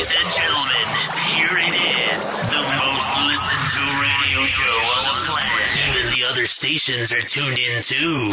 Ladies and gentlemen, here it is, the most listened to radio show on the planet. Even the other stations are tuned in too.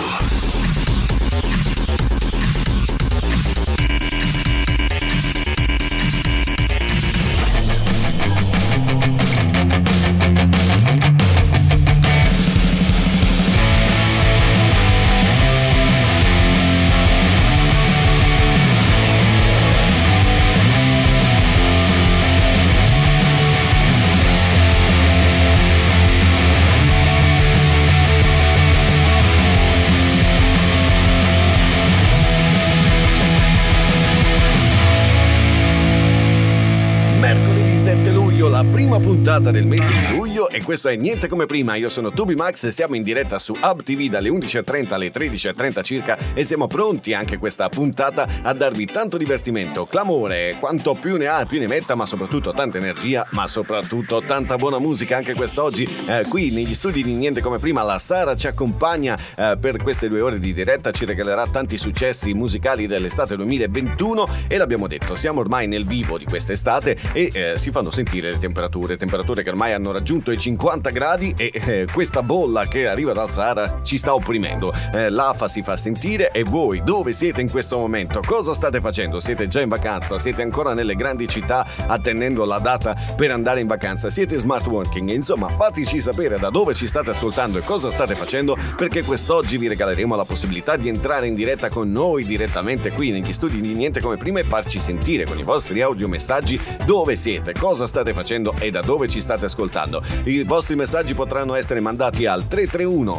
Puntata del mese di luglio e questo è Niente Come Prima. Io sono Tubi Max e siamo in diretta su Hub TV dalle 11.30 alle 13.30 circa e siamo pronti anche questa puntata a darvi tanto divertimento, clamore, quanto più ne ha più ne metta, ma soprattutto tanta energia, ma soprattutto tanta buona musica anche quest'oggi. Qui negli studi di Niente Come Prima la Sara ci accompagna per queste 2 ore di diretta, ci regalerà tanti successi musicali dell'estate 2021 e l'abbiamo detto, siamo ormai nel vivo di quest'estate e si fanno sentire le temperature che ormai hanno raggiunto i 50 gradi e questa bolla che arriva dal Sahara ci sta opprimendo. L'afa si fa sentire e voi dove siete in questo momento? Cosa state facendo? Siete già in vacanza? Siete ancora nelle grandi città attendendo la data per andare in vacanza? Siete smart working? Insomma, fateci sapere da dove ci state ascoltando e cosa state facendo, perché quest'oggi vi regaleremo la possibilità di entrare in diretta con noi direttamente qui negli studi di Niente Come Prima e farci sentire con i vostri audiomessaggi dove siete, cosa state facendo e da dove ci state ascoltando. I vostri messaggi potranno essere mandati al 331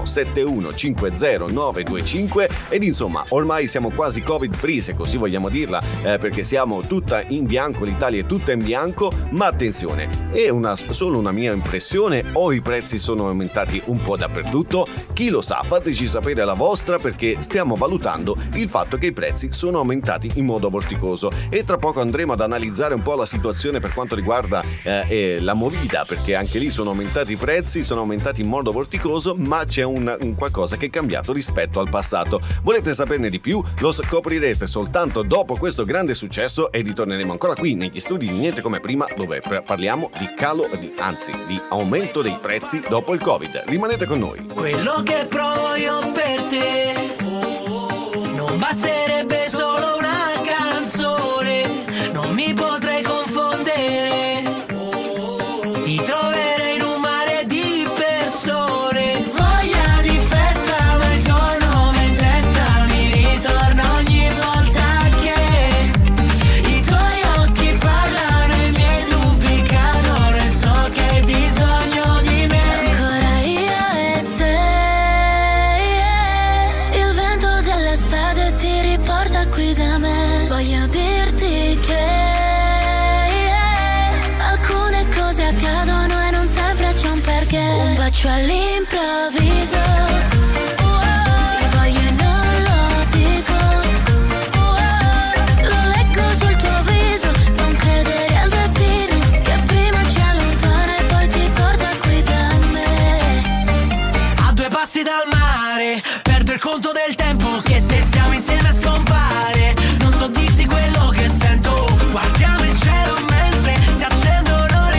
7150 925 ed insomma ormai siamo quasi covid free, se così vogliamo dirla, perché siamo tutta in bianco, l'Italia è tutta in bianco, ma attenzione, è solo una mia impressione o i prezzi sono aumentati un po' dappertutto? Chi lo sa, fateci sapere la vostra, perché stiamo valutando il fatto che i prezzi sono aumentati in modo vorticoso e tra poco andremo ad analizzare un po' la situazione per quanto riguarda la movida, perché anche lì sono aumentati i prezzi, sono aumentati in modo vorticoso, ma c'è un qualcosa che è cambiato rispetto al passato. Volete saperne di più? Lo scoprirete soltanto dopo questo grande successo e ritorneremo ancora qui negli studi di Niente Come Prima, dove parliamo di di aumento dei prezzi dopo il Covid. Rimanete con noi. Quello che provo io per te non basterebbe solo una canzone, non mi potrei confondere, ti troverei in un mare di persone. Voglia di festa, ma il tuo nome in testa mi ritorna ogni volta che i tuoi occhi parlano, i miei dubbi cadono e so che hai bisogno di me. Ancora io e te, il vento dell'estate ti riporta qui da me. Voglio dirti che accadono e non sempre c'è un perché. Un bacio all'improvviso, ti voglio e non lo dico, lo leggo sul tuo viso. Non credere al destino che prima ci allontana e poi ti porta qui da me. A 2 passi dal mare, perdo il conto del tempo che se stiamo insieme scompare. Non so dirti quello che sento, guardiamo il cielo mentre si accende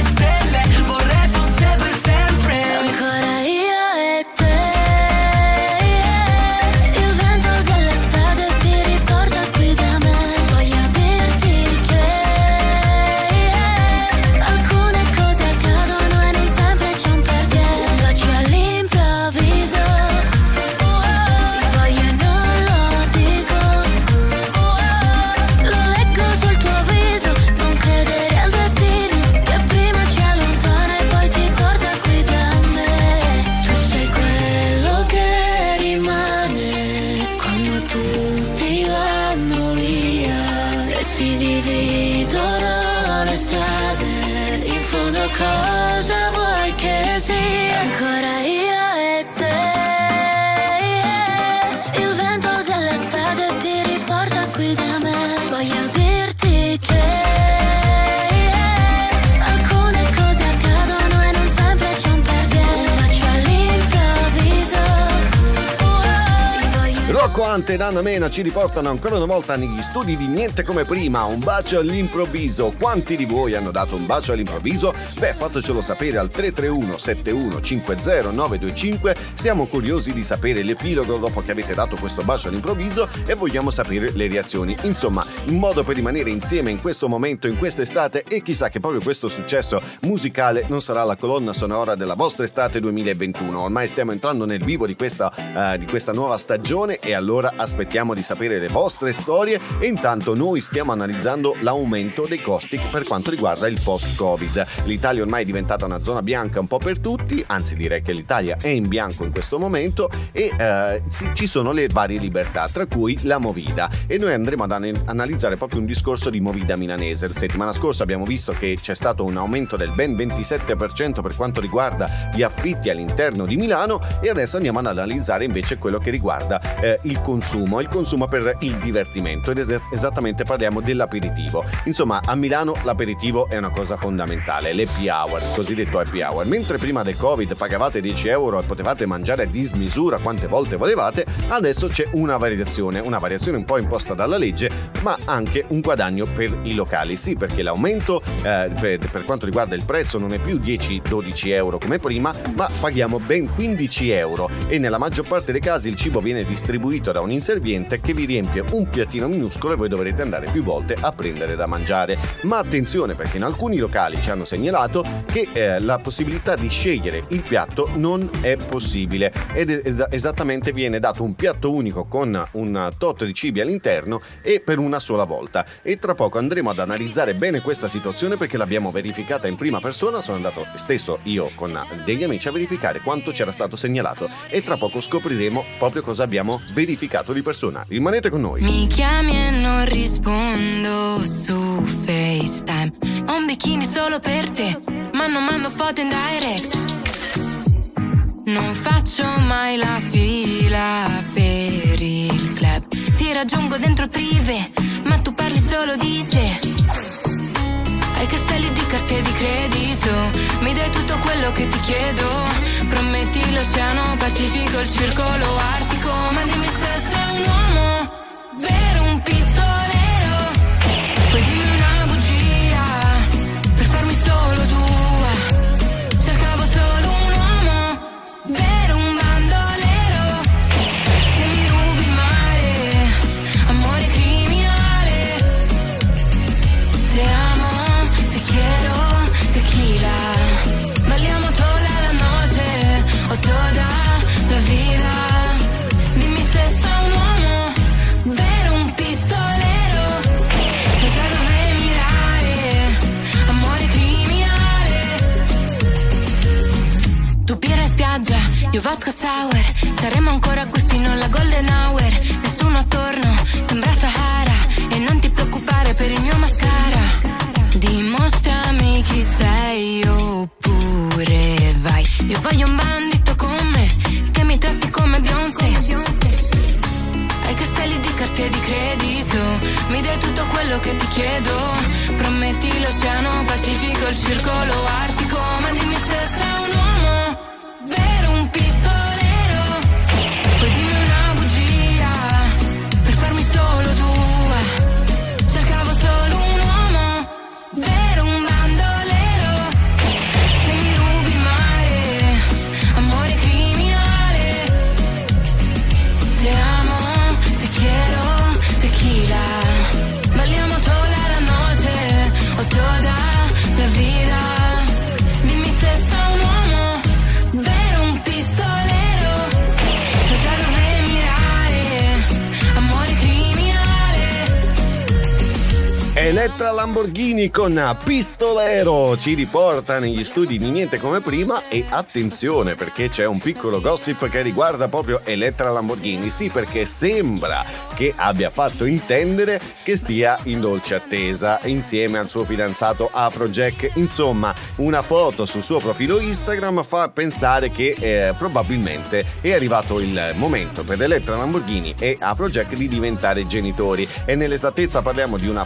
cosa vuoi che sia? Ancora io e te, il vento dell'estate ti riporta qui da me. Voglio dirti che alcune cose accadono e non sempre c'è un perché. Faccio all'improvviso. Rocco Hunt ed Anna Mena ci riportano ancora una volta negli studi di Niente Come Prima, un bacio all'improvviso. Quanti di voi hanno dato un bacio all'improvviso? Beh, fatecelo sapere al 331 71 50 925. Siamo curiosi di sapere l'epilogo dopo che avete dato questo bacio all'improvviso e vogliamo sapere le reazioni. Insomma, un modo per rimanere insieme in questo momento, in quest'estate, e chissà che proprio questo successo musicale non sarà la colonna sonora della vostra estate 2021. Ormai stiamo entrando nel vivo di questa nuova stagione e allora aspettiamo di sapere le vostre storie e intanto noi stiamo analizzando l'aumento dei costi per quanto riguarda il post-Covid. L'Italia ormai è diventata una zona bianca un po' per tutti, anzi direi che l'Italia è in bianco in questo momento e ci sono le varie libertà, tra cui la Movida, e noi andremo ad analizzare proprio un discorso di Movida milanese. La settimana scorsa abbiamo visto che c'è stato un aumento del ben 27% per quanto riguarda gli affitti all'interno di Milano e adesso andiamo ad analizzare invece quello che riguarda il consumo per il divertimento ed esattamente parliamo dell'aperitivo. Insomma, a Milano l'aperitivo è una cosa fondamentale, l'happy hour, il cosiddetto happy hour. Mentre prima del Covid pagavate 10 euro e potevate mangiare a dismisura quante volte volevate, adesso c'è una variazione un po' imposta dalla legge, ma anche un guadagno per i locali. Sì, perché l'aumento per quanto riguarda il prezzo non è più 10-12 euro come prima, ma paghiamo ben 15 euro e nella maggior parte dei casi il cibo viene distribuito da un inserviente che vi riempie un piattino minuscolo e voi dovrete andare più volte a prendere da mangiare. Ma attenzione, perché in alcuni locali ci hanno segnalato che la possibilità di scegliere il piatto non è possibile ed esattamente viene dato un piatto unico con un tot di cibi all'interno e per una sola volta. E tra poco andremo ad analizzare bene questa situazione perché l'abbiamo verificata in prima persona. Sono andato stesso io con degli amici a verificare quanto c'era stato segnalato e tra poco scopriremo proprio cosa abbiamo verificato di persona. Rimanete con noi. Mi chiami e non rispondo su FaceTime. Ho un bikini solo per te, ma non mando foto in direct. Non faccio mai la fila per il club. Ti raggiungo dentro il privé, ma tu parli solo di te. Hai castelli di carte di credito, mi dai tutto quello che ti chiedo. Prometti l'oceano Pacifico, il circolo artico. Ma dimmi se sei un uomo vero, un pistolero. Poi dimmi una bugia per farmi solo tua. Cercavo solo un uomo vero, un bandolero che mi rubi il mare, amore criminale. Te amo, te quiero, tequila. Balliamo toda la noche o toda la vida. Dimmi se sei un uomo vero, un pistolero. Sai già dove mirare, amore criminale. Tu birra in spiaggia, io vodka sour. Saremo ancora qui fino alla golden hour. Nessuno attorno, sembra Sahara. E non ti preoccupare per il mio mascara. Dimostrami chi sei oppure vai. Io voglio un bandito con me, che mi tratti come Beyoncé. Hai castelli di carte di credito, mi dai tutto quello che ti chiedo. Prometti l'oceano Pacifico, il circolo artico. Ma dimmi se sei un uomo vero, un pistolero. Poi dimmi una bugia per farmi solo tua. Cercavo solo un uomo vero, un bandolero che mi rubi il mare, amore criminale. Te amo, te quiero, tequila. Balliamo toda la noche o toda la vida. Dimmi se sei un uomo vero, un pistolero. Sai già dove mirare, amore criminale. Elettra Lamborghini con Pistolero ci riporta negli studi di Niente Come Prima e attenzione perché c'è un piccolo gossip che riguarda proprio Elettra Lamborghini. Sì, perché sembra che abbia fatto intendere che stia in dolce attesa insieme al suo fidanzato Afrojack. Insomma, una foto sul suo profilo Instagram fa pensare che probabilmente è arrivato il momento per Elettra Lamborghini e Afrojack di diventare genitori e nell'esattezza parliamo di una foto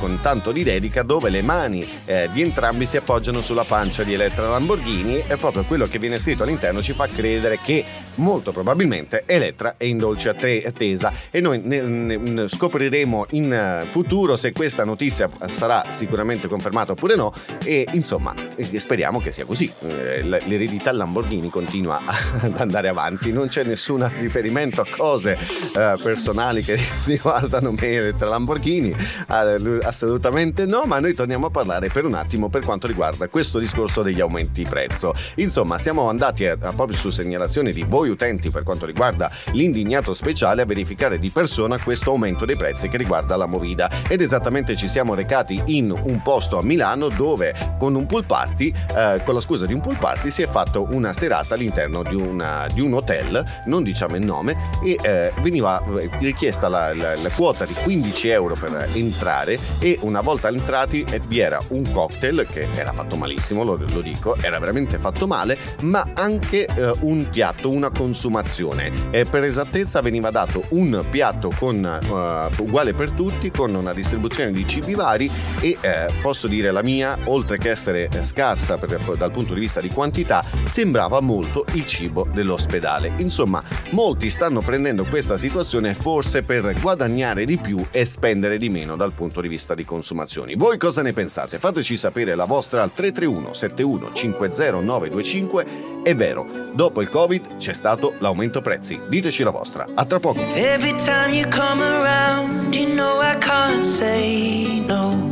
con tanto di dedica, dove le mani di entrambi si appoggiano sulla pancia di Elettra Lamborghini, e proprio quello che viene scritto all'interno ci fa credere che molto probabilmente Elettra è in dolce attesa, e noi ne scopriremo in futuro se questa notizia sarà sicuramente confermata oppure no, e insomma speriamo che sia così. L'eredità Lamborghini continua ad andare avanti, non c'è nessun riferimento a cose personali che riguardano me e Elettra Lamborghini, assolutamente no, ma noi torniamo a parlare per un attimo per quanto riguarda questo discorso degli aumenti di prezzo. Insomma, siamo andati proprio su segnalazione di voi utenti per quanto riguarda l'indignato speciale a verificare di persona questo aumento dei prezzi che riguarda la Movida, ed esattamente ci siamo recati in un posto a Milano dove con un pool party, con la scusa di un pool party, si è fatto una serata all'interno di un hotel, non diciamo il nome, e veniva richiesta la quota di 15 euro per entrare, e una volta entrati vi era un cocktail che era fatto malissimo, lo dico, era veramente fatto male, ma anche un piatto, una consumazione. Per esattezza veniva dato un piatto uguale per tutti, con una distribuzione di cibi vari, e posso dire la mia, oltre che essere scarsa dal punto di vista di quantità, sembrava molto il cibo dell'ospedale. Insomma, molti stanno prendendo questa situazione forse per guadagnare di più e spendere di meno dal punto di vista di consumazioni. Voi cosa ne pensate? Fateci sapere la vostra al 331 71 50 925. È vero, dopo il Covid c'è stato l'aumento prezzi. Diteci la vostra. A tra poco. Every time you come around, you know I can't say no.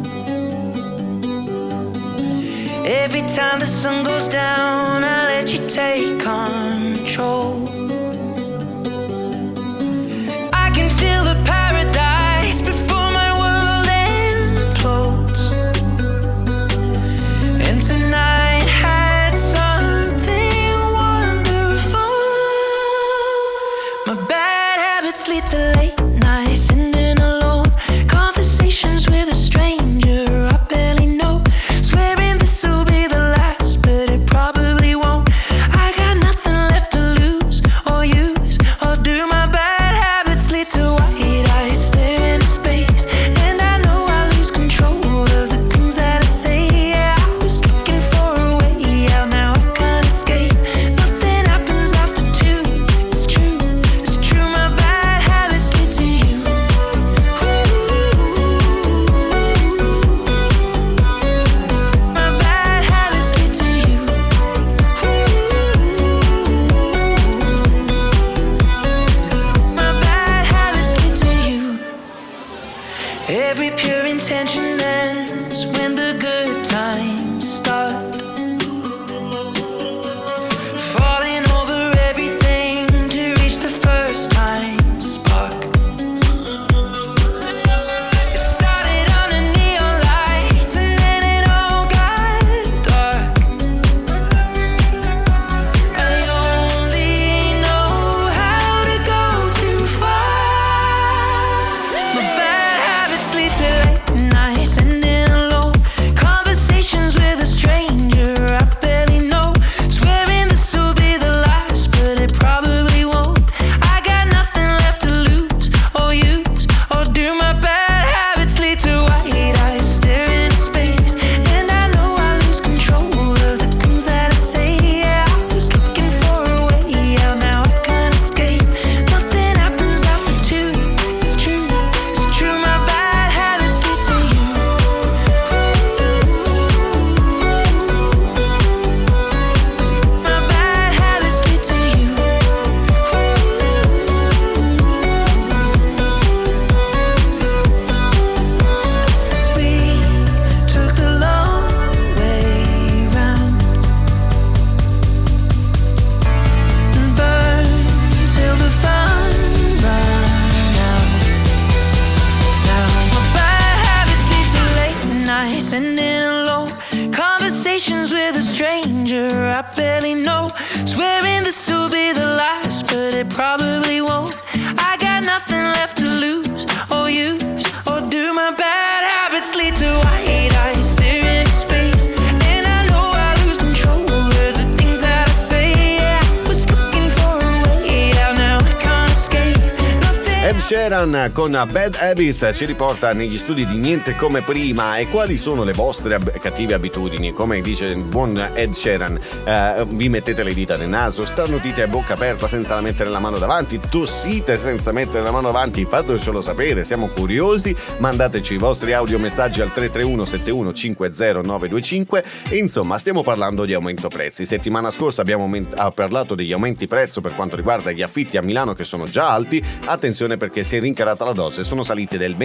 Every time the sun goes down, I let you take control. I can feel the paradise before my world implodes. And tonight had something wonderful. My bad habits lead to late nights, sitting alone, conversations with a stranger I barely know, swearing this will be the last, but it probably won't. I got nothing left to lose or use or do. My bad habits lead to white eyes staring into space, and I know I lose control of the things that I say. Yeah, I was looking for a way out, now I can't escape. Nothing happens after two. It's true, it's true. My bad habits lead to you. My bad habits lead to you. My bad habits lead to you. Every pure intention ends when the good times start. Falling over everything to reach the first time spark. It started under neon lights and then it all got dark. I only know how to go too far. My bad habits lead to late nights, sitting alone, conversations with a stranger I barely know, swearing this will be the last, but it probably won't. I got nothing left to lose or use or do. My bad habits lead to white eyes staring into space, and I know I lose control of the things that I say. Yeah, I was looking for a way out, now I can't escape. Nothing happens after two. It's true, it's true. My bad habits lead to you. My bad habits lead to you. We took the long way round and burned till the fun ran out. Now my bad habits lead to late nights, sitting alone, conversations with a stranger I barely know, swearing this will be the last, but it probably won't. I got nothing left to lose or use or do. My bad habits lead to white eyes staring into space, and I know I lose control of the things that I say. Yeah, I was looking for a way out, now I can't escape. Nothing. Ed Sheeran con Bad Habits ci riporta negli studi di Niente Come Prima. E quali sono le vostre cattive abitudini? Come dice il buon Ed Sheeran, vi mettete le dita nel naso, starnutite a bocca aperta senza mettere la mano davanti, tossite senza mettere la mano davanti? Fatecelo sapere, siamo curiosi. Mandateci i vostri audiomessaggi al 331 71 50 925. E insomma, stiamo parlando di aumento prezzi. Settimana scorsa abbiamo parlato degli aumenti prezzo per quanto riguarda gli affitti a Milano, che sono già alti. Attenzione, perché si è rincarata la dose, sono salite del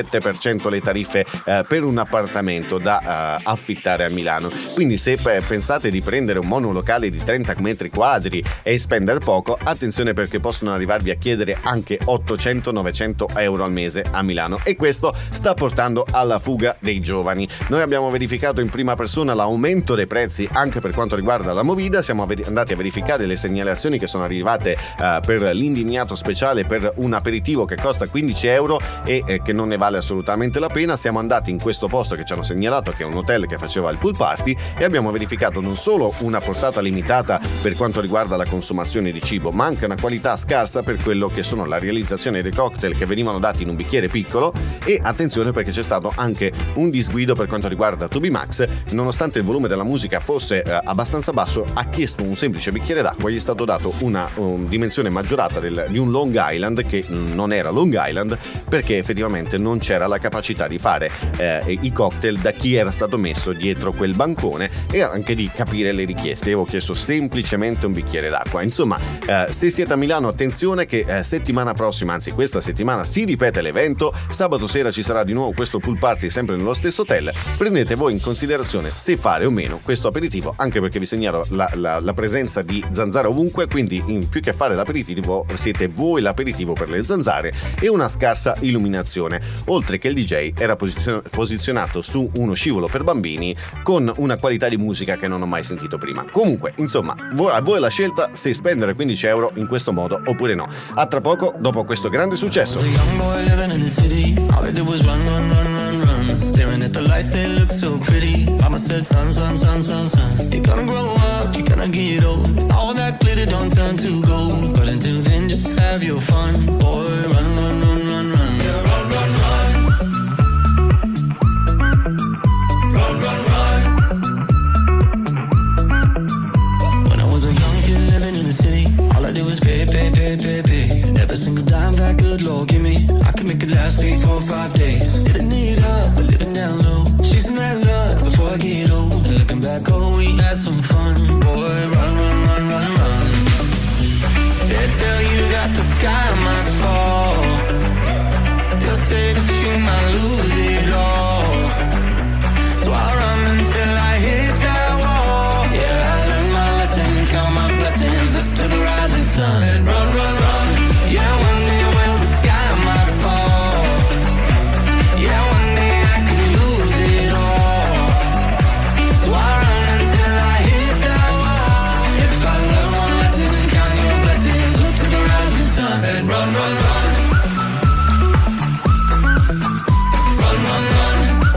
27% le tariffe per un appartamento da affittare a Milano. Quindi se pensate di prendere un monolocale di 30 metri quadri e spendere poco, attenzione, perché possono arrivarvi a chiedere anche 800-900 euro al mese a Milano, e questo sta portando alla fuga dei giovani. Noi abbiamo verificato in prima persona l'aumento dei prezzi anche per quanto riguarda la Movida. Siamo andati a verificare le segnalazioni che sono arrivate per l'indignato speciale per un aperitivo che costa 15 euro e che non ne vale assolutamente la pena. Siamo andati in questo posto che ci hanno segnalato, che è un hotel che faceva il pool party, e abbiamo verificato non solo una portata limitata per quanto riguarda la consumazione di cibo, ma anche una qualità scarsa per quello che sono la realizzazione dei cocktail che venivano dati in un bicchiere piccolo. E attenzione, perché c'è stato anche un disguido per quanto riguarda Tubi Max. Nonostante il volume della musica fosse abbastanza basso, ha chiesto un semplice bicchiere d'acqua, gli è stato dato una dimensione maggiorata di un Long Island, che non era Long Island, perché effettivamente non c'era la capacità di fare i cocktail da chi era stato messo dietro quel bancone, e anche di capire le richieste. Io avevo chiesto semplicemente un bicchiere d'acqua. Insomma, se siete a Milano, attenzione che settimana prossima, anzi questa settimana, si ripete l'evento. Sabato sera ci sarà di nuovo questo pool party sempre nello stesso hotel. Prendete voi in considerazione se fare o meno questo aperitivo, anche perché vi segnalo la presenza di zanzare ovunque, quindi in più che fare l'aperitivo siete voi l'aperitivo per le zanzare, e una scarsa illuminazione, oltre che il DJ era posizionato su uno scivolo per bambini con una qualità di musica che non ho mai sentito prima. Comunque, insomma, a voi la scelta se spendere 15 euro in questo modo oppure no. A tra poco, dopo questo grande successo. Staring at the lights, they look so pretty. Mama said, son, son, son, son, son, you're gonna grow up, you're gonna get old. All that glitter don't turn to gold. But until then, just have your fun. Boy, run, run, run, run, run. Yeah, run, run, run. Run, run, run. When I was a young kid living in the city, all I did was pay, pay, pay, pay, pay. And every single dime back, good Lord, give me. I could make it last 3, 4, 5 days. Living it up, but living down low. Chasing that luck before I get old. And looking back, oh, we had some fun. Boy, run, run, run, run, run. They tell you that the sky might fall. They'll say that you might lose it all. So I run until I hit that wall. Yeah, I learned my lesson, count my blessings up to the rising sun. And run, run, run. Yeah, one day will the sky might fall. Yeah, one day I could lose it all. So I run until I hit that wall. If I learn one lesson, count your blessings up to the rising sun. And run, run, run. Run, run, run.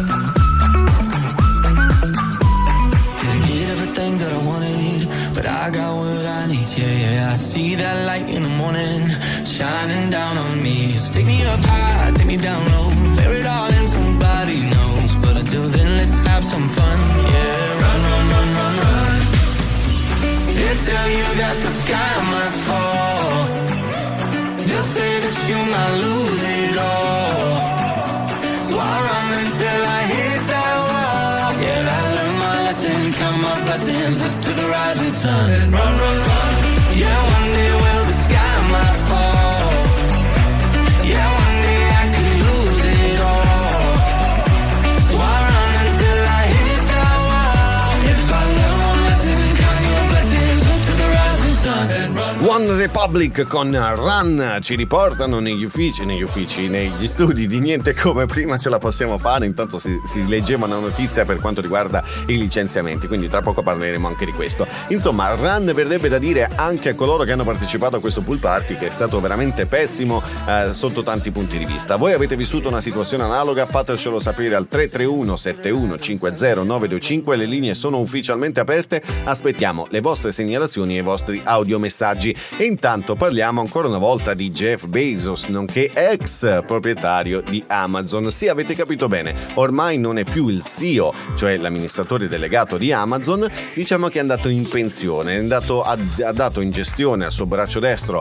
Didn't get everything that I wanted, but I got what I need. Yeah, yeah, I see that light in the morning shining down on me. So take me up high, take me down low, bear it all and somebody knows. But until then, let's have some fun. Yeah, run, run, run, run, run. They tell you that the sky might fall. They'll say that you might lose it all. So I run until I hit that wall. Yeah, I learned my lesson, count my blessings up to the rising sun. And run, run, run. Yeah, one day will the sky might fall. Yeah, one day I could lose it all. So I run until I hit that wall. If I learn one lesson, count your blessings up to the rising sun. And run. One Republic con Run ci riportano negli studi di Niente Come Prima. Ce la possiamo fare, intanto si leggeva una notizia per quanto riguarda i licenziamenti, quindi tra poco parleremo anche di questo. Insomma, Run verrebbe da dire anche a coloro che hanno partecipato a questo pool party, che è stato veramente pessimo sotto tanti punti di vista. Voi avete vissuto una situazione analoga? Fatecelo sapere al 331 71 50 925. Le linee sono ufficialmente aperte, aspettiamo le vostre segnalazioni e i vostri audiomessaggi. E Intanto parliamo ancora una volta di Jeff Bezos, nonché ex proprietario di Amazon. Sì, avete capito bene, ormai non è più il CEO, cioè l'amministratore delegato di Amazon, diciamo che è andato in pensione, ha dato in gestione al suo braccio destro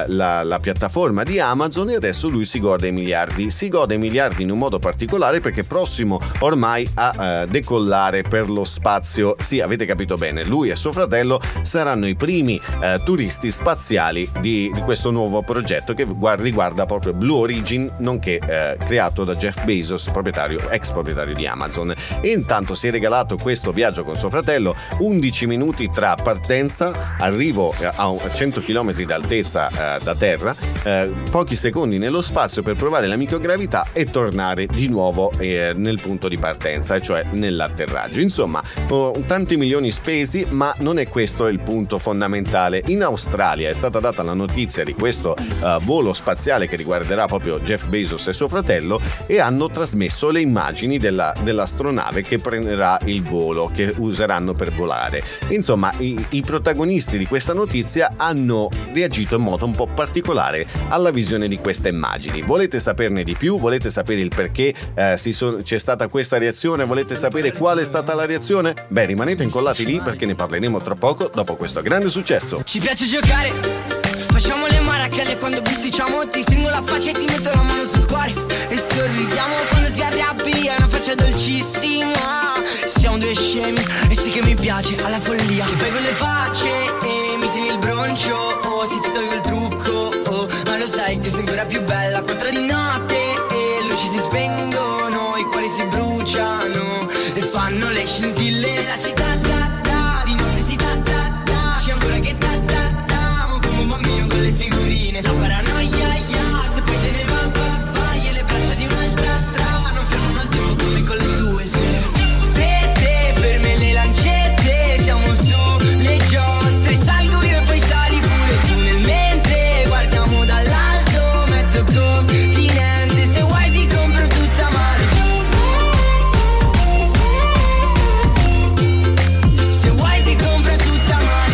la piattaforma di Amazon, e adesso lui si gode i miliardi in un modo particolare perché è prossimo ormai a decollare per lo spazio. Sì, avete capito bene, lui e suo fratello saranno i primi turisti spaziali di questo nuovo progetto che riguarda proprio Blue Origin, nonché creato da Jeff Bezos, ex proprietario di Amazon. E intanto si è regalato questo viaggio con suo fratello, 11 minuti tra partenza, arrivo a 100 km d'altezza da terra, pochi secondi nello spazio per provare la microgravità e tornare di nuovo nel punto di partenza, cioè nell'atterraggio. Insomma, tanti milioni spesi, ma non è questo il punto fondamentale. In Australia è stata data la notizia di questo volo spaziale che riguarderà proprio Jeff Bezos e suo fratello, e hanno trasmesso le immagini dell'astronave che prenderà il volo, che useranno per volare. Insomma, i protagonisti di questa notizia hanno reagito in modo un po' particolare alla visione di queste immagini. Volete saperne di più? Volete sapere il perché c'è stata questa reazione? Volete sapere qual è stata la reazione? Beh, rimanete incollati lì perché ne parleremo tra poco, dopo questo grande successo. Ci piace giocare, facciamo le maracale quando bisticciamo, ti stringo la faccia e ti metto la mano sul cuore e sorridiamo quando ti arrabbi, è una faccia dolcissima. Siamo due scemi e sì che mi piace alla follia, che fai quelle facce e mi tieni il broncio, oh, se ti tolgo il trucco, oh, ma lo sai che sei ancora più bella. 4 di notte e luci si spengono, i cuori si bruciano e fanno le scintille. La città di notte si c'è ancora che come un bambino con le figurine. La paranoia, se poi te ne vai e le braccia di un'altra non fermano il tempo come con le tue. Strette, ferme le lancette, siamo su le giostre, salgo io e poi sali pure tu nel mentre guardiamo dall'alto mezzo continente. Se vuoi ti compro tutta male, se vuoi ti compro tutta male.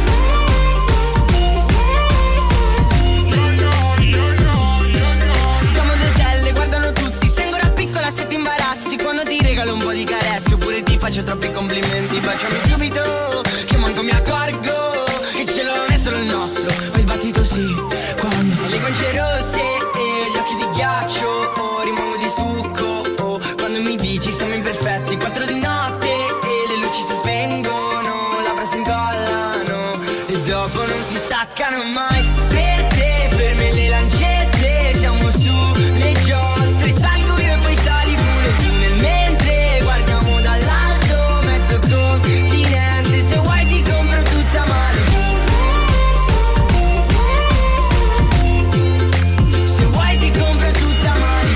Siamo due stelle, guardano tutti, sei ancora piccola se ti imbarazzi quando ti regalo un po' di carezze oppure ti faccio troppi complimenti. Baciami subito che manco mi accorgo che il cielo non è solo il nostro, ma il battito sì, quando le guance rosse e gli occhi di ghiaccio, oh, rimango di succo, oh, quando mi dici siamo imperfetti. 4 di notte e le luci si spengono, labbra si incollano e dopo non si staccano mai. Strette, ferme le lancette, siamo su le giostre, salgo io e poi sali pure tu nel mentre guardiamo dall'alto mezzo continente. Se vuoi ti compro tutta male, se vuoi ti compro tutta male.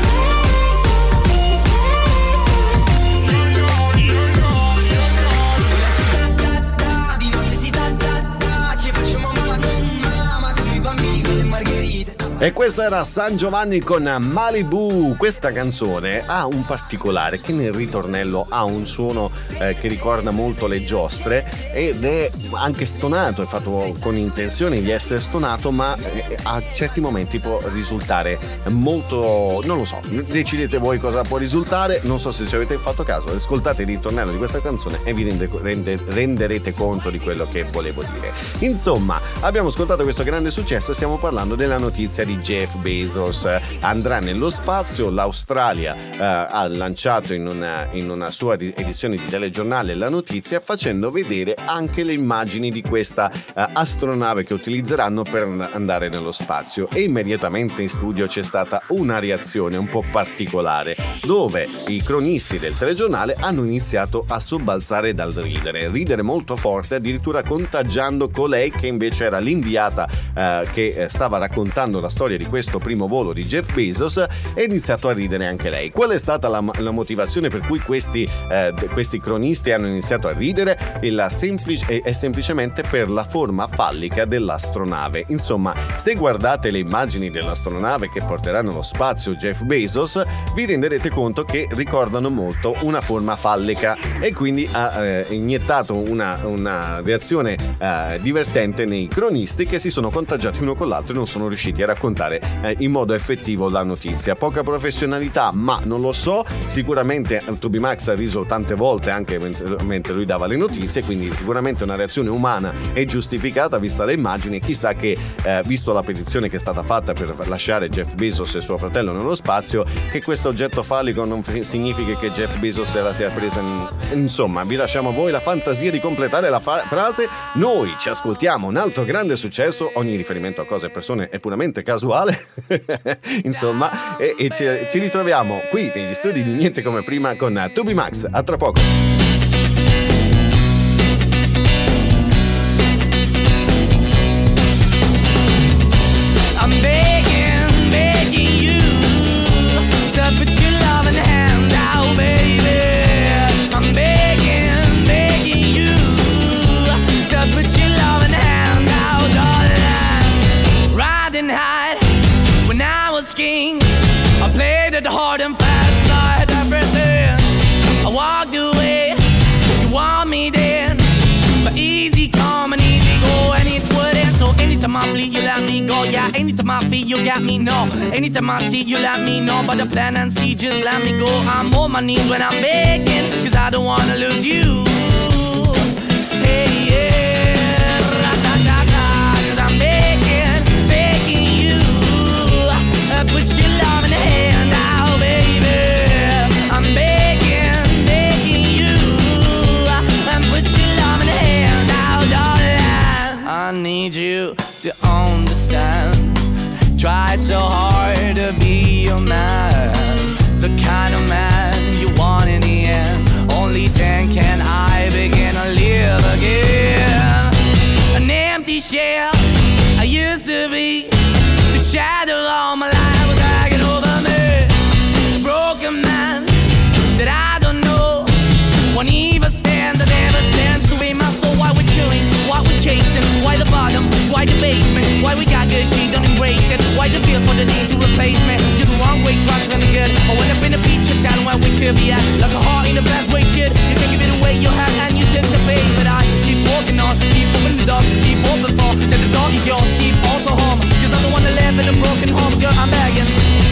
Di notte si ci facciamo mamma con i bambini con le margherite. E questo era San Giovanni con Malibu. Questa canzone ha un particolare, che nel ritornello ha un suono che ricorda molto le giostre ed è anche stonato, è fatto con intenzione di essere stonato, ma a certi momenti può risultare molto, non lo so, decidete voi cosa può risultare. Non so se ci avete fatto caso, ascoltate il ritornello di questa canzone e vi renderete conto di quello che volevo dire. Insomma, abbiamo ascoltato questo grande successo e stiamo parlando della notizia di Jeff Bezos. Andrà nello spazio. L'Australia ha lanciato in una sua edizione di telegiornale la notizia, facendo vedere anche le immagini di questa astronave che utilizzeranno per andare nello spazio, e immediatamente in studio c'è stata una reazione un po' particolare, dove i cronisti del telegiornale hanno iniziato a sobbalzare dal ridere molto forte, addirittura contagiando colei che invece era l'inviata che stava raccontando la storia storia di questo primo volo di Jeff Bezos e ha iniziato a ridere anche lei. Qual è stata la motivazione per cui questi cronisti hanno iniziato a ridere? È semplicemente per la forma fallica dell'astronave. Insomma, se guardate le immagini dell'astronave che porterà nello spazio Jeff Bezos, vi renderete conto che ricordano molto una forma fallica, e quindi ha iniettato una reazione divertente nei cronisti, che si sono contagiati uno con l'altro e non sono riusciti a raccontare in modo effettivo la notizia. Poca professionalità, ma non lo so, sicuramente Toby Max ha riso tante volte anche mentre lui dava le notizie, quindi sicuramente una reazione umana è giustificata vista le immagini. Chissà che visto la petizione che è stata fatta per lasciare Jeff Bezos e suo fratello nello spazio, che questo oggetto fallico non significa che Jeff Bezos se la sia presa insomma, vi lasciamo a voi la fantasia di completare la frase. Noi ci ascoltiamo un altro grande successo, ogni riferimento a cose e persone è puramente casuale insomma, e ci ritroviamo qui negli studi di Niente Come Prima con Toby Max. A tra poco. I'm begging you to put your loving hand out, baby. I'm begging you to put your loving hand out, darling. Riding high when I was king, I played it hard and fast, 'cause I had everything. I walked away, you want me then, but easy come and easy go, and it wouldn't. So anytime I bleed, you let me go. Yeah, anytime I feel, you got me, no. Anytime I see, you let me know. But the plan and see, just let me go. I'm on my knees when I'm begging, 'cause I don't wanna lose you. Hey, yeah, ra-da-da-da, 'cause I'm begging you, put your love in the hand out, baby. I'm begging you, put your love in the hand out, darling. I need you to understand. Try so hard to be your man, the kind of man you want in the end. Only then can I begin to live again. An empty shell I used to be, the shadow all my life was hanging over me. A broken man that I don't know won't even stand, that never stands to be my soul. Why we're chilling, why we're chasing, why the bottom, why the basement, why we got good, she don't embrace it, why the feel for the need to replace me. You're the wrong way, trying to good. I went up in the feature town where we could be at, like a heart in the best way, shit. You can give it away, you have, and you take the bait. But I keep walking on, keep opening the door, keep open for, that the door is yours, keep also home, 'cause I'm the one that live in a broken home, girl, I'm begging.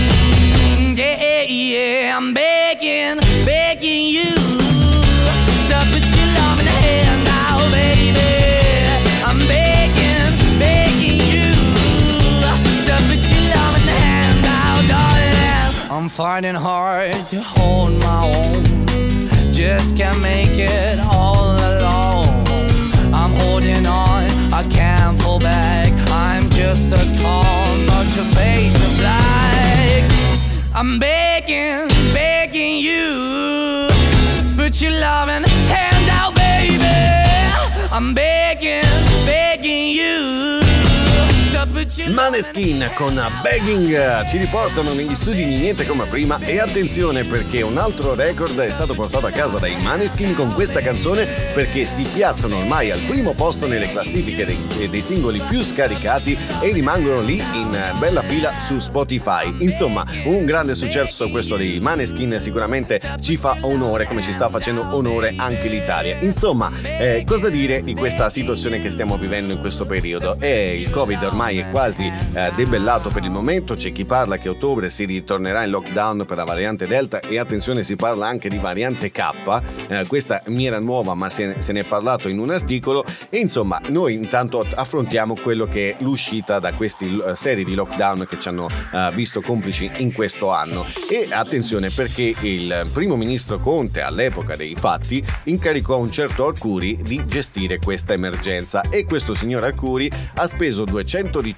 Yeah, I'm begging you to put your love in the hand now, baby. I'm begging you to put your love in the hand now, darling. I'm finding hard to hold my own, just can't make it all alone. I'm holding on, I can't fall back, I'm just a call, but your face is black. I'm begging you, put your loving hand out, baby. I'm begging you. Maneskin con Begging ci riportano negli studi di Niente Come Prima, e attenzione perché un altro record è stato portato a casa dai Maneskin con questa canzone, perché si piazzano ormai al primo posto nelle classifiche dei singoli più scaricati e rimangono lì in bella fila su Spotify. Insomma, un grande successo questo dei Maneskin, sicuramente ci fa onore, come ci sta facendo onore anche l'Italia. Insomma, cosa dire di questa situazione che stiamo vivendo in questo periodo? Il Covid ormai è quasi debellato per il momento, c'è chi parla che a ottobre si ritornerà in lockdown per la variante Delta, e attenzione, si parla anche di variante K, questa mi era nuova ma se ne è parlato in un articolo, e insomma noi intanto affrontiamo quello che è l'uscita da queste serie di lockdown che ci hanno visto complici in questo anno. E attenzione perché il primo ministro Conte all'epoca dei fatti incaricò un certo Arcuri di gestire questa emergenza, e questo signor Arcuri ha speso 218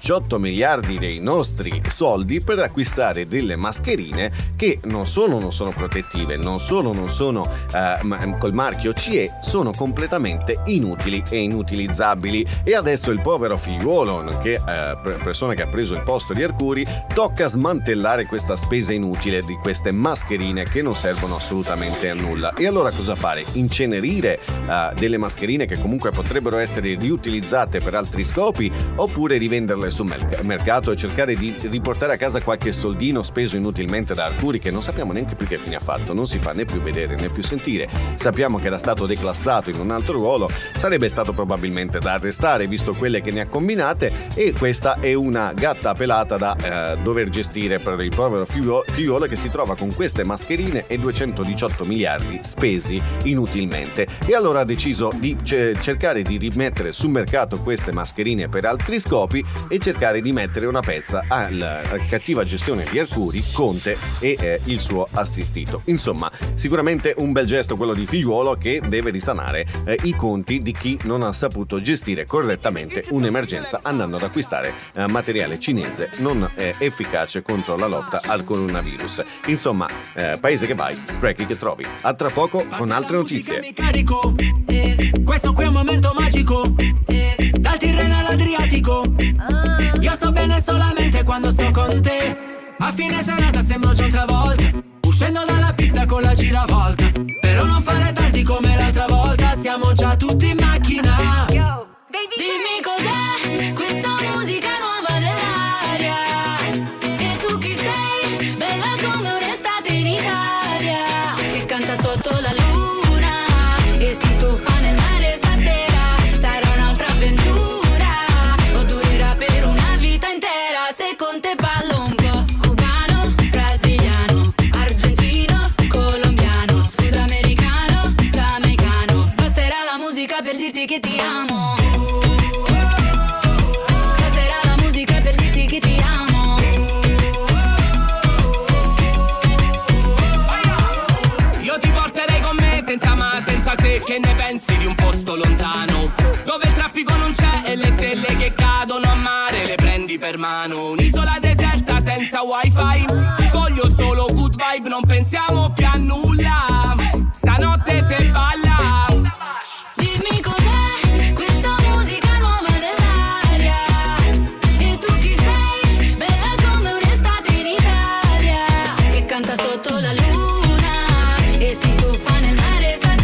18 miliardi dei nostri soldi per acquistare delle mascherine che non solo non sono protettive, non solo non sono col marchio CE, sono completamente inutili e inutilizzabili. E adesso il povero figliuolo, che persona che ha preso il posto di Arcuri, tocca smantellare questa spesa inutile di queste mascherine che non servono assolutamente a nulla. E allora cosa fare? Incenerire delle mascherine che comunque potrebbero essere riutilizzate per altri scopi, oppure rivenderle sul mercato e cercare di riportare a casa qualche soldino speso inutilmente da Arcuri, che non sappiamo neanche più che fine ha fatto, non si fa né più vedere né più sentire. Sappiamo che era stato declassato in un altro ruolo, sarebbe stato probabilmente da arrestare visto quelle che ne ha combinate, e questa è una gatta pelata da dover gestire per il povero figliuolo che si trova con queste mascherine e 218 miliardi spesi inutilmente. E allora ha deciso di cercare di rimettere sul mercato queste mascherine per altri scopi e cercare di mettere una pezza alla cattiva gestione di Arcuri, Conte e il suo assistito. Insomma, sicuramente un bel gesto quello di figliuolo, che deve risanare i conti di chi non ha saputo gestire correttamente un'emergenza andando ad acquistare materiale cinese non efficace contro la lotta al coronavirus. Insomma, paese che vai, sprechi che trovi. A tra poco con altre notizie. Questo qui è un momento magico, dal Tirreno all'Adriatico. Io sto bene solamente quando sto con te. A fine serata sembro già un'altra volta, uscendo dalla pista con la giravolta. Però non fare tardi come l'altra volta, siamo già tutti in macchina. Dimmi cos'è questa musica nuova dell'aria, e tu chi sei, bella come un'estate in Italia, che canta sotto la luna e si tuffa nel mare stasera. Sarà un'altra avventura o durerà per una vita intera, se con te ballo un po'. Cubano, brasiliano, argentino, colombiano, sudamericano, giamaicano, basterà la musica per dirti che ti amo. Senza se, che ne pensi di un posto lontano, dove il traffico non c'è e le stelle che cadono a mare le prendi per mano? Un'isola deserta senza wifi, voglio solo good vibe, non pensiamo più a nulla, stanotte se balla. Dimmi cos'è questa musica nuova dell'aria, e tu chi sei, bella come un'estate in Italia, che canta sotto la luna e si tuffa nel mare.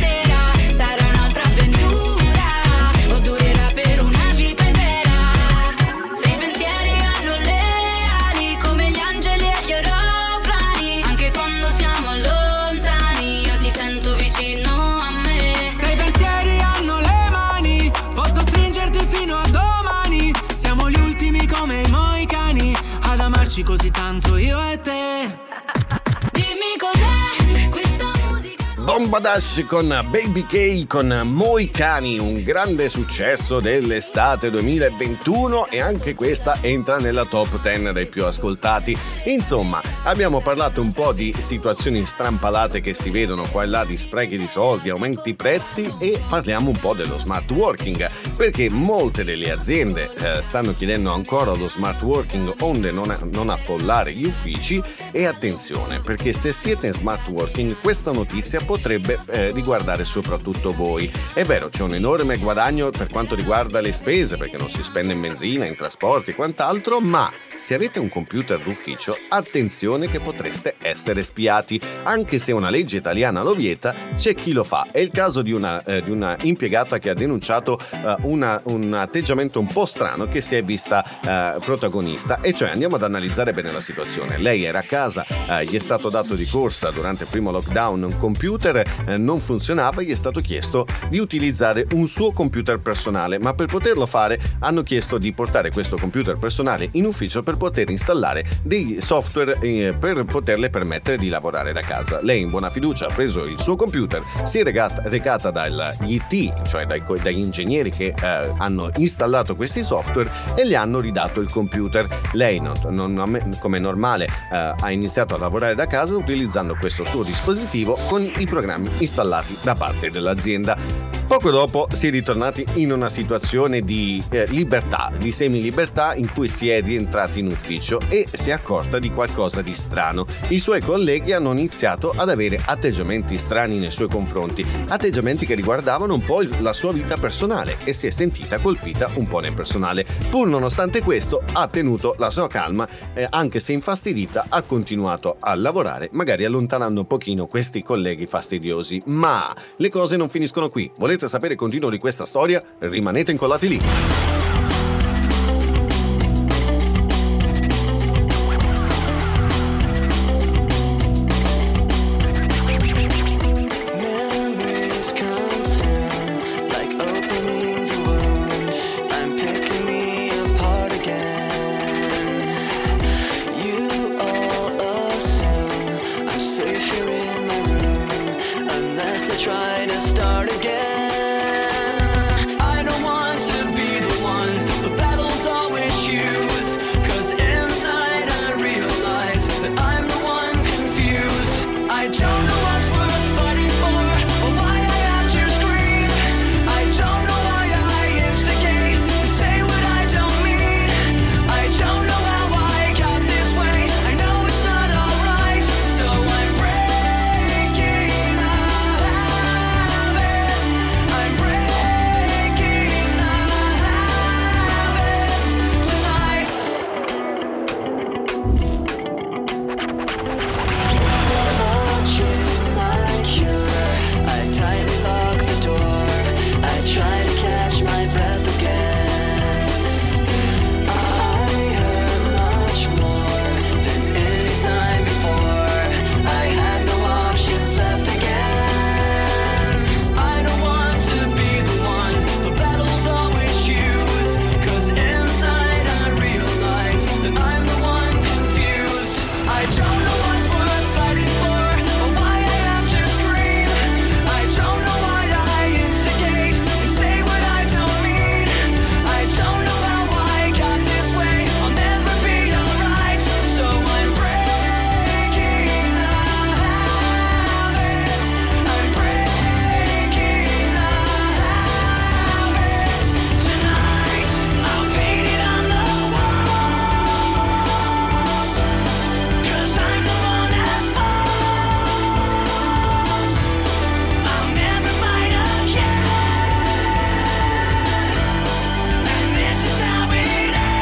Così tanto io e te. Dimmi cos'è questa musica. Bomba Dash con Baby K con Moi Cani, un grande successo dell'estate 2021, e anche questa entra nella top 10 dei più ascoltati. Insomma, abbiamo parlato un po' di situazioni strampalate che si vedono qua e là, di sprechi di soldi, aumenti prezzi, e parliamo un po' dello smart working, perché molte delle aziende stanno chiedendo ancora lo smart working onde non affollare gli uffici. E attenzione, perché se siete in smart working questa notizia potrebbe riguardare soprattutto voi. È vero, c'è un enorme guadagno per quanto riguarda le spese, perché non si spende in benzina, in trasporti e quant'altro, ma se avete un computer d'ufficio, attenzione che potreste essere spiati. Anche se una legge italiana lo vieta, c'è chi lo fa. È il caso di una impiegata che ha denunciato un atteggiamento un po' strano che si è vista protagonista, e cioè andiamo ad analizzare bene la situazione. Lei era a casa, gli è stato dato di corsa durante il primo lockdown un computer, non funzionava, gli è stato chiesto di utilizzare un suo computer personale, ma per poterlo fare hanno chiesto di portare questo computer personale in ufficio per poter installare dei software per poterle permettere di lavorare da casa. Lei in buona fiducia ha preso il suo computer, si è recata dagli IT, cioè dagli ingegneri che hanno installato questi software, e le hanno ridato il computer. Lei come normale ha iniziato a lavorare da casa utilizzando questo suo dispositivo con i programmi installati da parte dell'azienda. Poco dopo si è ritornati in una situazione di libertà, di semi-libertà, in cui si è rientrati in ufficio e si è accorta di qualcosa di strano. I suoi colleghi hanno iniziato ad avere atteggiamenti strani nei suoi confronti, atteggiamenti che riguardavano un po' la sua vita personale, e si è sentita colpita un po' nel personale. Pur nonostante questo ha tenuto la sua calma, anche se infastidita ha continuato a lavorare, magari allontanando un pochino questi colleghi fastidiosi. Ma le cose non finiscono qui. Volete sapere il continuo di questa storia? Rimanete incollati lì. Try to start again. I don't want to be the one the battles always choose, 'cause inside I realize that I'm the one confused. I don't know what's worth fighting for, or why I have to scream. I don't know why I instigate and say what I don't mean. I don't know how I got this way. I know it's not alright, so I'm breaking out. I'm breaking the habits tonight. Watching my cure, I tightly lock the door. I try to catch my breath again. I hurt much more than any time before. I had no options left again. I don't want to be the one the battles always choose, 'cause inside I realize that I'm the one confused. I don't know what's worth fighting for, or why I have to scream. I don't know why I instigate and say what I don't mean. I don't know how I got this way. I'll never be alright, so I'm breaking the habit. I'm breaking the habit tonight. I'll paint it on the walls, 'cause I'm the one at fault. I'll never fight again, and this is how it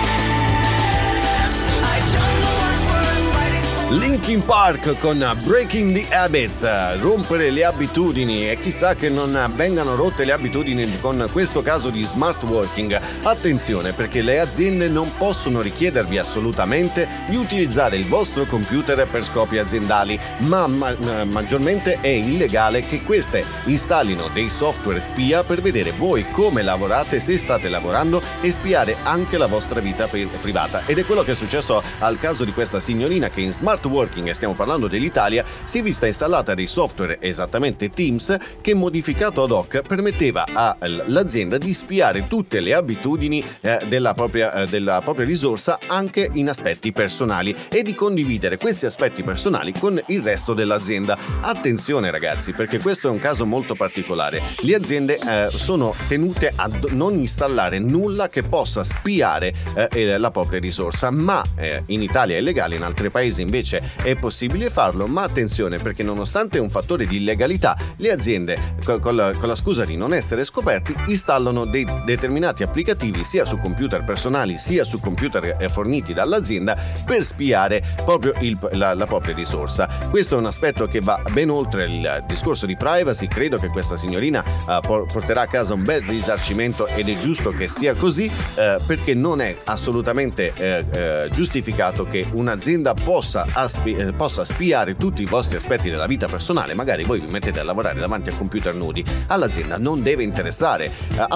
ends. I don't know what's worth fighting for. Linkin Park con Breaking the Habits, rompere le abitudini, e chissà che non vengano rotte le abitudini con questo caso di smart working. Attenzione, perché le aziende non possono richiedervi assolutamente di utilizzare il vostro computer per scopi aziendali, ma maggiormente è illegale che queste installino dei software spia per vedere voi come lavorate, se state lavorando, e spiare anche la vostra vita privata. Ed è quello che è successo al caso di questa signorina che in smart working, e stiamo parlando dell'Italia, si è vista installata dei software, esattamente Teams, che modificato ad hoc permetteva all'azienda di spiare tutte le abitudini della propria risorsa, anche in aspetti personali, e di condividere questi aspetti personali con il resto dell'azienda. Attenzione ragazzi, perché questo è un caso molto particolare. Le aziende sono tenute a non installare nulla che possa spiare la propria risorsa, ma in Italia è illegale, in altri paesi invece è possibile farlo. Ma attenzione, perché nonostante un fattore di illegalità, le aziende con la scusa di non essere scoperti installano dei determinati applicativi sia su computer personali sia su computer forniti dall'azienda per spiare proprio la propria risorsa. Questo è un aspetto che va ben oltre il discorso di privacy. Credo che questa signorina porterà a casa un bel risarcimento, ed è giusto che sia così, perché non è assolutamente giustificato che un'azienda possa spiare tutti i vostri aspetti della vita personale. Magari voi vi mettete a lavorare davanti a computer nudi, all'azienda non deve interessare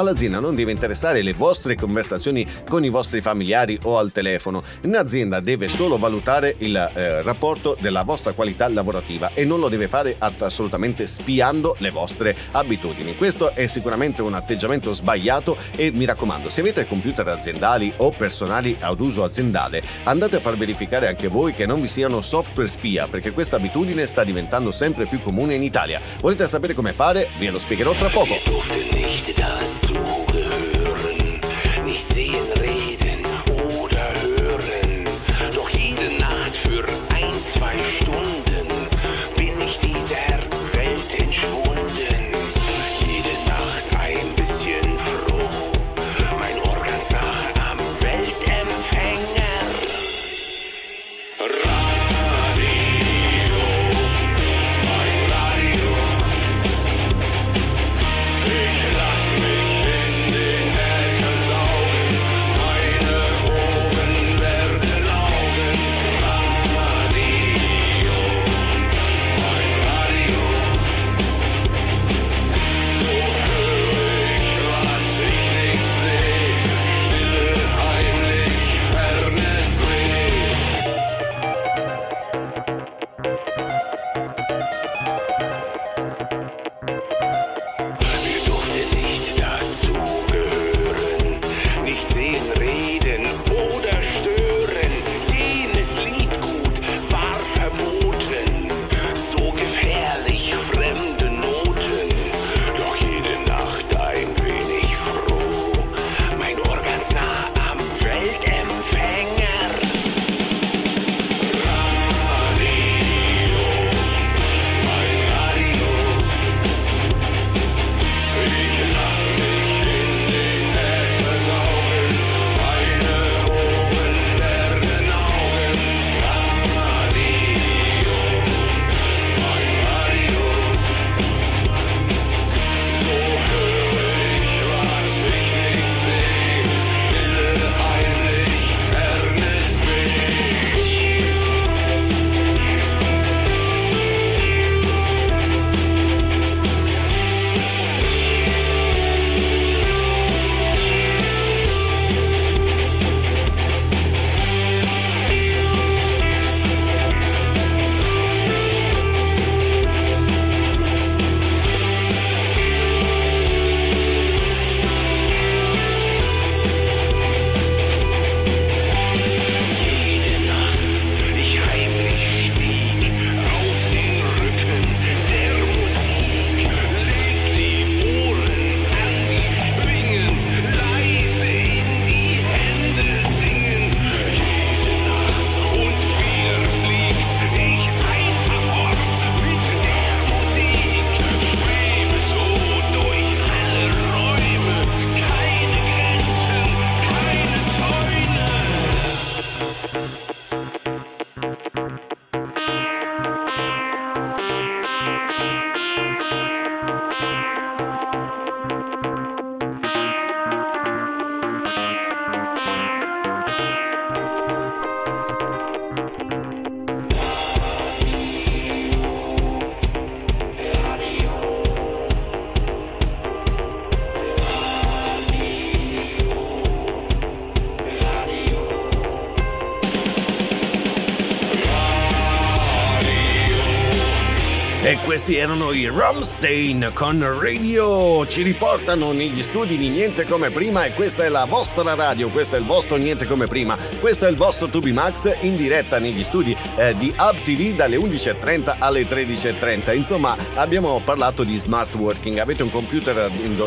le vostre conversazioni con i vostri familiari o al telefono. Un'azienda deve solo valutare il rapporto della vostra qualità lavorativa, e non lo deve fare assolutamente spiando le vostre abitudini. Questo è sicuramente un atteggiamento sbagliato, e mi raccomando, se avete computer aziendali o personali ad uso aziendale, andate a far verificare anche voi che non vi siano software spia, perché questa abitudine sta diventando sempre più comune in Italia. Volete sapere come fare? Ve lo spiegherò tra poco. E questi erano i Rammstein con Radio. Ci riportano negli studi di Niente Come Prima, e questa è la vostra radio, questo è il vostro Niente Come Prima, questo è il vostro Tubi Max in diretta negli studi di Hub TV dalle 11.30 alle 13.30. Insomma, abbiamo parlato di smart working. Avete un computer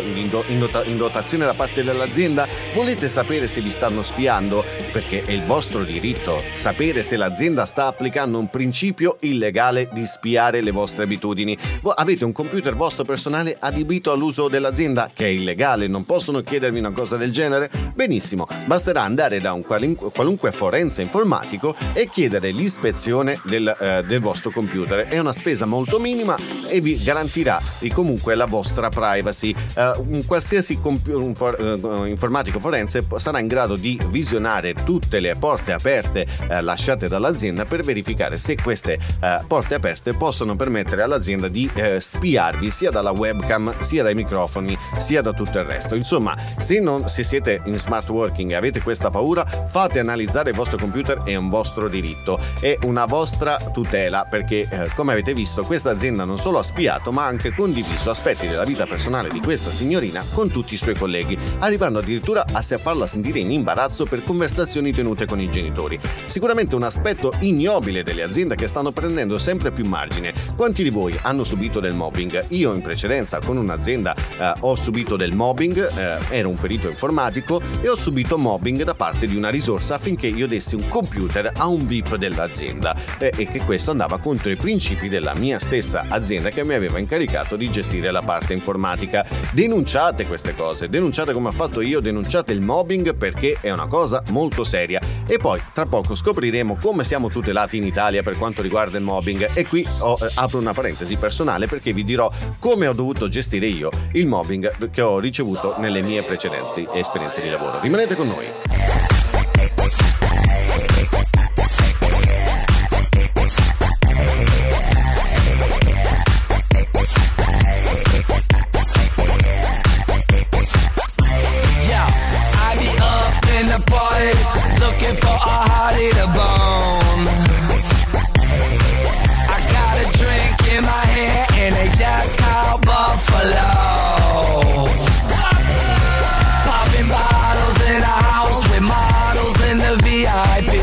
in dotazione da parte dell'azienda? Volete sapere se vi stanno spiando? Perché è il vostro diritto sapere se l'azienda sta applicando un principio illegale di spiare le vostre abitudini. Avete un computer vostro personale adibito all'uso dell'azienda, che è illegale, non possono chiedervi una cosa del genere? Benissimo, basterà andare da un qualunque forense informatico e chiedere l'ispezione del vostro computer. È una spesa molto minima e vi garantirà comunque la vostra privacy. Un qualsiasi informatico forense sarà in grado di visionare tutte le porte aperte lasciate dall'azienda per verificare se queste porte aperte possono permettere all'azienda l'azienda di spiarvi sia dalla webcam, sia dai microfoni, sia da tutto il resto. Insomma, se siete in smart working e avete questa paura, fate analizzare il vostro computer, è un vostro diritto, è una vostra tutela, perché come avete visto questa azienda non solo ha spiato ma ha anche condiviso aspetti della vita personale di questa signorina con tutti i suoi colleghi, arrivando addirittura a farla sentire in imbarazzo per conversazioni tenute con i genitori. Sicuramente un aspetto ignobile delle aziende che stanno prendendo sempre più margine. Quanti di voi hanno subito del mobbing? Io in precedenza con un'azienda ho subito del mobbing, ero un perito informatico e ho subito mobbing da parte di una risorsa affinché io dessi un computer a un VIP dell'azienda e che questo andava contro i principi della mia stessa azienda che mi aveva incaricato di gestire la parte informatica. Denunciate queste cose, denunciate come ho fatto io, denunciate il mobbing perché è una cosa molto seria. E poi tra poco scopriremo come siamo tutelati in Italia per quanto riguarda il mobbing, e qui apro una parentesi personale perché vi dirò come ho dovuto gestire io il mobbing che ho ricevuto nelle mie precedenti esperienze di lavoro. Rimanete con noi. Looking for a hottie to bone. I got a drink in my hand and they just call Buffalo. Popping bottles in a house with models in the VIP.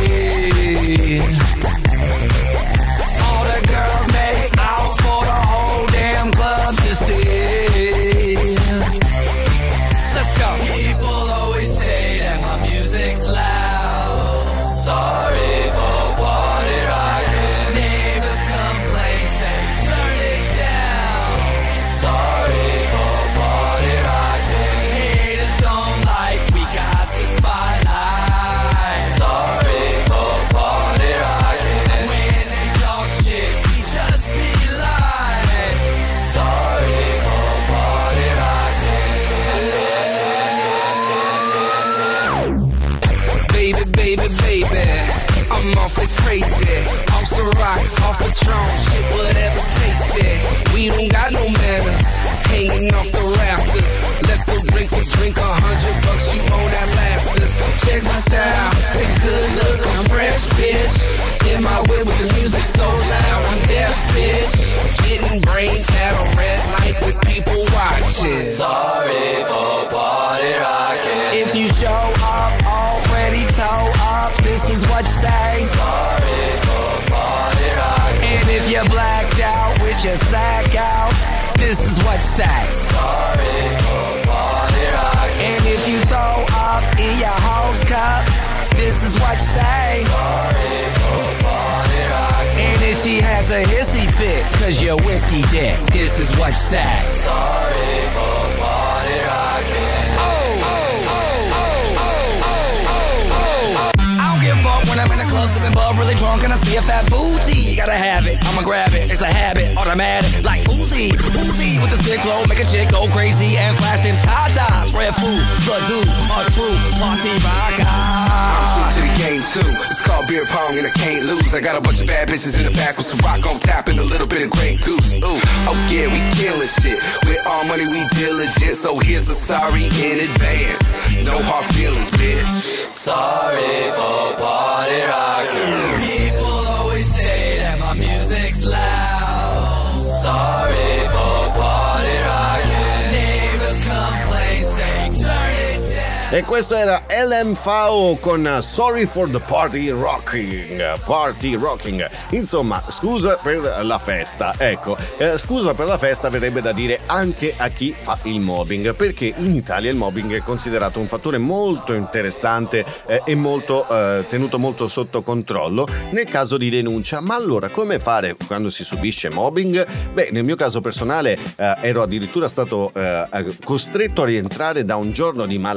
All the girls make out for the whole damn club to see. Let's go. People always say that my music's loud. Sorry for party rocking. Neighbors complain, say turn it down. Sorry for party rocking. Haters don't like, we got the spotlight. Sorry for party rocking. And when they talk shit, we just be lying. Sorry for party rocking. Baby, I'm awfully crazy. Off some rock, off Patron, shit, whatever's tasty. We don't got no manners, hanging off the rafters. Let's go drink $100, you own that last us. Check my style, take a good look, I'm fresh, bitch. In my way with the music so loud, I'm deaf, bitch. Getting brains at a red light with people watching. Sorry for party rocking. If you show up already toe up, this is what you say. Sorry for party rocking. And if you're blacked out with your sack out, this is what you say. Sorry for party rocking. And if you throw up in your hose cup, this is what you say. Sorry for party rocking. And if she has a hissy fit, cause you're whiskey dick, this is what you say. Sorry for party rocking. When I'm in the club sipping bub, really drunk and I see a fat booty, gotta have it, I'ma grab it, it's a habit, automatic, like Uzi with the sick flow, make a chick go crazy and flash them tatas, red food, the dude, a true party rocker. I'm true to the game too, it's called beer pong and I can't lose. I got a bunch of bad bitches in the back with some rock on top and a little bit of Grey Goose. Ooh, oh yeah, we killing shit, with all money we diligent, so here's a sorry in advance, no hard feelings, bitch. Sorry for party rocking. People always say that my music's loud. Sorry for party rocking. Neighbors complain, say turn it down. E questo era LMFAO con Sorry for the Party Rocking. Insomma, scusa per la festa. Ecco, scusa per la festa verrebbe da dire anche a chi fa il mobbing, perché in Italia il mobbing è considerato un fattore molto interessante e molto tenuto molto sotto controllo nel caso di denuncia. Ma allora come fare quando si subisce mobbing? Beh, nel mio caso personale ero addirittura stato costretto a rientrare da un giorno di malattia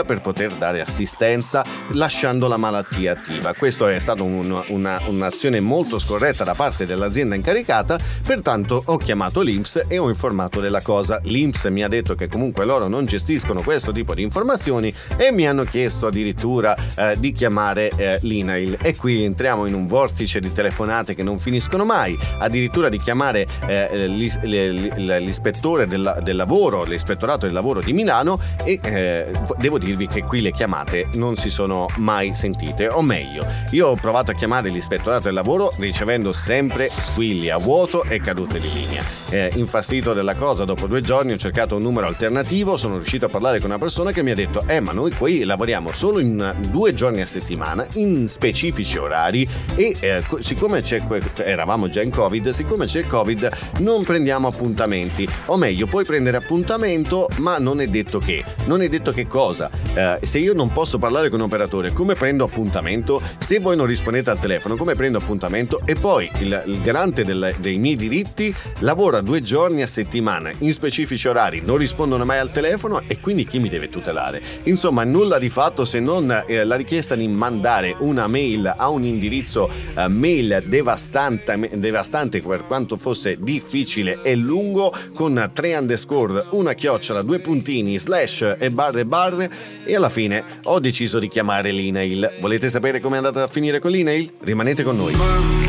malattia per poter dare assistenza lasciando la malattia attiva. Questo è stato un'azione molto scorretta da parte dell'azienda incaricata, pertanto ho chiamato l'INPS e ho informato della cosa. L'INPS mi ha detto che comunque loro non gestiscono questo tipo di informazioni e mi hanno chiesto addirittura di chiamare l'INAIL, e qui entriamo in un vortice di telefonate che non finiscono mai, addirittura di chiamare l'ispettore del lavoro, l'ispettorato del lavoro di Milano, e devo dirvi che qui le chiamate non si sono mai sentite, o meglio, io ho provato a chiamare l'ispettorato del lavoro ricevendo sempre squilli a vuoto e cadute di linea. Infastidito della cosa, dopo 2 giorni ho cercato un numero alternativo, sono riuscito a parlare con una persona che mi ha detto ma noi qui lavoriamo solo in 2 giorni a settimana in specifici orari e siccome eravamo già in Covid, siccome c'è Covid non prendiamo appuntamenti, o meglio puoi prendere appuntamento ma non è detto che cosa. Se io non posso parlare con un operatore, come prendo appuntamento? Se voi non rispondete al telefono, come prendo appuntamento? E poi il garante dei miei diritti lavora 2 giorni a settimana in specifici orari, non rispondono mai al telefono, e quindi chi mi deve tutelare? Insomma, nulla di fatto se non la richiesta di mandare una mail a un indirizzo mail devastante per quanto fosse difficile e lungo, con 3 underscore, una chiocciola, 2 puntini, slash e barre, e alla fine ho deciso di chiamare l'INAIL. Volete sapere come è andata a finire con l'INAIL? Rimanete con noi.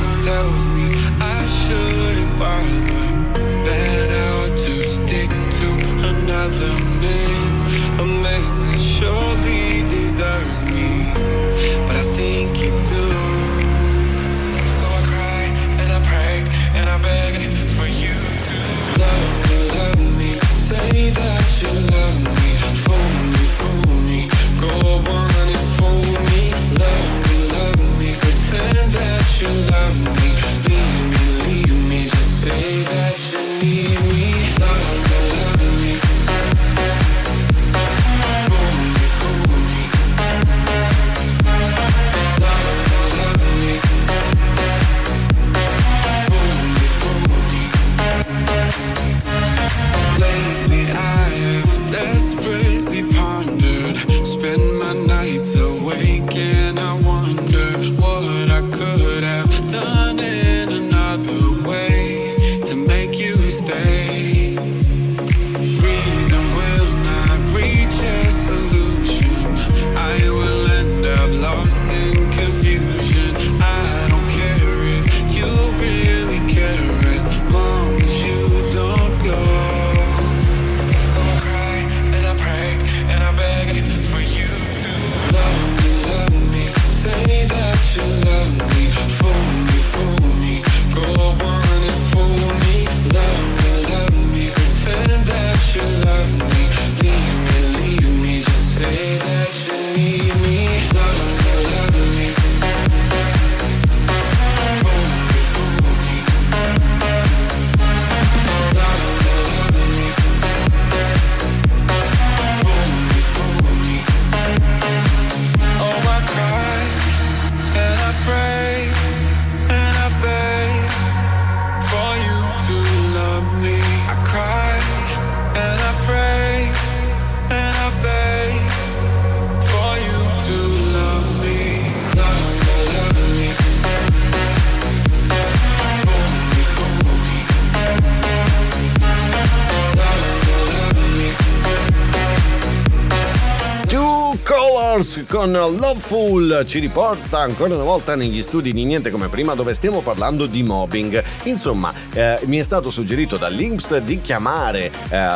Con Loveful ci riporta ancora una volta negli studi di Niente Come Prima, dove stiamo parlando di mobbing. Insomma, mi è stato suggerito dall'INPS di chiamare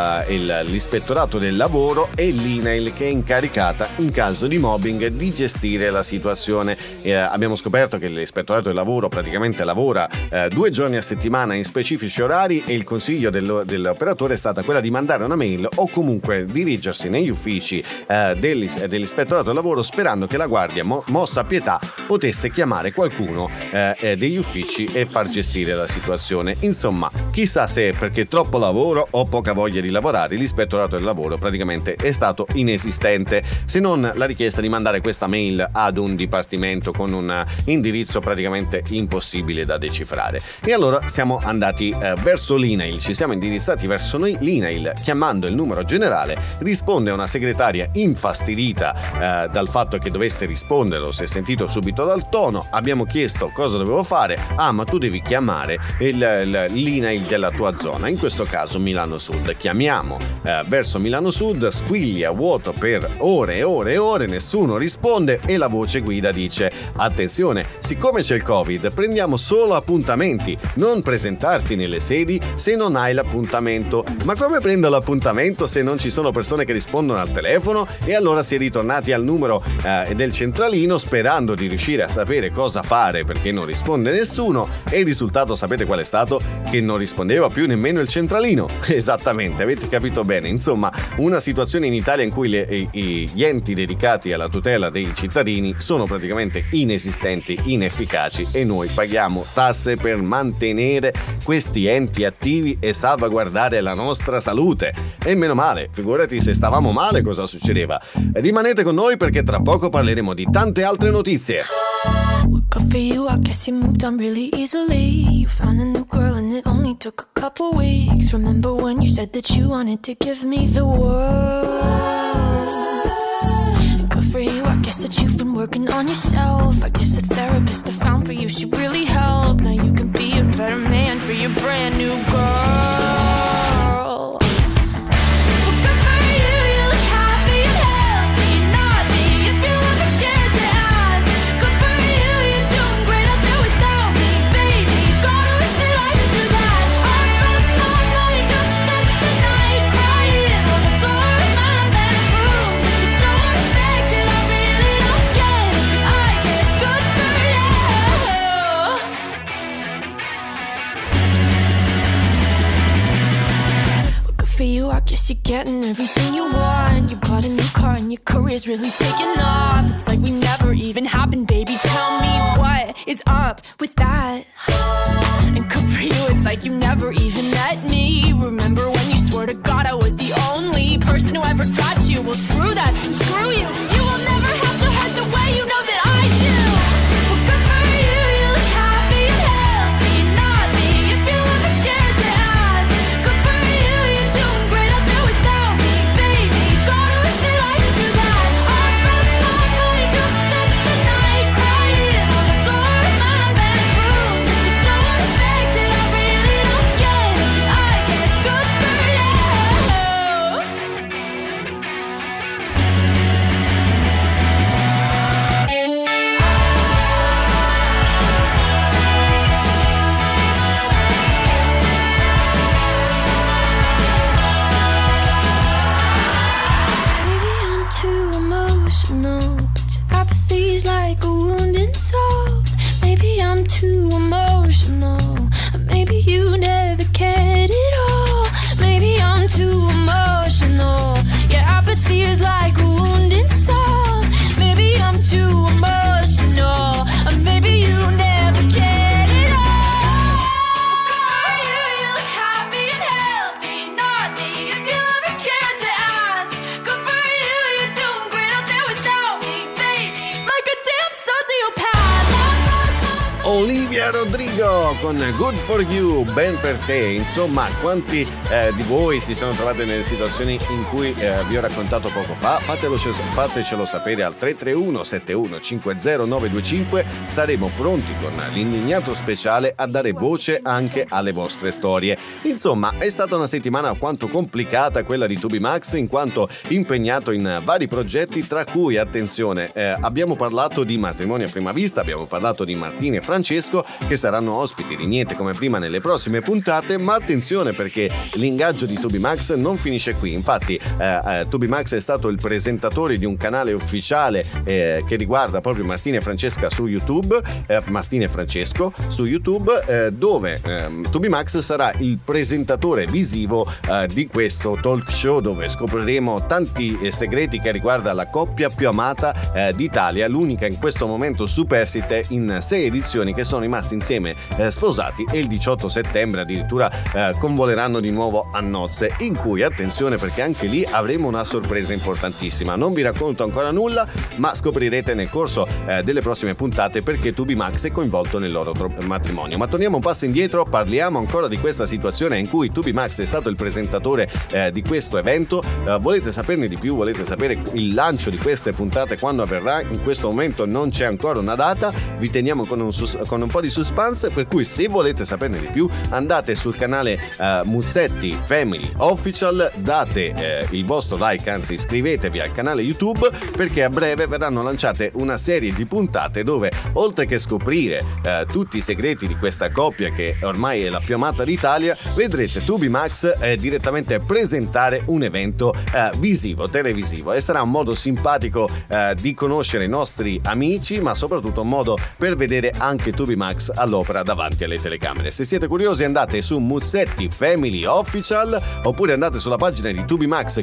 l'ispettorato del lavoro e l'INAIL, che è incaricata in caso di mobbing di gestire la situazione. Abbiamo scoperto che l'ispettorato del lavoro praticamente lavora 2 giorni a settimana in specifici orari, e il consiglio dell'operatore è stata quella di mandare una mail o comunque dirigersi negli uffici dell'ispettorato trovato lavoro sperando che la guardia mossa a pietà potesse chiamare qualcuno degli uffici e far gestire la situazione. Insomma, chissà se perché troppo lavoro o poca voglia di lavorare, l'ispettorato del lavoro praticamente è stato inesistente, se non la richiesta di mandare questa mail ad un dipartimento con un indirizzo praticamente impossibile da decifrare. E allora siamo andati verso l'INAIL, ci siamo indirizzati verso l'INAIL chiamando il numero generale. Risponde una segretaria infastidita dal fatto che dovesse rispondere, lo si è sentito subito dal tono. Abbiamo chiesto cosa dovevo fare. Ma tu devi chiamare l'INAIL della tua zona, in questo caso Milano Sud. Chiamiamo verso Milano Sud, squilli a vuoto per ore e ore e ore, nessuno risponde e la voce guida dice: attenzione, siccome c'è il Covid prendiamo solo appuntamenti, non presentarti nelle sedi se non hai l'appuntamento. Ma come prendo l'appuntamento se non ci sono persone che rispondono al telefono? E allora si è ritornati al numero del centralino sperando di riuscire a sapere cosa fare perché non risponde nessuno, e il risultato sapete qual è stato? Che non rispondeva più nemmeno il centralino. Esattamente, avete capito bene. Insomma, una situazione in Italia in cui gli enti dedicati alla tutela dei cittadini sono praticamente inesistenti, inefficaci, e noi paghiamo tasse per mantenere questi enti attivi e salvaguardare la nostra salute. E meno male, figurati se stavamo male cosa succedeva. Rimanete con noi perché tra poco parleremo di tante altre notizie. Good for you, I guess you moved on really easily. You found a new girl and it only took a couple weeks. Remember when you said that you wanted to give me the world? Good for you, I guess that you've been working on yourself. I guess the therapist I found for you should really help. Now you can be a better man for your brand new girl. For you, I guess you're getting everything you want. You bought a new car and your career's really taking off. It's like we never even happened, baby. Tell me what is up with that? And good for you, it's like you never even met me. Remember when you swore to God I was the only person who ever got you? Well, screw that, screw you. You will never have to hurt the way you know that I do. Well, good for you, you look happy and healthy. Not me, if you ever cared to ask. Good for you, you're doing great out there without me, baby. God, I wish that I could do that. I lost my mind, I've spent the night crying on the floor of my bedroom. Just so unaffected, I really don't get it. I guess good for you. Maybe I'm too emotional, but your apathy's like a wounded soul. Maybe I'm too emotional, maybe you never cared at all. Maybe I'm too emotional, your apathy is like a wounded soul. Maybe I'm too emotional, maybe you never cared at all. For you, you look happy and healthy, not me, if you ever cared to ask. Good for you, you're doing great out there without me, baby. Like a damn sociopath. Olivia Rodrigo con Good For You, ben per te. Insomma, quanti di voi si sono trovati nelle situazioni in cui vi ho raccontato poco fa? Fatecelo sapere al 331 71 50 925. Saremo pronti con l'indignato speciale a dare voce anche alle vostre storie. Insomma, è stata una settimana alquanto complicata quella di Tubi Max, in quanto impegnato in vari progetti, tra cui, attenzione, abbiamo parlato di Matrimoni a prima vista, abbiamo parlato di Martina e Francesco, Francesco, che saranno ospiti di Niente Come Prima nelle prossime puntate. Ma attenzione, perché l'ingaggio di Tubi Max non finisce qui. Infatti Tubi Max è stato il presentatore di un canale ufficiale che riguarda proprio Martina e Francesca su YouTube, Martina e Francesco su YouTube, dove Tubi Max sarà il presentatore visivo di questo talk show, dove scopriremo tanti segreti che riguarda la coppia più amata d'Italia, l'unica in questo momento superstite in 6 edizioni, che sono rimasti insieme sposati, e il 18 settembre addirittura convoleranno di nuovo a nozze, in cui, attenzione, perché anche lì avremo una sorpresa importantissima. Non vi racconto ancora nulla, ma scoprirete nel corso delle prossime puntate perché Tubi Max è coinvolto nel loro matrimonio. Ma torniamo un passo indietro, parliamo ancora di questa situazione in cui Tubi Max è stato il presentatore di questo evento. Volete saperne di più? Volete sapere il lancio di queste puntate quando avverrà? In questo momento non c'è ancora una data, vi teniamo con un po' di suspense, per cui se volete saperne di più andate sul canale Muzzetti Family Official, date il vostro like, anzi iscrivetevi al canale YouTube, perché a breve verranno lanciate una serie di puntate dove, oltre che scoprire tutti i segreti di questa coppia che ormai è la più amata d'Italia, vedrete Tubi Max direttamente presentare un evento visivo, televisivo, e sarà un modo simpatico di conoscere i nostri amici, ma soprattutto un modo per vedere anche Tubi Max all'opera davanti alle telecamere. Se siete curiosi andate su Muzzetti Family Official, oppure andate sulla pagina di Tubi Max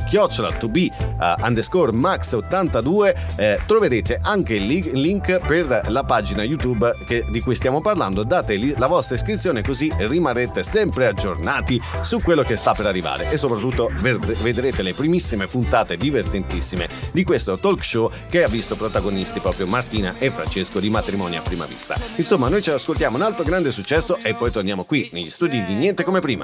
@Tubi_Max82, troverete anche il link per la pagina YouTube di cui stiamo parlando. Date la vostra iscrizione, così rimarrete sempre aggiornati su quello che sta per arrivare, e soprattutto vedrete le primissime puntate divertentissime di questo talk show che ha visto protagonisti proprio Martina e Francesco di Matrimonio a Prima Vista. Insomma, noi ce l'ascoltiamo, un altro grande successo, e poi torniamo qui negli studi di Niente Come Prima.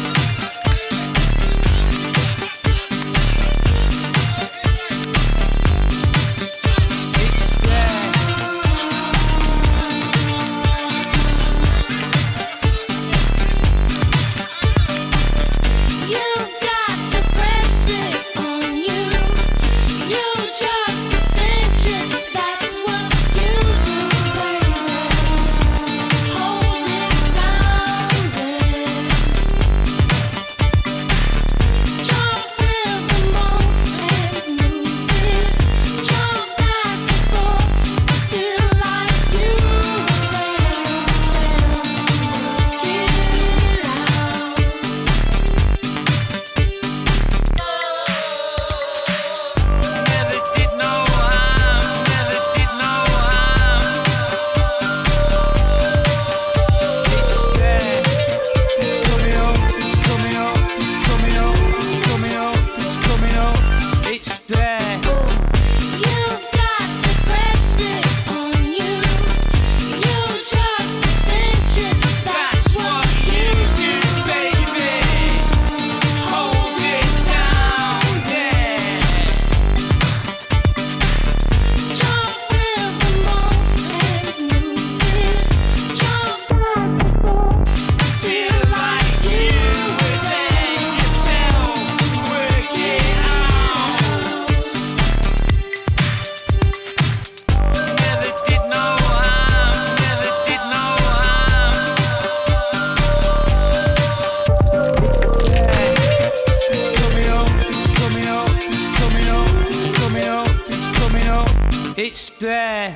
It's there.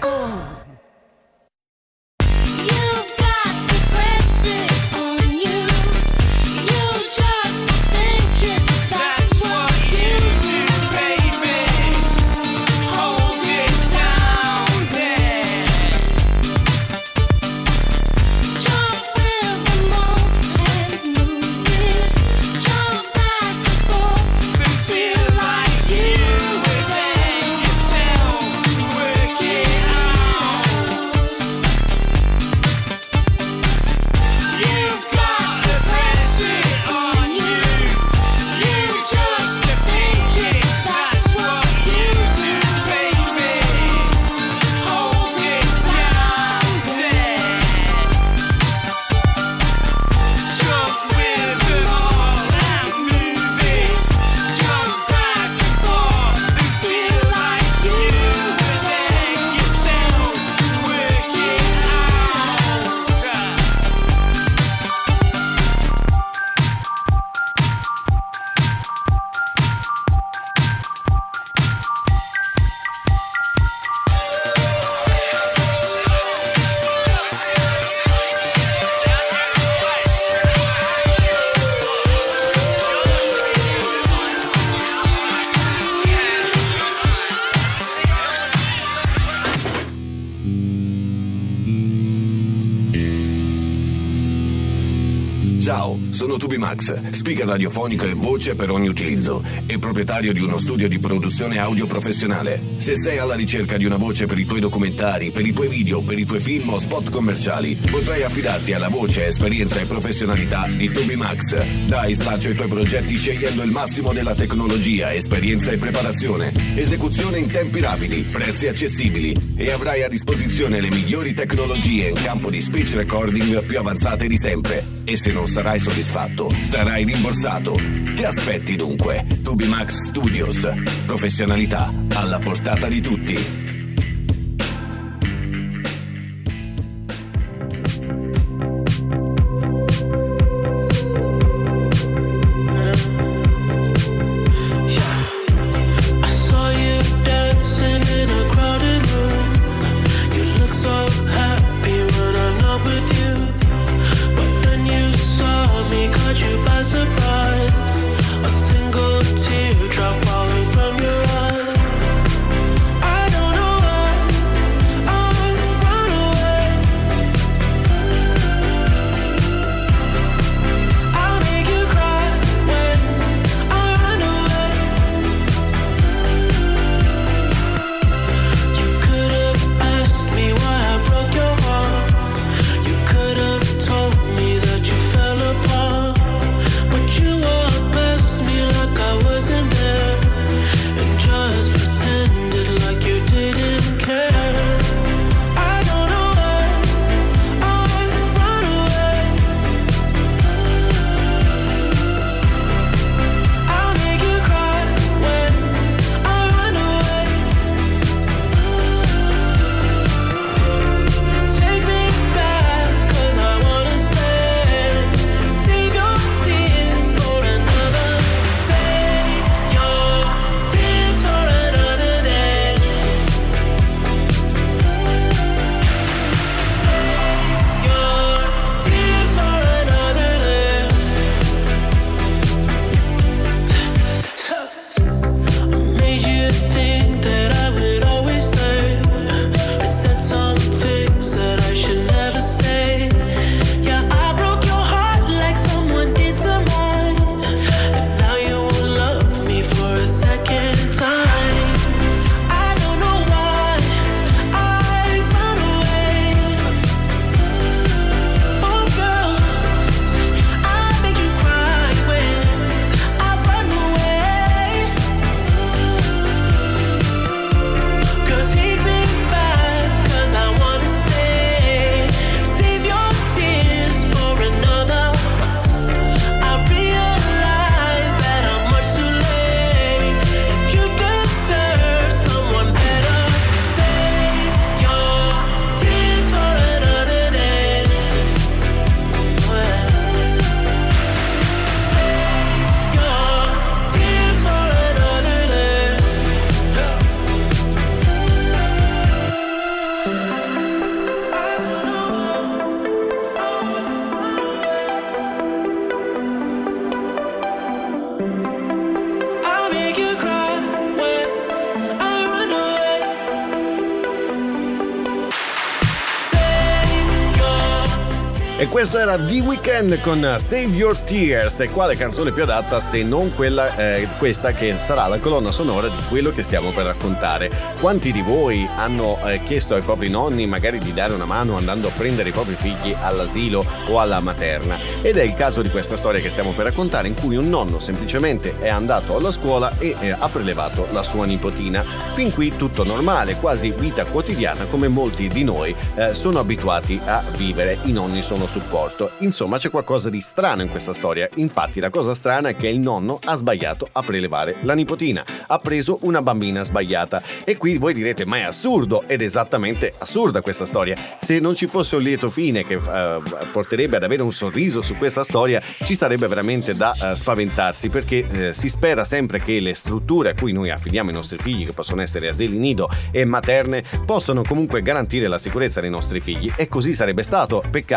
Feel like you within yourself, work it out. Ciao, sono Tubi Max, speaker radiofonico e voce per ogni utilizzo e proprietario di uno studio di produzione audio professionale. Se sei alla ricerca di una voce per i tuoi documentari, per i tuoi video, per i tuoi film o spot commerciali, potrai affidarti alla voce, esperienza e professionalità di Tubi Max. Dai slancio ai tuoi progetti scegliendo il massimo della tecnologia, esperienza e preparazione. Esecuzione in tempi rapidi, prezzi accessibili e avrai a disposizione le migliori tecnologie in campo di speech recording più avanzate di sempre. E se non sarai soddisfatto, sarai rimborsato. Che aspetti dunque? Tubi Max Studios. Professionalità alla portata di tutti. E questo era The Weeknd con Save Your Tears. E quale canzone più adatta se non questa che sarà la colonna sonora di quello che stiamo per raccontare. Quanti di voi hanno chiesto ai propri nonni magari di dare una mano andando a prendere i propri figli all'asilo o alla materna? Ed è il caso di questa storia che stiamo per raccontare, in cui un nonno semplicemente è andato alla scuola e ha prelevato la sua nipotina. Fin qui tutto normale, quasi vita quotidiana come molti di noi sono abituati a vivere. I nonni sono supporto. Insomma, c'è qualcosa di strano in questa storia. Infatti la cosa strana è che il nonno ha sbagliato a prelevare la nipotina, ha preso una bambina sbagliata. E qui voi direte: ma è assurdo. Ed è esattamente assurda questa storia. Se non ci fosse un lieto fine che porterebbe ad avere un sorriso su questa storia, ci sarebbe veramente da spaventarsi, perché si spera sempre che le strutture a cui noi affidiamo i nostri figli, che possono essere asili nido e materne, possano comunque garantire la sicurezza dei nostri figli. E così sarebbe stato. Peccato che però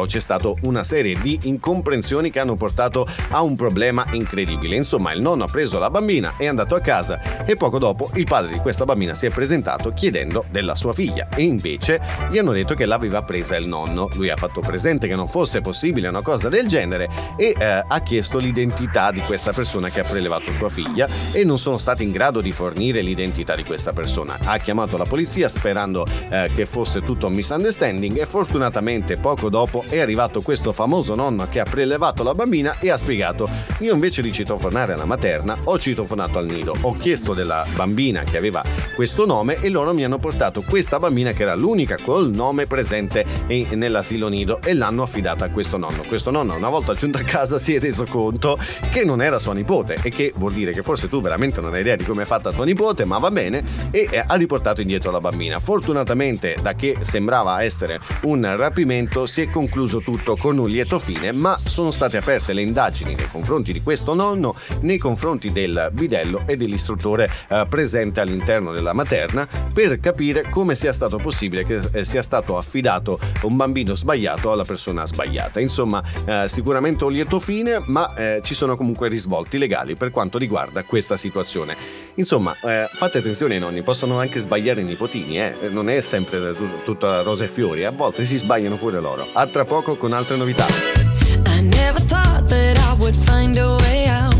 però c'è stato una serie di incomprensioni che hanno portato a un problema incredibile. Insomma, il nonno ha preso la bambina, è andato a casa e poco dopo il padre di questa bambina si è presentato chiedendo della sua figlia e invece gli hanno detto che l'aveva presa il nonno. Lui ha fatto presente che non fosse possibile una cosa del genere e ha chiesto l'identità di questa persona che ha prelevato sua figlia e non sono stati in grado di fornire l'identità di questa persona. Ha chiamato la polizia sperando che fosse tutto un misunderstanding e fortunatamente poco dopo è arrivato questo famoso nonno che ha prelevato la bambina e ha spiegato: io invece di citofonare alla materna ho citofonato al nido, ho chiesto della bambina che aveva questo nome e loro mi hanno portato questa bambina che era l'unica col nome presente nell'asilo nido e l'hanno affidata a questo nonno. Questo nonno, una volta giunto a casa, si è reso conto che non era sua nipote, e che vuol dire che forse tu veramente non hai idea di come è fatta tua nipote, ma va bene, e ha riportato indietro la bambina. Fortunatamente, da che sembrava essere un rapimento, si è concluso tutto con un lieto fine, ma sono state aperte le indagini nei confronti di questo nonno, nei confronti del bidello e dell'istruttore presente all'interno della materna, per capire come sia stato possibile che sia stato affidato un bambino sbagliato alla persona sbagliata. Insomma, sicuramente un lieto fine, ma ci sono comunque risvolti legali per quanto riguarda questa situazione. Insomma, fate attenzione ai nonni, possono anche sbagliare i nipotini, non è sempre tutta rose e fiori, a volte si sbagliano pure loro. A tra poco con altre novità. I never thought that I would find a way out.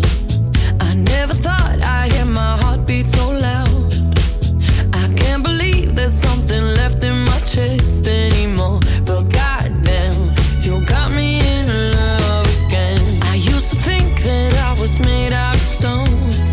I never thought I'd hear my heartbeat so loud. I can't believe there's something left in my chest anymore. But goddamn, you got me in love again. I used to think that I was made out of stone.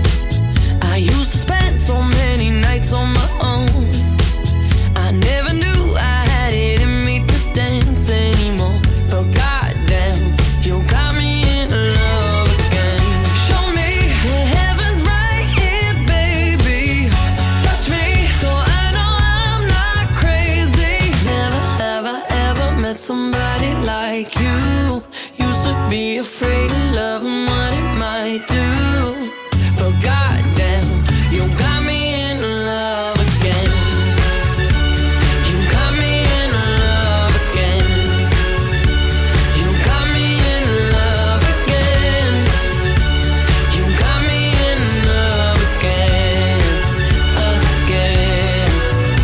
I used to spend so many nights on my own. I never knew I had it in me to dance anymore. But goddamn, you got me in love again. Show me the heavens right here, baby. Touch me so I know I'm not crazy. Never have I ever met somebody like you. Used to be afraid of love and what it might do. But goddamn, you got me in love again. You got me in love again. You got me in love again. You got me in love again, again.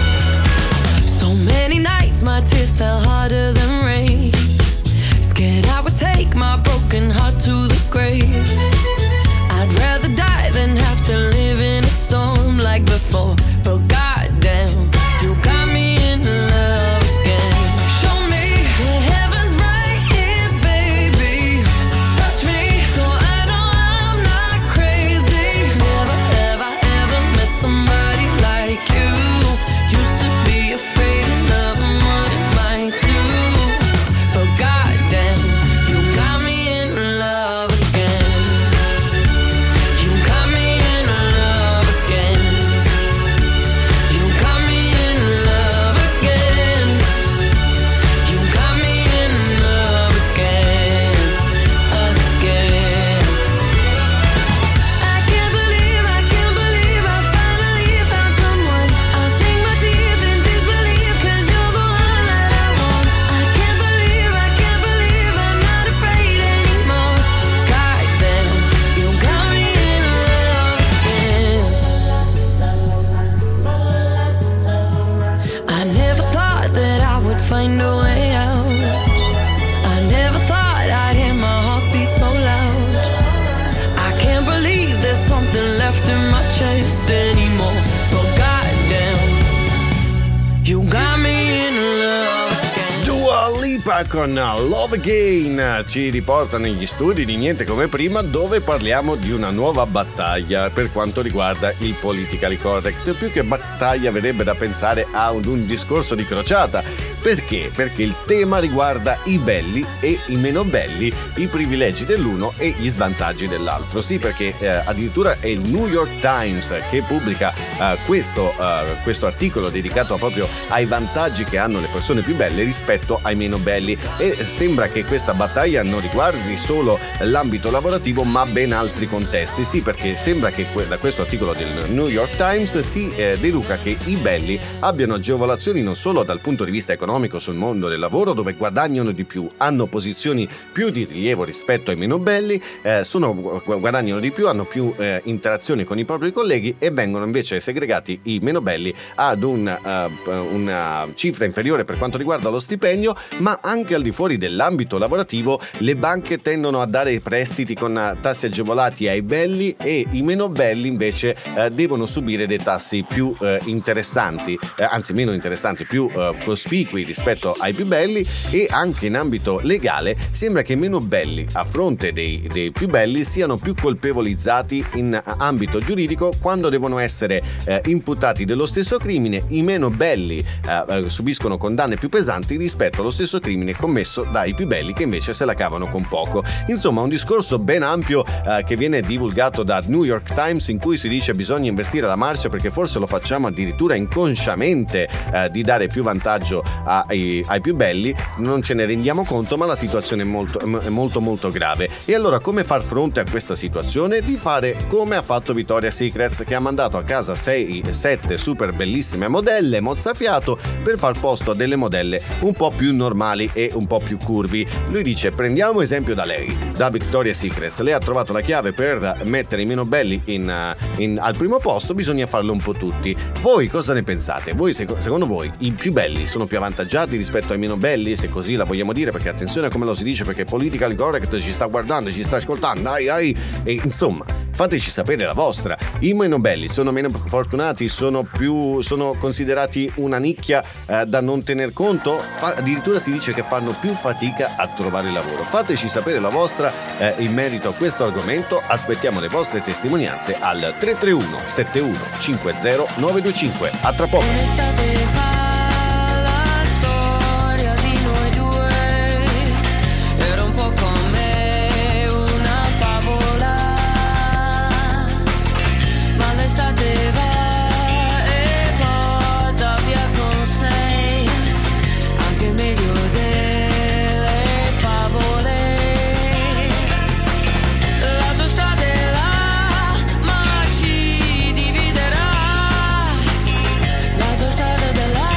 So many nights my tears fell harder than rain. Scared I would take my broken heart to the grave. I'd rather die than have to live in a storm like before. But goddamn, you got me in love again. Show me the heavens right here, baby. Touch me so I know I'm not crazy. Never have I ever met somebody like you. Used to be afraid of love and what it might do. But goddamn, you got me in love again. You got me in love again. You got me in love again. You got me in love again, again. I can't believe I finally found someone. I'll sink my teeth in disbelief 'cause you're the one that I want. I can't believe I'm not afraid anymore. Goddamn, you got me in love again. I never thought that I would find a way out. I never thought I'd hear my heartbeat so loud. I can't believe there's something left in my chest anymore. But goddamn, you got me in love again. Dua Lipa con Love Again ci riporta negli studi di Niente Come Prima, dove parliamo di una nuova battaglia per quanto riguarda il politically correct. Più che battaglia verrebbe da pensare a un discorso di crociata. Perché? Perché il tema riguarda i belli e i meno belli, i privilegi dell'uno e gli svantaggi dell'altro. Sì, perché addirittura è il New York Times che pubblica questo articolo dedicato proprio ai vantaggi che hanno le persone più belle rispetto ai meno belli, e sembra che questa battaglia non riguardi solo l'ambito lavorativo ma ben altri contesti. Sì, perché sembra che da questo articolo del New York Times si deduca che i belli abbiano agevolazioni non solo dal punto di vista economico economico sul mondo del lavoro, dove guadagnano di più, hanno posizioni più di rilievo rispetto ai meno belli, guadagnano di più, hanno più interazioni con i propri colleghi e vengono invece segregati i meno belli ad una cifra inferiore per quanto riguarda lo stipendio, ma anche al di fuori dell'ambito lavorativo le banche tendono a dare prestiti con tassi agevolati ai belli e i meno belli invece devono subire dei tassi più interessanti, anzi meno interessanti, più cospicui rispetto ai più belli. E anche in ambito legale sembra che i meno belli a fronte dei più belli siano più colpevolizzati in ambito giuridico quando devono essere imputati dello stesso crimine. I meno belli subiscono condanne più pesanti rispetto allo stesso crimine commesso dai più belli, che invece se la cavano con poco. Insomma, un discorso ben ampio che viene divulgato da New York Times, in cui si dice bisogna invertire la marcia perché forse lo facciamo addirittura inconsciamente di dare più vantaggio ai più belli, non ce ne rendiamo conto, ma la situazione è molto grave. E allora come far fronte a questa situazione? Di fare come ha fatto Victoria's Secret, che ha mandato a casa 6-7 super bellissime modelle mozzafiato per far posto a delle modelle un po' più normali e un po' più curvi. Lui dice: prendiamo esempio da lei, da Victoria's Secret. Lei ha trovato la chiave per mettere i meno belli al primo posto, bisogna farlo un po' tutti. Voi cosa ne pensate? Voi secondo voi i più belli sono più avvantaggiati rispetto ai meno belli, se così la vogliamo dire, perché attenzione a come lo si dice, perché Political Correct ci sta guardando, ci sta ascoltando, e insomma fateci sapere la vostra. I meno belli sono meno fortunati, sono considerati una nicchia da non tener conto, addirittura si dice che fanno più fatica a trovare lavoro. Fateci sapere la vostra in merito a questo argomento, aspettiamo le vostre testimonianze al 331 71 50 925. A tra poco. La tua strada della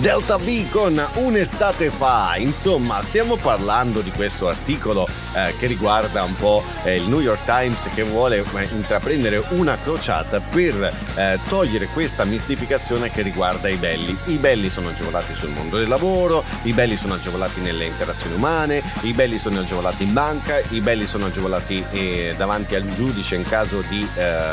Delta V con Un'estate fa. Insomma, stiamo parlando di questo articolo che riguarda un po' il New York Times, che vuole intraprendere una crociata per togliere questa mistificazione che riguarda i belli. I belli sono agevolati sul mondo del lavoro, i belli sono agevolati nelle interazioni umane, i belli sono agevolati in banca, i belli sono agevolati davanti al giudice in caso di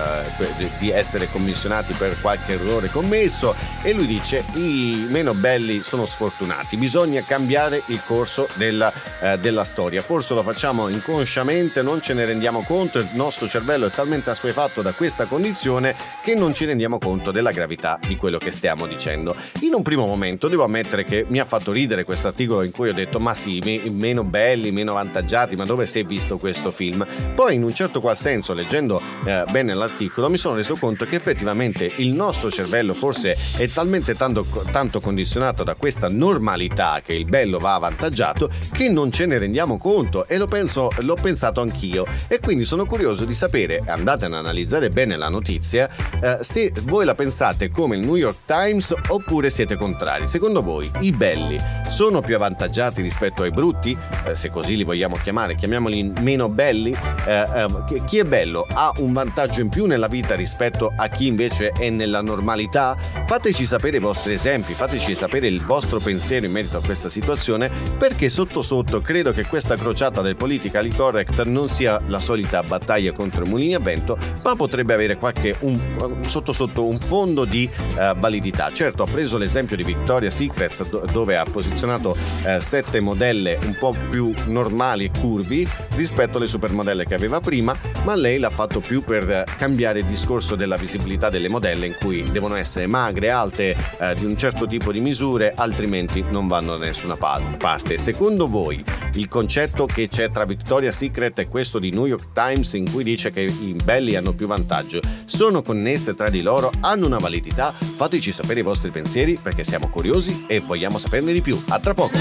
essere commissionati per qualche errore commesso. E lui dice: i meno belli sono sfortunati, bisogna cambiare il corso della storia. Forse lo facciamo inconsciamente, non ce ne rendiamo conto, il nostro cervello è talmente assuefatto da questa condizione che non ci rendiamo conto della gravità di quello che stiamo dicendo. In un primo momento devo ammettere che mi ha fatto ridere questo articolo in cui ho detto: ma sì, meno belli, meno avvantaggiati, ma dove si è visto questo film? Poi in un certo qual senso, leggendo bene l'articolo, mi sono reso conto che effettivamente il nostro cervello forse è talmente tanto condizionato da questa normalità che il bello va avvantaggiato che non ce ne rendiamo conto, e l'ho pensato anch'io. E quindi sono curioso di sapere, andate ad analizzare bene la notizia, se voi la pensate come il New York Times oppure siete contrari. Secondo voi i belli sono più avvantaggiati rispetto ai brutti? Se così li vogliamo chiamare, chiamiamoli meno belli. Chi è bello ha un vantaggio in più nella vita rispetto a chi invece è nella normalità? Fateci sapere i vostri esempi, fateci sapere il vostro pensiero in merito a questa situazione, perché sotto sotto credo che questa crociata del politically correct non sia la solita battaglia contro i mulini a vento, ma potrebbe avere sotto sotto un fondo di validità. Certo, ho preso l'esempio di Victoria's Secret, dove ha posizionato 7 modelle un po' più normali e curvi rispetto alle supermodelle che aveva prima, ma lei l'ha fatto più per cambiare il discorso della visibilità delle modelle, in cui devono essere magre, alte, di un certo tipo di misure, altrimenti non vanno da nessuna parte. Secondo voi il concetto che c'è tra Victoria's Secret e questo di New York Times, in cui dice che i belli hanno più vantaggio, sono connesse tra di loro, hanno una validità? Fateci sapere i vostri pensieri, perché siamo curiosi e vogliamo saperne di più. A tra poco.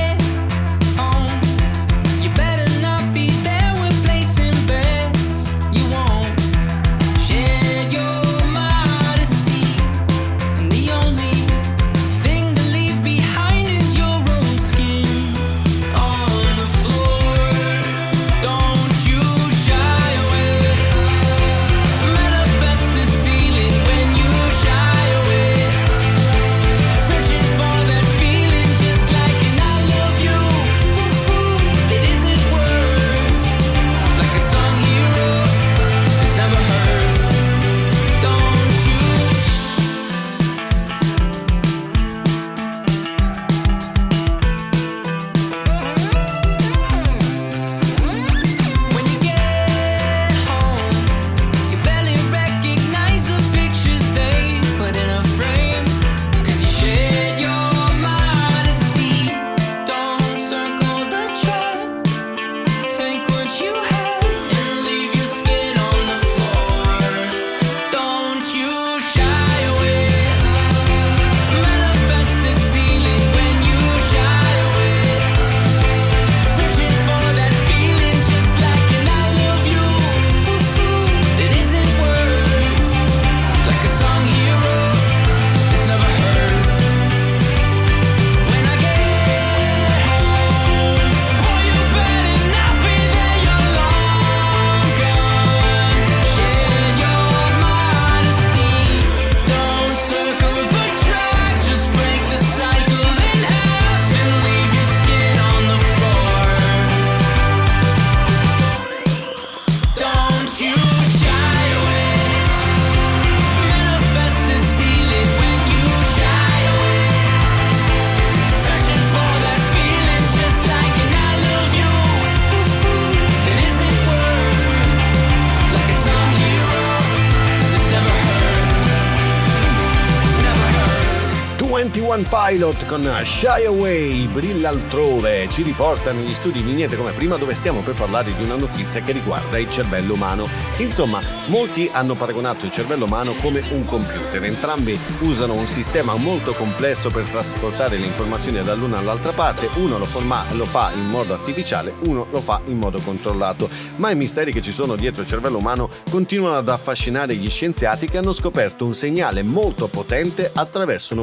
Pilot con Shy Away, brilla altrove, ci riporta negli studi di Niente Come Prima, dove stiamo per parlare di una notizia che riguarda il cervello umano. Insomma, molti hanno paragonato il cervello umano come un computer. Entrambi usano un sistema molto complesso per trasportare le informazioni dall'una all'altra parte. Uno lo fa in modo artificiale, uno lo fa in modo controllato. Ma i misteri che ci sono dietro il cervello umano continuano ad affascinare gli scienziati, che hanno scoperto un segnale molto potente attraverso un'operazione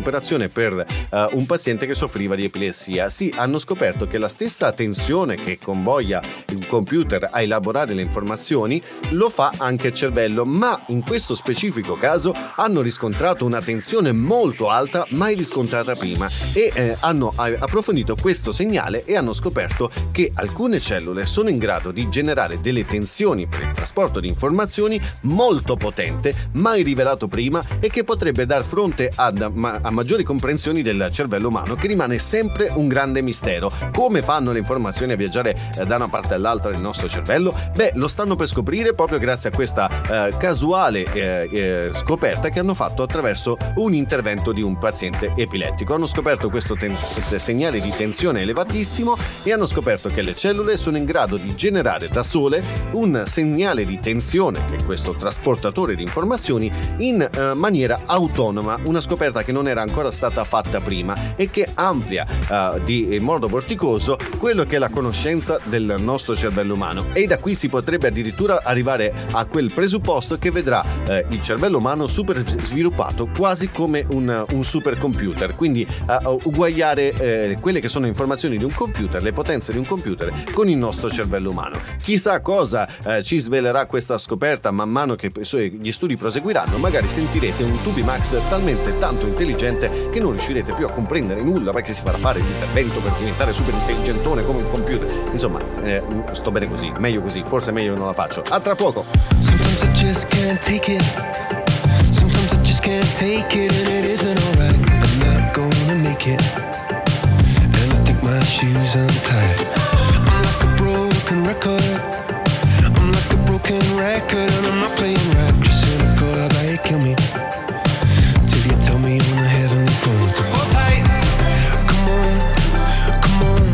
per un paziente che soffriva di epilessia. Sì, hanno scoperto che la stessa tensione che convoglia il computer a elaborare le informazioni lo fa anche il cervello, ma in questo specifico caso hanno riscontrato una tensione molto alta mai riscontrata prima e hanno approfondito questo segnale e hanno scoperto che alcune cellule sono in grado di generare delle tensioni per il trasporto di informazioni molto potente, mai rivelato prima, e che potrebbe dar fronte a maggiori comprensioni del cervello umano, che rimane sempre un grande mistero. Come fanno le informazioni a viaggiare da una parte all'altra del nostro cervello? Beh, lo stanno per scoprire proprio grazie a questa casuale scoperta che hanno fatto attraverso un intervento di un paziente epilettico. Hanno scoperto questo segnale di tensione elevatissimo e hanno scoperto che le cellule sono in grado di generare da sole un segnale di tensione, che è questo trasportatore di informazioni, in maniera autonoma, una scoperta che non era ancora stata fatta prima e che amplia in modo vorticoso quello che è la conoscenza del nostro cervello umano. E da qui si potrebbe addirittura arrivare a quel presupposto che vedrà il cervello umano super sviluppato, quasi come un supercomputer, quindi uguagliare quelle che sono informazioni di un computer, le potenze di un computer, con il nostro cervello umano. Chissà cosa ci svelerà questa scoperta man mano che gli studi proseguiranno. Magari sentirete un Tubimax talmente tanto intelligente che non riuscirete più a comprendere nulla, perché si farà fare l'intervento per diventare super intelligentone come un computer. Insomma, sto bene così, meglio così, forse meglio non la faccio. A tra poco. Sometimes I just can't take it. Sometimes I just can't take it, and it isn't alright. I'm not gonna make it, and I think my shoes untied. I'm like a broken record. I'm like a broken record, and I'm not playing right. Just cynical, how about you kill me till you tell me on the heavenly phone to hold tight. Come on, come on.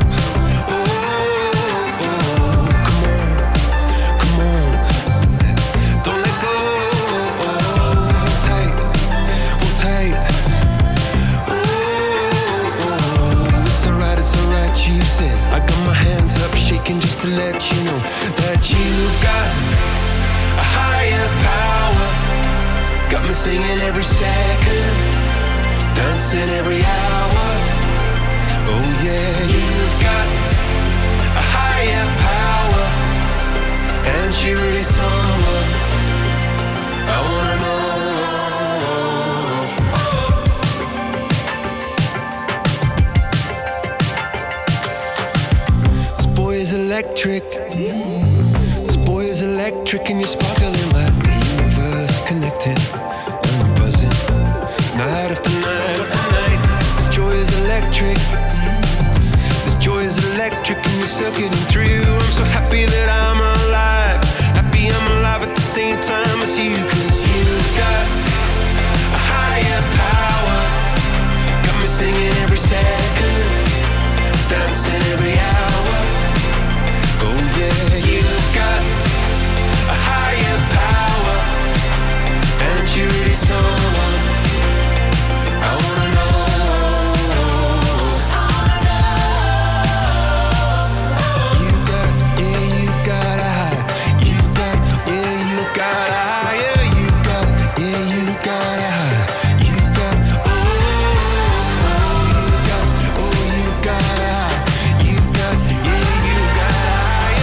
Just to let you know that you've got a higher power. Got me singing every second, dancing every hour. Oh yeah, you've got a higher power, and she really someone I wanna know. Electric. This boy is electric, and you're sparkling like the universe connected, and I'm buzzing night after night after night. This joy is electric. This joy is electric, and you're circuiting through. I'm so happy that I'm alive. Happy I'm alive at the same time as you, 'cause you've got a higher power. Got me singing every second, dancing every hour. Oh yeah, you've got a higher power, and you're really someone I wanna know. You got, yeah, you got a high. You got, yeah, you got a high. Yeah, you got, yeah, you got a high. You got, oh, you got, oh, you got a high. You got, yeah, you got a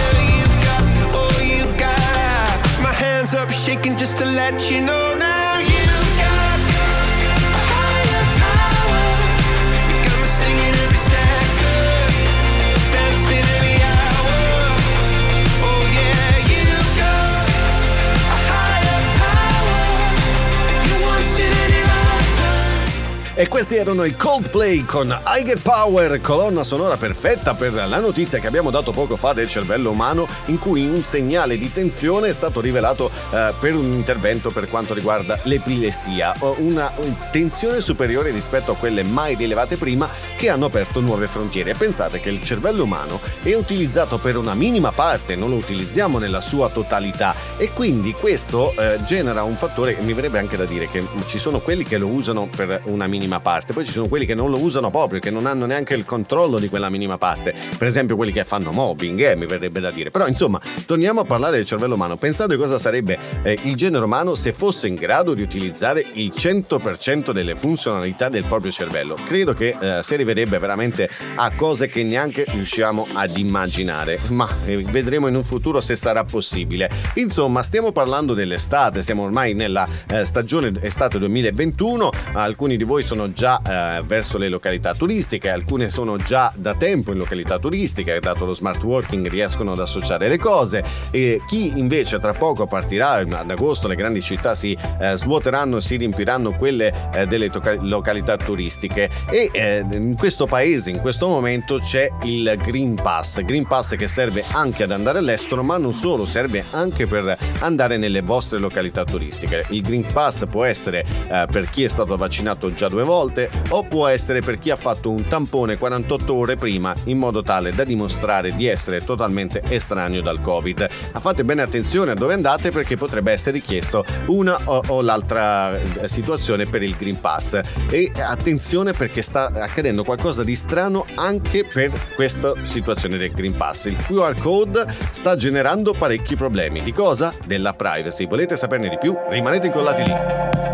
up shaking just to let you know now you've got a higher power. You got me singing every second, dancing every hour. Oh yeah, you've got a higher power. You once in any lifetime. E questi erano i Coldplay con Higher Power, colonna sonora perfetta per la notizia che abbiamo dato poco fa del cervello umano, in cui un segnale di tensione è stato rivelato per un intervento per quanto riguarda l'epilessia, una tensione superiore rispetto a quelle mai rilevate prima, che hanno aperto nuove frontiere. E pensate che il cervello umano è utilizzato per una minima parte, non lo utilizziamo nella sua totalità, e quindi questo genera un fattore. Mi verrebbe anche da dire che ci sono quelli che lo usano per una minima parte, poi ci sono quelli che non lo usano proprio, che non hanno neanche il controllo di quella minima parte, per esempio quelli che fanno mobbing, mi verrebbe da dire. Però insomma, torniamo a parlare del cervello umano. Pensate cosa sarebbe il genere umano se fosse in grado di utilizzare il 100% delle funzionalità del proprio cervello. Credo che si arriverebbe veramente a cose che neanche riusciamo ad immaginare, ma vedremo in un futuro se sarà possibile. Insomma, stiamo parlando dell'estate, siamo ormai nella stagione estate 2021, alcuni di voi sono già verso le località turistiche, alcune sono già da tempo in località turistiche, dato lo smart working riescono ad associare le cose, e chi invece tra poco partirà ad agosto, le grandi città si svuoteranno, si riempiranno quelle delle località turistiche, e in questo paese in questo momento c'è il Green Pass che serve anche ad andare all'estero, ma non solo, serve anche per andare nelle vostre località turistiche. Il Green Pass può essere per chi è stato vaccinato già 2 volte, o può essere per chi ha fatto un tampone 48 ore prima, in modo tale da dimostrare di essere totalmente estraneo dal Covid. Fate bene attenzione a dove andate, perché potrebbe essere richiesto una o l'altra situazione per il Green Pass, e attenzione perché sta accadendo qualcosa di strano anche per questa situazione del Green Pass. Il QR code sta generando parecchi problemi. Di cosa? Della privacy. Volete saperne di più? Rimanete incollati lì.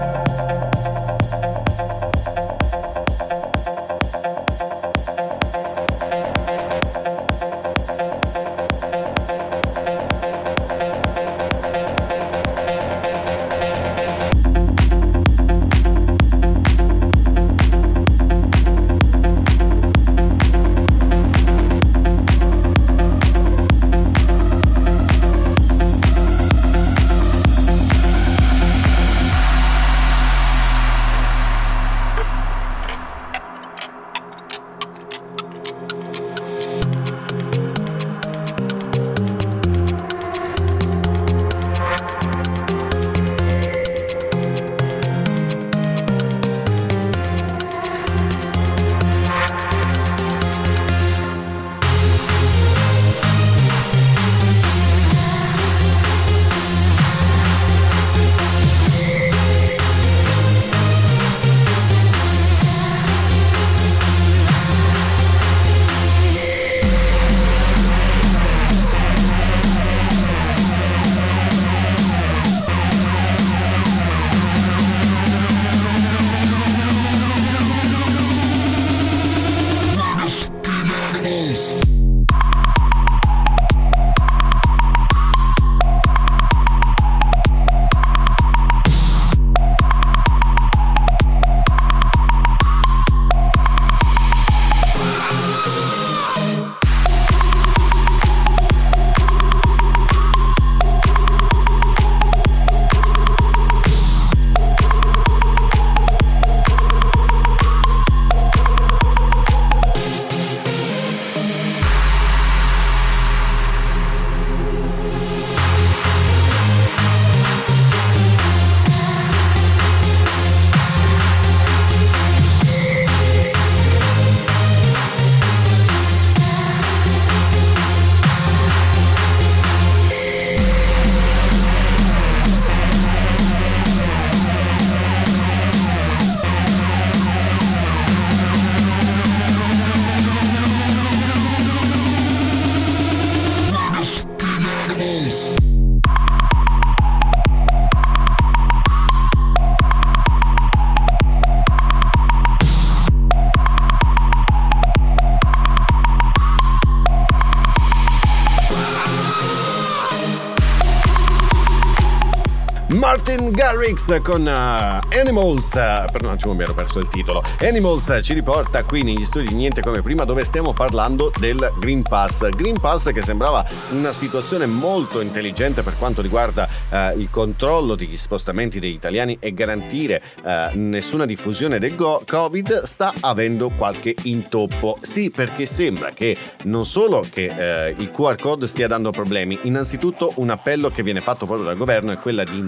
Martin Garrix con Animals. Per un attimo mi ero perso il titolo. Animals ci riporta qui negli studi di Niente Come Prima, dove stiamo parlando del Green Pass. Green Pass che sembrava una situazione molto intelligente per quanto riguarda il controllo degli spostamenti degli italiani e garantire nessuna diffusione del Covid, sta avendo qualche intoppo. Sì, perché sembra che non solo che il QR code stia dando problemi, innanzitutto un appello che viene fatto proprio dal governo è quella di non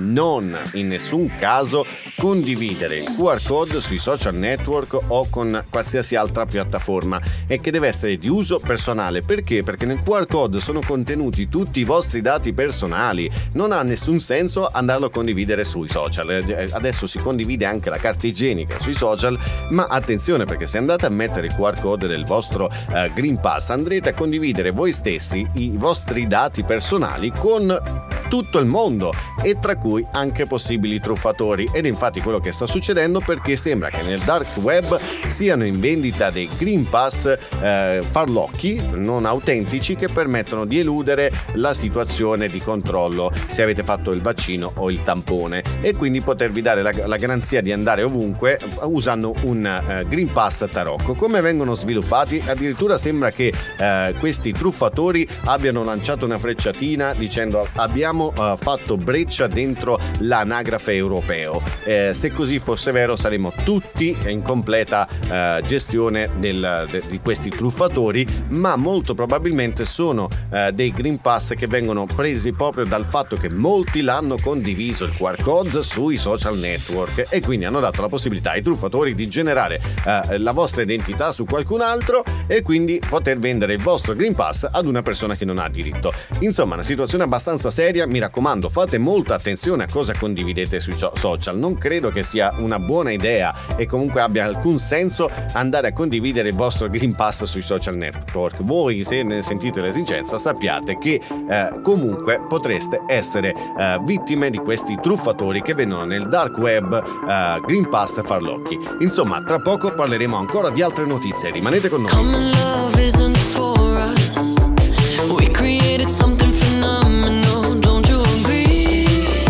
non in nessun caso condividere il QR code sui social network o con qualsiasi altra piattaforma e che deve essere di uso personale. Perché? Perché nel QR code sono contenuti tutti i vostri dati personali, non ha nessun senso andarlo a condividere sui social. Adesso si condivide anche la carta igienica sui social, ma attenzione, perché se andate a mettere il QR code del vostro Green Pass andrete a condividere voi stessi i vostri dati personali con tutto il mondo e tra cui anche possibili truffatori. Ed è infatti quello che sta succedendo, perché sembra che nel dark web siano in vendita dei Green Pass farlocchi non autentici che permettono di eludere la situazione di controllo se avete fatto il vaccino o il tampone, e quindi potervi dare la garanzia di andare ovunque usando un Green Pass tarocco. Come vengono sviluppati? Addirittura sembra che questi truffatori abbiano lanciato una frecciatina dicendo abbiamo fatto breccia dentro l'anagrafe europeo. Se così fosse vero saremmo tutti in completa gestione di questi truffatori, ma molto probabilmente sono dei Green Pass che vengono presi proprio dal fatto che molti l'hanno condiviso il QR code sui social network e quindi hanno dato la possibilità ai truffatori di generare la vostra identità su qualcun altro e quindi poter vendere il vostro Green Pass ad una persona che non ha diritto. Insomma, una situazione abbastanza seria. Mi raccomando, fate molta attenzione a cosa condividete sui social. Non credo che sia una buona idea e comunque abbia alcun senso andare a condividere il vostro Green Pass sui social network. Voi, se ne sentite l'esigenza, sappiate che comunque potreste essere vittime di questi truffatori che vendono nel dark web Green Pass farlocchi. Insomma, tra poco parleremo ancora di altre notizie. Rimanete con noi. Common love isn't for us. We created something phenomenal. Don't you agree?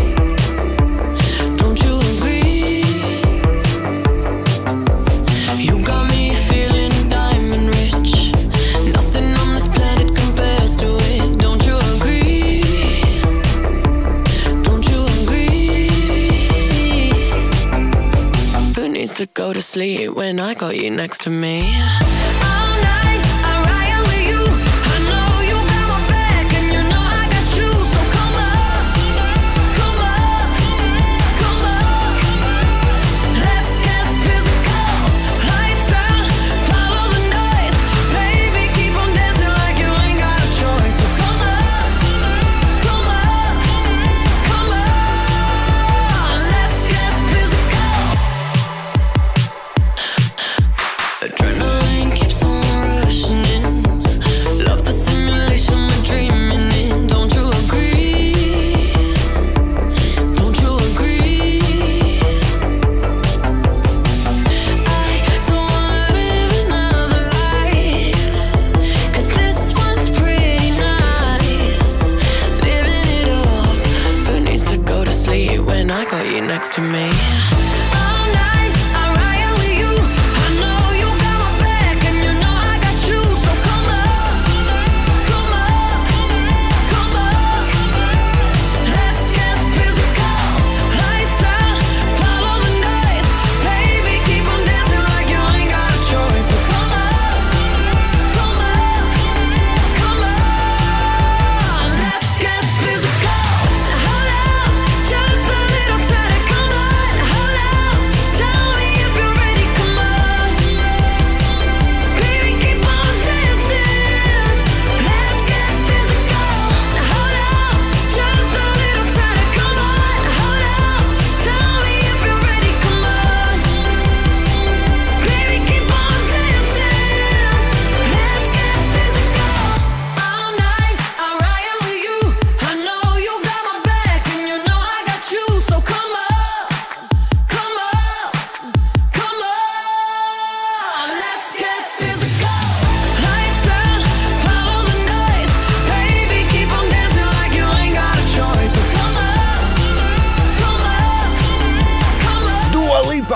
Don't you agree? You got me feeling diamond rich. Nothing on this planet compares to it. Don't you agree? Don't you agree? Who needs to go to sleep when I got you next to me? next to me. All night, I ride with you. I know you got my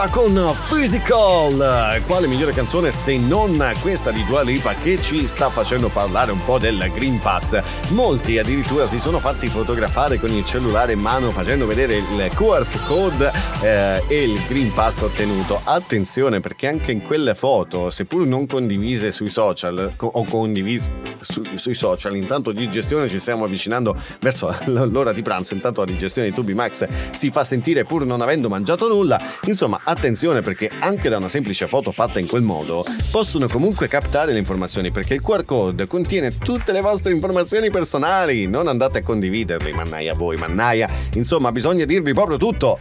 Lipa con Physical. Quale migliore canzone se non questa di Dua Lipa che ci sta facendo parlare un po' del Green Pass. Molti addirittura si sono fatti fotografare con il cellulare in mano facendo vedere il QR code e il Green Pass ottenuto. Attenzione, perché anche in quelle foto, seppur non condivise sui social o condivise sui social, intanto di gestione ci stiamo avvicinando verso l'ora di pranzo, intanto la digestione di Tubi Max si fa sentire pur non avendo mangiato nulla. Insomma, attenzione, perché anche da una semplice foto fatta in quel modo possono comunque captare le informazioni, perché il QR code contiene tutte le vostre informazioni personali. Non andate a condividerli, mannaia voi, mannaia. Insomma, bisogna dirvi proprio tutto.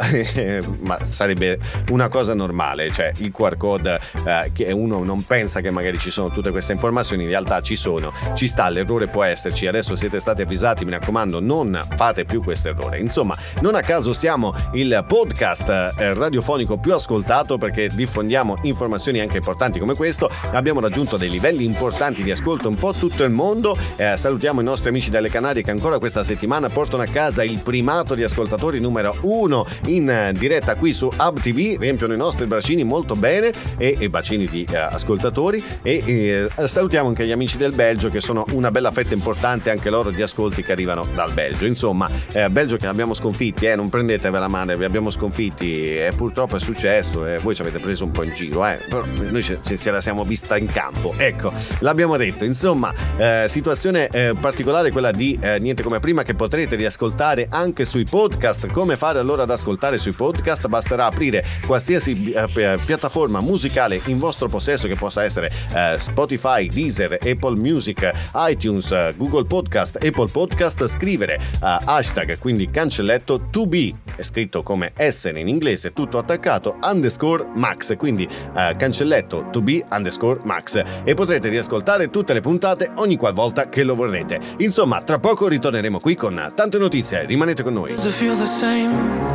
Ma sarebbe una cosa normale, cioè il QR code che uno non pensa che magari ci sono tutte queste informazioni, in realtà ci sono, ci sta, l'errore può esserci. Adesso siete stati avvisati, mi raccomando, non fate più questo errore. Insomma, non a caso siamo il podcast radiofonico più ascoltato, perché diffondiamo informazioni anche importanti come questo. Abbiamo raggiunto dei livelli importanti di ascolto un po' tutto il mondo. Salutiamo i nostri amici dalle Canarie che ancora questa settimana portano a casa il primato di ascoltatori numero 1 in diretta qui su Hub TV, riempiono i nostri bacini molto bene e bacini di ascoltatori, e salutiamo anche gli amici del Belgio, che sono una bella fetta importante anche loro di ascolti che arrivano dal Belgio. Insomma, Belgio che abbiamo sconfitti, non prendetevela male, vi abbiamo sconfitti e purtroppo è successo e voi ci avete preso un po' in giro, però noi ce la siamo vista in campo, ecco, l'abbiamo detto. Insomma, situazione particolare quella di Niente Come Prima, che potrete riascoltare anche sui podcast. Come fare allora ad ascoltare sui podcast? Basterà aprire qualsiasi piattaforma musicale in vostro possesso, che possa essere Spotify, Deezer, Apple Music, iTunes, Google Podcast, Apple Podcast, scrivere hashtag, quindi cancelletto to be, è scritto come essere in inglese, tutto attaccato, _max, quindi cancelletto to be _max, e potrete riascoltare tutte le puntate ogni qualvolta che lo vorrete. Insomma, tra poco ritorneremo qui con tante notizie, rimanete con noi. Does it feel the same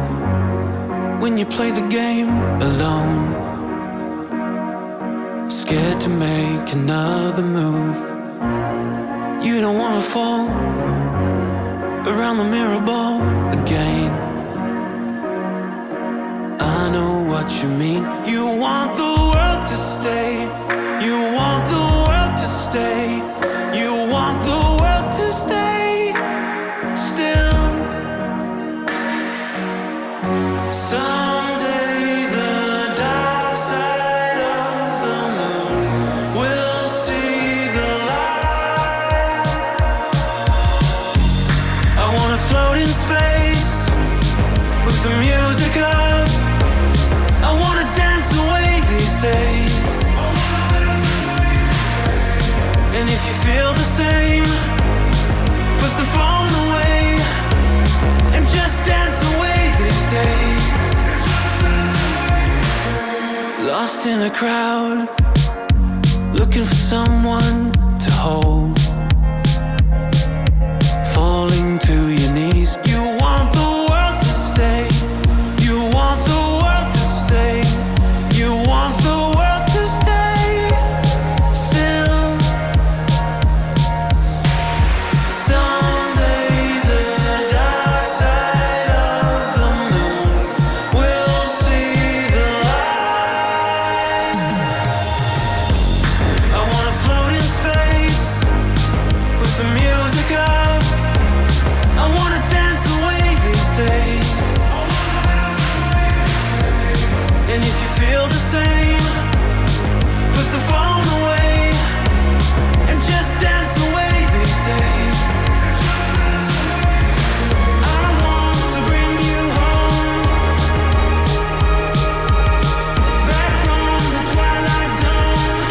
when you play the game alone? Scared to make another move. You don't wanna fall around the mirror ball again. I know what you mean. You want the world to stay. You want the world to stay. You want the world to stay still. Someday the dark side of the moon will see the light. I wanna float in space with the music up. I wanna dance away these days. And if you feel the same, put the phone away and just dance away these days. Lost in a crowd, looking for someone to hold. Falling to your knees. You want the world to stay. You want the world to stay. You want the world to stay still. Someday the dark side of the moon will see the light. I wanna float in space with the music up. I wanna dance away these days. And if you feel the same, put the phone away and just dance away these days. I want to bring you home, back from the twilight zone.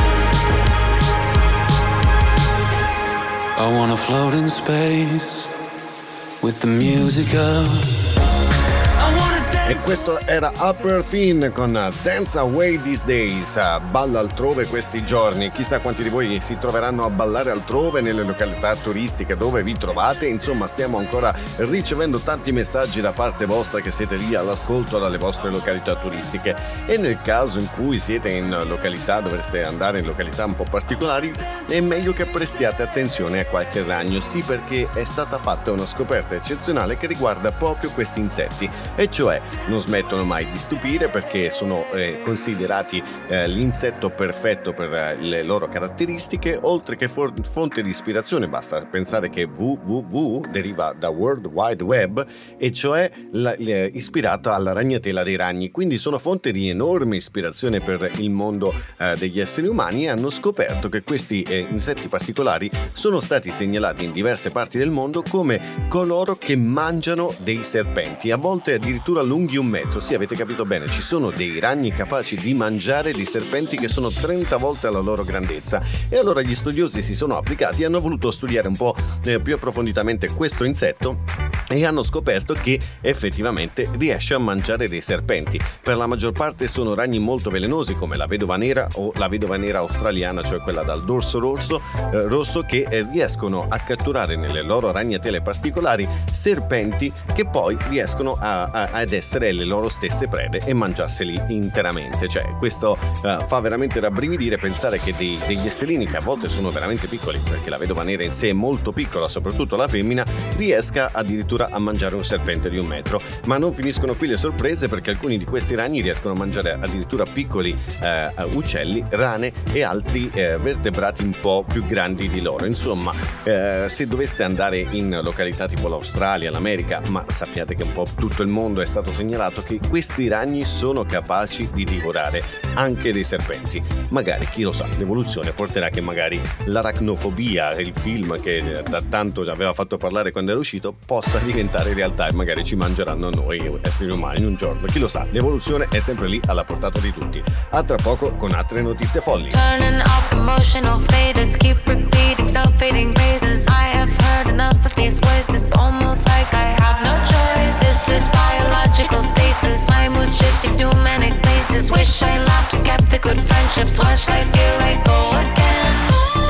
I wanna float in space with the music up. I wanna E questo era Upper Finn con Dance Away These Days, balla altrove questi giorni. Chissà quanti di voi si troveranno a ballare altrove nelle località turistiche dove vi trovate. Insomma, stiamo ancora ricevendo tanti messaggi da parte vostra che siete lì all'ascolto dalle vostre località turistiche, e nel caso in cui siete in località, dovreste andare in località un po' particolari, è meglio che prestiate attenzione a qualche ragno. Sì, perché è stata fatta una scoperta eccezionale che riguarda proprio questi insetti, e cioè non smettono mai di stupire perché sono considerati l'insetto perfetto per le loro caratteristiche, oltre che fonte di ispirazione. Basta pensare che www deriva da World Wide Web, e cioè ispirato alla ragnatela dei ragni, quindi sono fonte di enorme ispirazione per il mondo degli esseri umani, e hanno scoperto che questi insetti particolari sono stati segnalati in diverse parti del mondo come coloro che mangiano dei serpenti, a volte addirittura lunghi 1 metro. Sì, avete capito bene, ci sono dei ragni capaci di mangiare dei serpenti che sono 30 volte la loro grandezza. E allora gli studiosi si sono applicati e hanno voluto studiare un po' più approfonditamente questo insetto, e hanno scoperto che effettivamente riesce a mangiare dei serpenti. Per la maggior parte sono ragni molto velenosi, come la vedova nera o la vedova nera australiana, cioè quella dal dorso rosso, che riescono a catturare nelle loro ragnatele particolari serpenti che poi riescono ad essere le loro stesse prede e mangiarseli interamente. Cioè, questo fa veramente rabbrividire pensare che degli esserini, che a volte sono veramente piccoli, perché la vedova nera in sé è molto piccola, soprattutto la femmina, riesca addirittura a mangiare un serpente di 1 metro. Ma non finiscono qui le sorprese, perché alcuni di questi ragni riescono a mangiare addirittura piccoli uccelli, rane e altri vertebrati un po' più grandi di loro. Insomma, se doveste andare in località tipo l'Australia, l'America, ma sappiate che un po' tutto il mondo è stato segnalato che questi ragni sono capaci di divorare anche dei serpenti. Magari, chi lo sa, l'evoluzione porterà che magari l'aracnofobia, il film che da tanto aveva fatto parlare quando era uscito, possa diventare realtà e magari ci mangeranno noi esseri umani un giorno. Chi lo sa, l'evoluzione è sempre lì alla portata di tutti. A tra poco con altre notizie folli. Turning up emotional faders, keep repeating self-fading praises. I have heard enough of these voices, almost like I have no choice. This is biological stasis, my mood shifting to manic places. Wish I laughed and kept the good friendships. Watch life here I go again.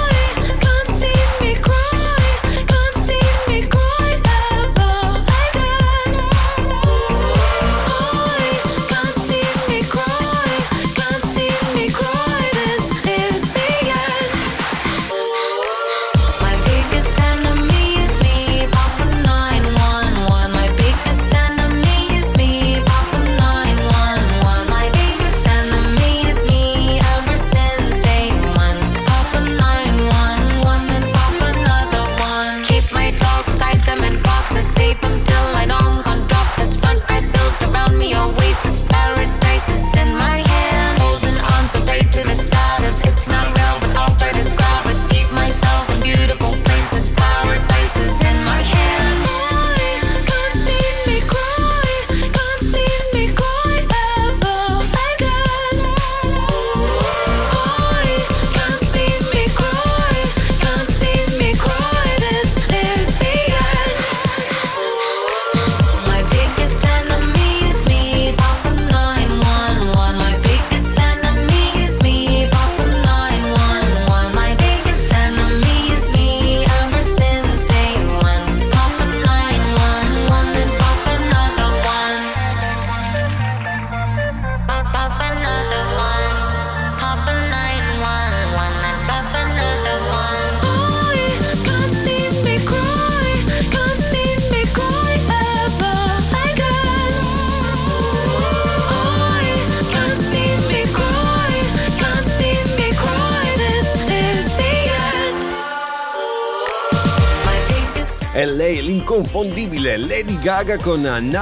È lei l'inconfondibile Lady Gaga con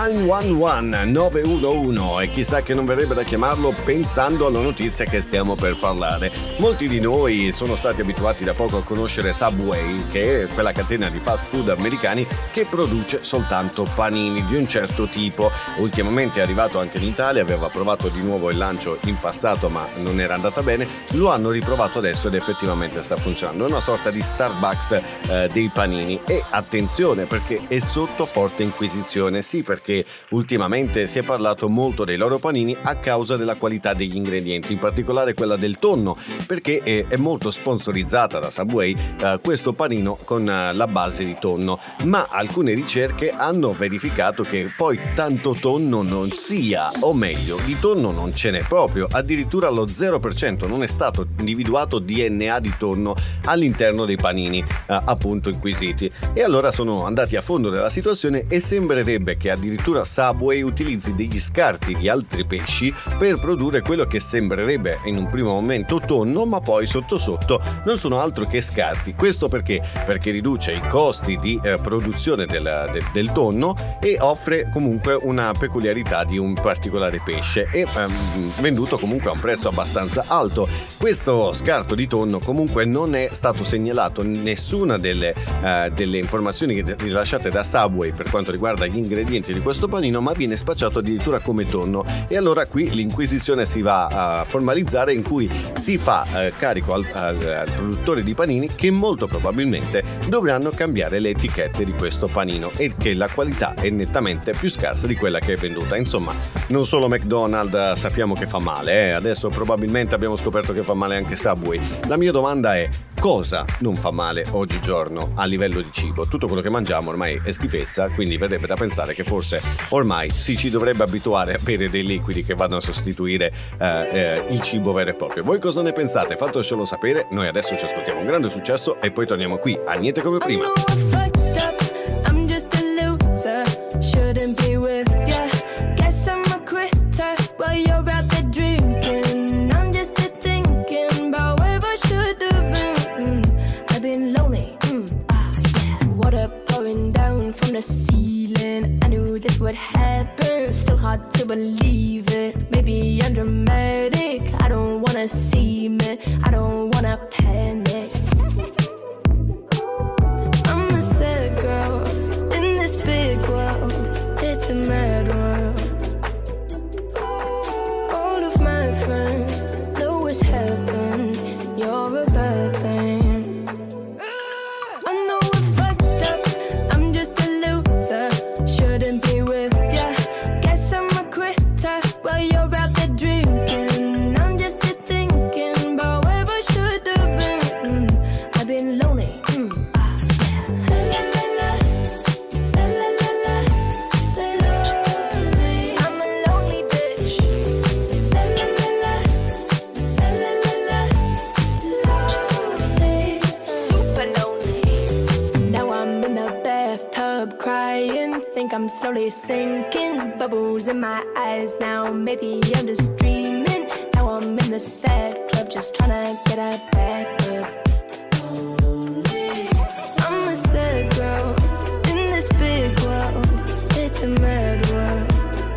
911 e chissà che non verrebbe da chiamarlo pensando alla notizia che stiamo per parlare. Molti di noi sono stati abituati da poco a conoscere Subway, che è quella catena di fast food americani che produce soltanto panini di un certo tipo. Ultimamente è arrivato anche in Italia, aveva provato di nuovo il lancio in passato ma non era andata bene, lo hanno riprovato adesso ed effettivamente sta funzionando. È una sorta di Starbucks dei panini, e attenzione perché è sotto forte inquisizione. Sì, perché ultimamente si è parlato molto dei loro panini a causa della qualità degli ingredienti, in particolare quella del tonno, perché è molto sponsorizzata da Subway questo panino con la base di tonno, ma alcune ricerche hanno verificato che poi tanto tonno non sia, o meglio, di tonno non ce n'è proprio, addirittura allo 0% non è stato individuato DNA di tonno all'interno dei panini appunto inquisiti. E allora ora sono andati a fondo della situazione e sembrerebbe che addirittura Subway utilizzi degli scarti di altri pesci per produrre quello che sembrerebbe in un primo momento tonno, ma poi sotto sotto non sono altro che scarti. Questo perché riduce i costi di produzione del tonno e offre comunque una peculiarità di un particolare pesce e venduto comunque a un prezzo abbastanza alto. Questo scarto di tonno comunque non è stato segnalato nessuna delle informazioni rilasciate da Subway per quanto riguarda gli ingredienti di questo panino, ma viene spacciato addirittura come tonno. E allora qui l'inquisizione si va a formalizzare, in cui si fa carico al produttore di panini che molto probabilmente dovranno cambiare le etichette di questo panino e che la qualità è nettamente più scarsa di quella che è venduta. Insomma, non solo McDonald's sappiamo che fa male, adesso probabilmente abbiamo scoperto che fa male anche Subway. La mia domanda è: cosa non fa male oggigiorno a livello di cibo? Tutto quello che mangiamo ormai è schifezza, quindi verrebbe da pensare che forse ormai ci dovrebbe abituare a bere dei liquidi che vanno a sostituire il cibo vero e proprio. Voi cosa ne pensate? Fatecelo sapere. Noi adesso ci ascoltiamo un grande successo e poi torniamo qui a Niente Come Prima. The ceiling, I knew this would happen. Still hard to believe it. Maybe I'm dramatic. I don't wanna seem it. I don't wanna panic. I'm a sad girl in this big world. It's a mad world. All of my friends know it's heaven. You're a bad thing. I'm slowly sinking, bubbles in my eyes now. Maybe I'm just dreaming. Now I'm in the sad club, just trying to get a back up. I'm a sad girl in this big world. It's a mad world.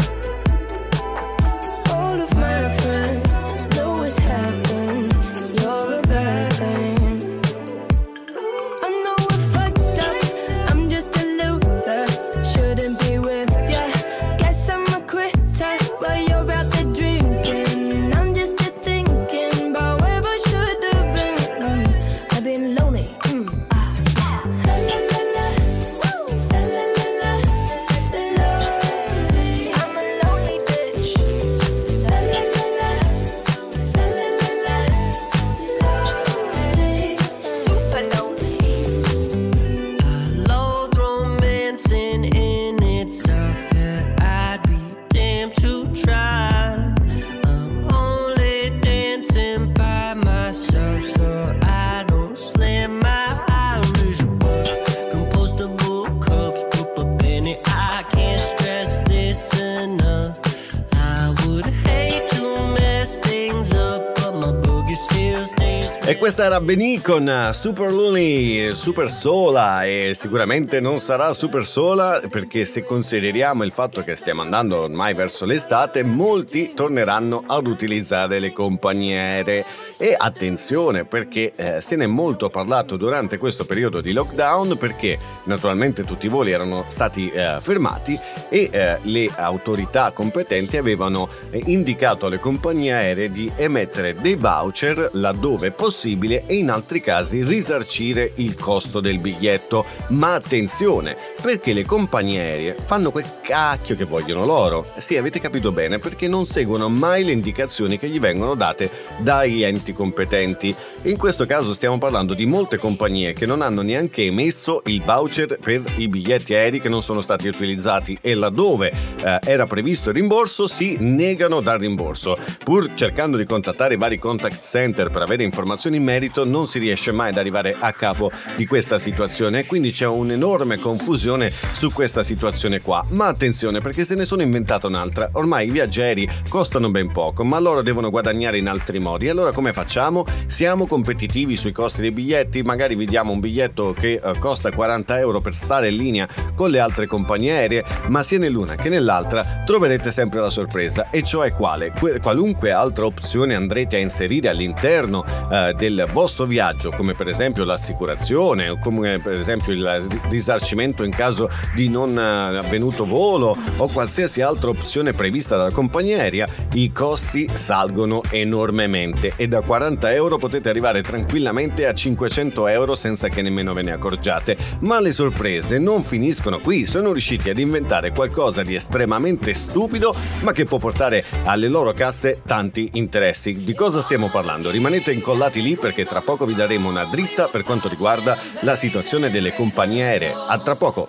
All of my friends know it's happened. You're a bad thing. I know we're fucked up. I'm just a loser. Shouldn't be with ya. Guess I'm a quitter. While you're out there drinking, I'm just a thinking about where I should have been. I've been lonely. La la la la. La la la la. Lonely. I'm a lonely bitch. La la la la. La la la la. Lonely. Super lonely. I loathe romancing in itself. Yeah, I'd be damned to try. I'm only dancing by myself, so I don't slam my Irish bar. Compostable cups, put a penny. I can't stress this enough. I would hate to mess things up, but my boogie still stays. E questa era Benì con Super Lonely, super sola, e sicuramente non sarà super sola perché se consideriamo il fatto che stiamo andando ormai verso l'estate, molti torneranno ad utilizzare le compagniere. E attenzione, perché se ne è molto parlato durante questo periodo di lockdown, perché naturalmente tutti i voli erano stati fermati e le autorità competenti avevano indicato alle compagnie aeree di emettere dei voucher laddove possibile e in altri casi risarcire il costo del biglietto. Ma attenzione, perché le compagnie aeree fanno quel cacchio che vogliono loro. Sì, avete capito bene, perché non seguono mai le indicazioni che gli vengono date dai enti competenti. In questo caso stiamo parlando di molte compagnie che non hanno neanche emesso il voucher per i biglietti aerei che non sono stati utilizzati, e laddove era previsto il rimborso si negano dal rimborso. Pur cercando di contattare i vari contact center per avere informazioni in merito, non si riesce mai ad arrivare a capo di questa situazione, e quindi c'è un'enorme confusione su questa situazione qua. Ma attenzione, perché se ne sono inventata un'altra. Ormai i viaggi aerei costano ben poco, ma loro devono guadagnare in altri modi. Allora come facciamo? Siamo competitivi sui costi dei biglietti? Magari vi diamo un biglietto che costa 40 euro per stare in linea con le altre compagnie aeree, ma sia nell'una che nell'altra troverete sempre la sorpresa, e cioè qualunque altra opzione andrete a inserire all'interno del vostro viaggio, come per esempio l'assicurazione, o come per esempio il risarcimento in caso di non avvenuto volo, o qualsiasi altra opzione prevista dalla compagnia aerea, i costi salgono enormemente, e da 40 euro potete arrivare tranquillamente a 500 euro senza che nemmeno ve ne accorgiate. Ma le sorprese non finiscono qui. Sono riusciti ad inventare qualcosa di estremamente stupido, ma che può portare alle loro casse tanti interessi. Di cosa stiamo parlando? Rimanete incollati lì, perché tra poco vi daremo una dritta per quanto riguarda la situazione delle compagnie aeree. A tra poco.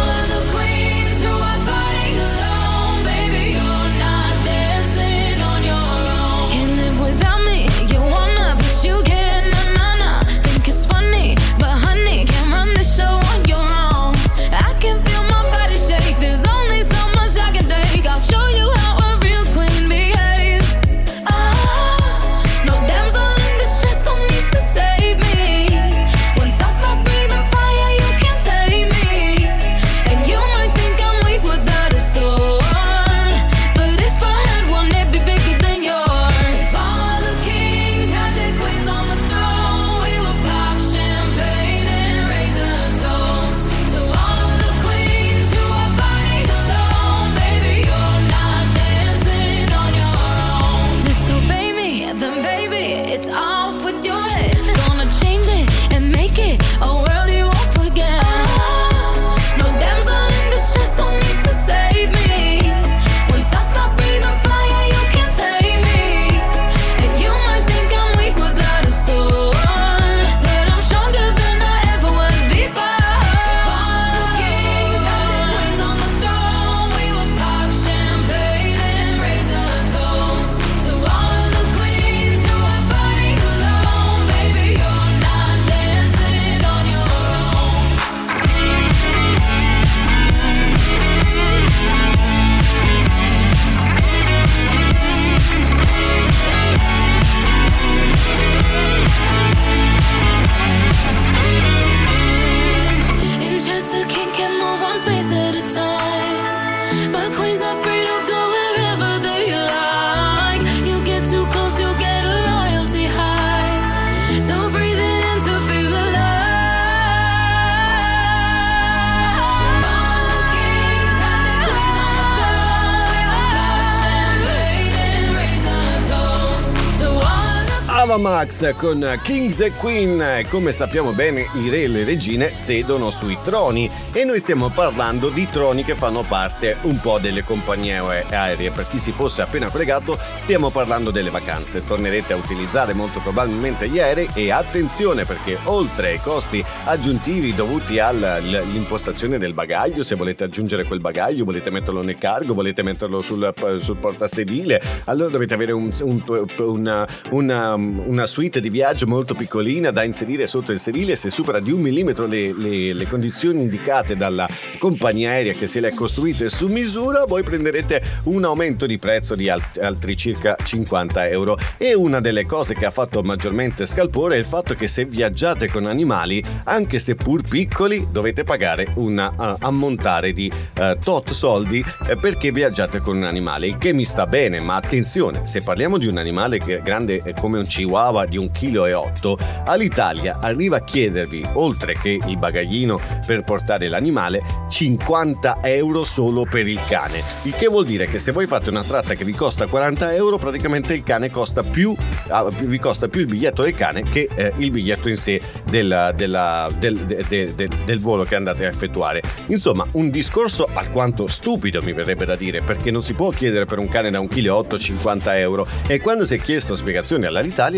Max con Kings e Queen. Come sappiamo bene, i re e le regine sedono sui troni, e noi stiamo parlando di troni che fanno parte un po' delle compagnie aeree. Per chi si fosse appena collegato, stiamo parlando delle vacanze. Tornerete a utilizzare molto probabilmente gli aerei, e attenzione, perché oltre ai costi aggiuntivi dovuti all'impostazione del bagaglio, se volete aggiungere quel bagaglio, volete metterlo nel cargo, volete metterlo sul portasedile, allora dovete avere una suite di viaggio molto piccolina da inserire sotto il sedile. Se supera di 1 millimetro le condizioni indicate dalla compagnia aerea che se le ha costruite su misura, voi prenderete un aumento di prezzo di altri circa 50 euro. E una delle cose che ha fatto maggiormente scalpore è il fatto che se viaggiate con animali, anche seppur piccoli, dovete pagare un ammontare di tot soldi perché viaggiate con un animale, il che mi sta bene. Ma attenzione, se parliamo di un animale che è grande come un chihuahua di 1,8 kg, all'Italia arriva a chiedervi, oltre che il bagaglino per portare l'animale, 50 euro solo per il cane, il che vuol dire che se voi fate una tratta che vi costa 40 euro, praticamente il cane costa più, vi costa più il biglietto del cane che il biglietto in sé del volo che andate a effettuare. Insomma, un discorso alquanto stupido, mi verrebbe da dire, perché non si può chiedere per un cane da 1,8 kg 50 euro. E quando si è chiesto spiegazioni all'Alitalia,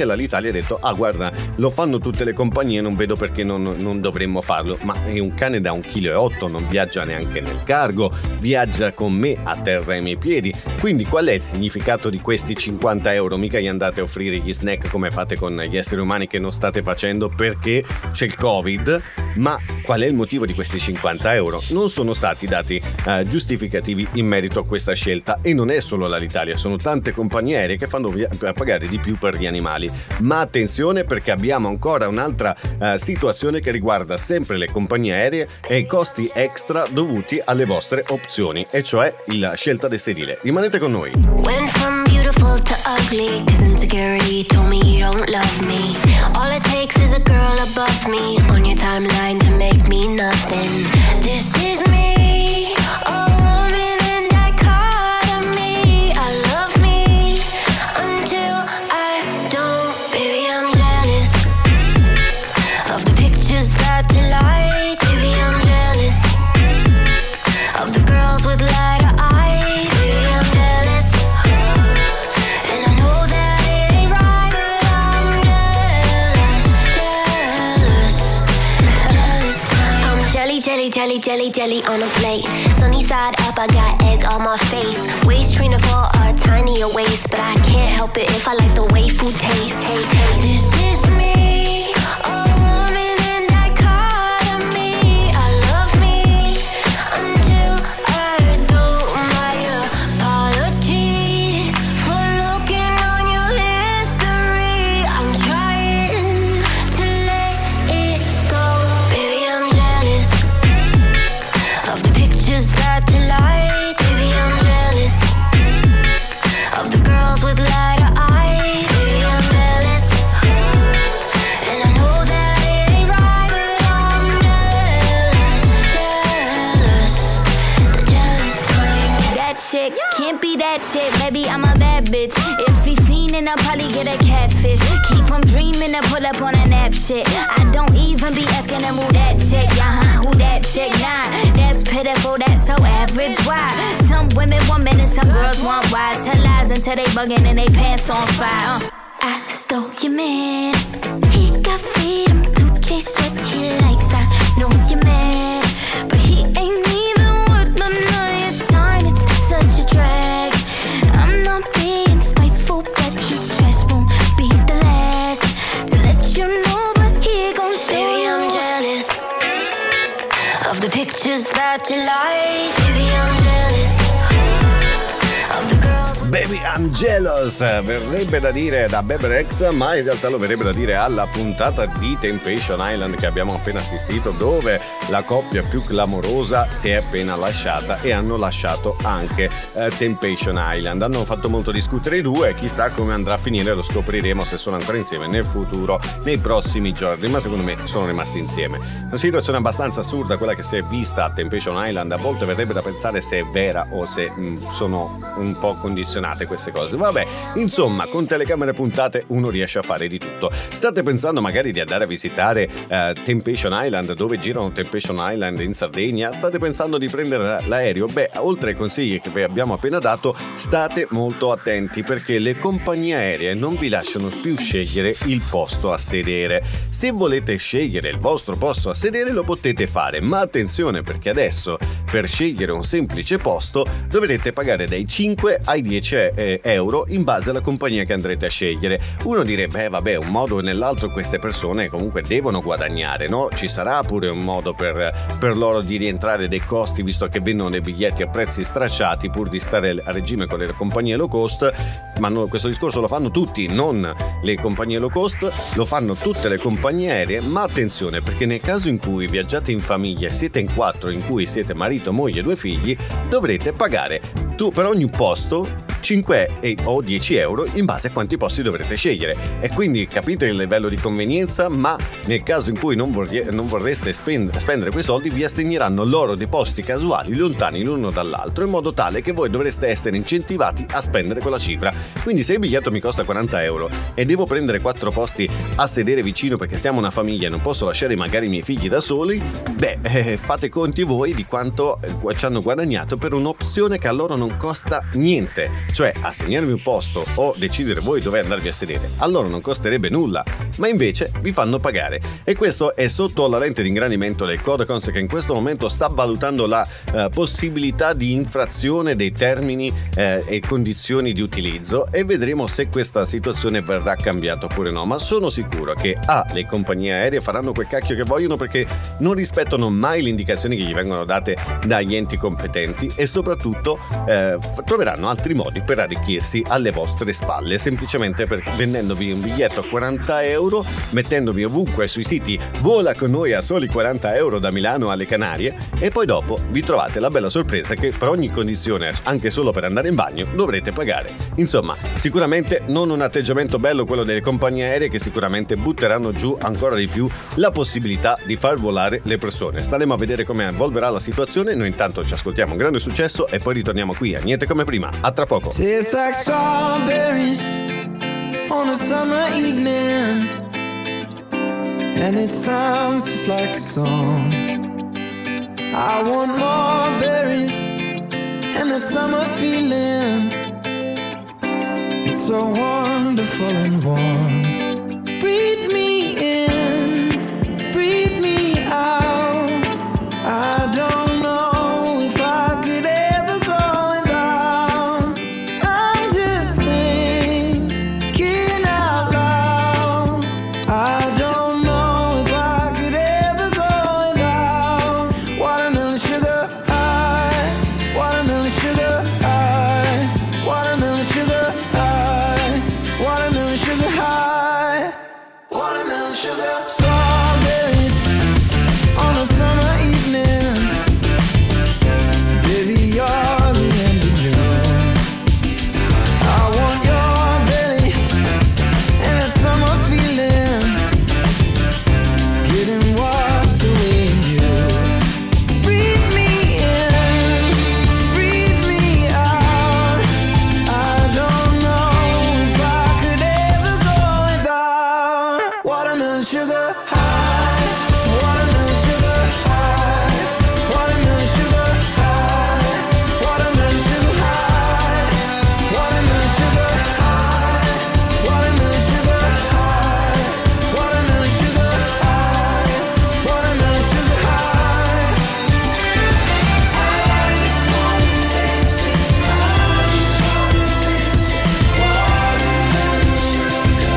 e l'Alitalia ha detto guarda, lo fanno tutte le compagnie, non vedo perché non dovremmo farlo. Ma è un cane da 1,8 kg, non viaggia neanche nel cargo, viaggia con me a terra ai miei piedi. Quindi qual è il significato di questi 50 euro? Mica gli andate a offrire gli snack come fate con gli esseri umani, che non state facendo perché c'è il Covid. Ma qual è il motivo di questi 50 euro? Non sono stati dati giustificativi in merito a questa scelta, e non è solo l'Alitalia, sono tante compagnie aeree che fanno pagare di più per gli animali. Ma attenzione, perché abbiamo ancora un'altra situazione che riguarda sempre le compagnie aeree e i costi extra dovuti alle vostre opzioni, e cioè la scelta del sedile. Rimanete con noi. Went from beautiful to ugly, 'cause insecurity told me you don't love me. All it takes is a girl above me on your timeline to make me nothing. This is me, a woman in dichotomy. I love me until I don't. Baby, I'm jealous of the pictures that you like. Baby, I'm jealous of the girls with lighter eyes. Baby, I'm jealous, and I know that it ain't right, but I'm jealous, jealous kind. I'm jelly on a plate. Sunny side up, I got egg on my face. Waist trainer for a tinier waist, but I can't help it if I like the way food tastes. Hey, this is me, a woman in dichotomy. I love me until I don't. My apologies for looking on your history. I'm trying to let it go. Baby, I'm jealous of the pictures that you like. Baby, I'm jealous of the girls with lighter eyes. Baby, I'm jealous, and I know that it ain't right, but I'm jealous, the jealous kind. That chick can't be that chick, baby, I'm a bad bitch. If he fiendin', I'll probably get a catfish. Keep him dreamin' to pull up on a nap shit. I don't even be asking him who that chick, who that chick, nah. That's pitiful, that's so average, why? Some women want men and some girls want wives. Tell lies until they buggin' and they pants on fire. I stole your man, he got freedom to chase what he likes. I know you're mad, but he ain't even worth none of your time. It's such a drag. I'm not being spiteful, but his trash won't be the last to let you know, but he gon' show. Baby, I'm jealous of the pictures that you like. Baby, I'm jealous of the girls. Baby I'm jealous, verrebbe da dire da Beberex, ma in realtà lo verrebbe da dire alla puntata di Temptation Island che abbiamo appena assistito, dove la coppia più clamorosa si è appena lasciata e hanno lasciato anche Temptation Island. Hanno fatto molto discutere i due, chissà come andrà a finire, lo scopriremo se sono ancora insieme nel futuro, nei prossimi giorni, ma secondo me sono rimasti insieme. Una situazione abbastanza assurda quella che si è vista a Temptation Island, a volte verrebbe da pensare se è vera o se sono un po' condizionate queste cose. Vabbè, insomma, con telecamere puntate uno riesce a fare di tutto. State pensando magari di andare a visitare Temptation Island, dove girano Temptation Island in Sardegna? State pensando di prendere l'aereo? Beh, oltre ai consigli che vi abbiamo appena dato, state molto attenti, perché le compagnie aeree non vi lasciano più scegliere il posto a sedere. Se volete scegliere il vostro posto a sedere lo potete fare, ma attenzione, perché adesso per scegliere un semplice posto dovrete pagare dai 5 ai 10 euro in base alla compagnia che andrete a scegliere. Uno direbbe vabbè, un modo o nell'altro queste persone comunque devono guadagnare, no? Ci sarà pure un modo per loro di rientrare dei costi, visto che vendono dei biglietti a prezzi stracciati pur di stare a regime con le compagnie low cost. Ma questo discorso lo fanno tutti, non le compagnie low cost, lo fanno tutte le compagnie aeree. Ma attenzione, perché nel caso in cui viaggiate in famiglia, siete in 4, in cui siete marito, moglie e 2 figli, dovrete pagare per ogni posto 5 o 10 euro in base a quanti posti dovrete scegliere. E quindi capite il livello di convenienza, ma nel caso in cui non vorreste spendere quei soldi, vi assegneranno loro dei posti casuali lontani l'uno dall'altro, in modo tale che voi dovreste essere incentivati a spendere quella cifra. Quindi se il biglietto mi costa 40 euro e devo prendere 4 posti a sedere vicino perché siamo una famiglia e non posso lasciare magari i miei figli da soli, fate conti voi di quanto ci hanno guadagnato per un'opzione che a loro non costa niente. cioè assegnarvi un posto o decidere voi dove andarvi a sedere, a loro non costerebbe nulla, ma invece vi fanno pagare. E questo è sotto la lente di ingrandimento del Codacons, che in questo momento sta valutando la possibilità di infrazione dei termini e condizioni di utilizzo, e vedremo se questa situazione verrà cambiata oppure no. Ma sono sicuro che le compagnie aeree faranno quel cacchio che vogliono, perché non rispettano mai le indicazioni che gli vengono date dagli enti competenti, e soprattutto troveranno altri modi per arricchirsi alle vostre spalle, semplicemente vendendovi un biglietto a 40 euro, mettendovi ovunque sui siti vola con noi a soli 40 euro da Milano alle Canarie, e poi dopo vi trovate la bella sorpresa che per ogni condizione, anche solo per andare in bagno, dovrete pagare. Insomma, sicuramente non un atteggiamento bello quello delle compagnie aeree, che sicuramente butteranno giù ancora di più la possibilità di far volare le persone. Staremo a vedere come evolverà la situazione. Noi intanto ci ascoltiamo un grande successo e poi ritorniamo qui a Niente Come Prima. A tra poco. Tastes like strawberries on a summer evening, and it sounds just like a song. I want more berries and that summer feeling. It's so wonderful and warm. Breathe me in, breathe me out. I don't know if I could ever go without. I'm just thinking out loud. I don't know if I could ever go without watermelon sugar high, watermelon sugar high, watermelon sugar high, watermelon sugar high, watermelon sugar. Strawberries on a summer evening. Baby, you're the end of June. I want your belly and that summer feeling, getting washed away in you. Breathe me in, breathe me out. I don't know if I could ever go without watermelon sugar high, watermelon sugar high, watermelon sugar high, watermelon sugar high, watermelon sugar high, watermelon sugar high, watermelon sugar high, watermelon sugar high. I just wanna taste it, I just wanna taste it, watermelon sugar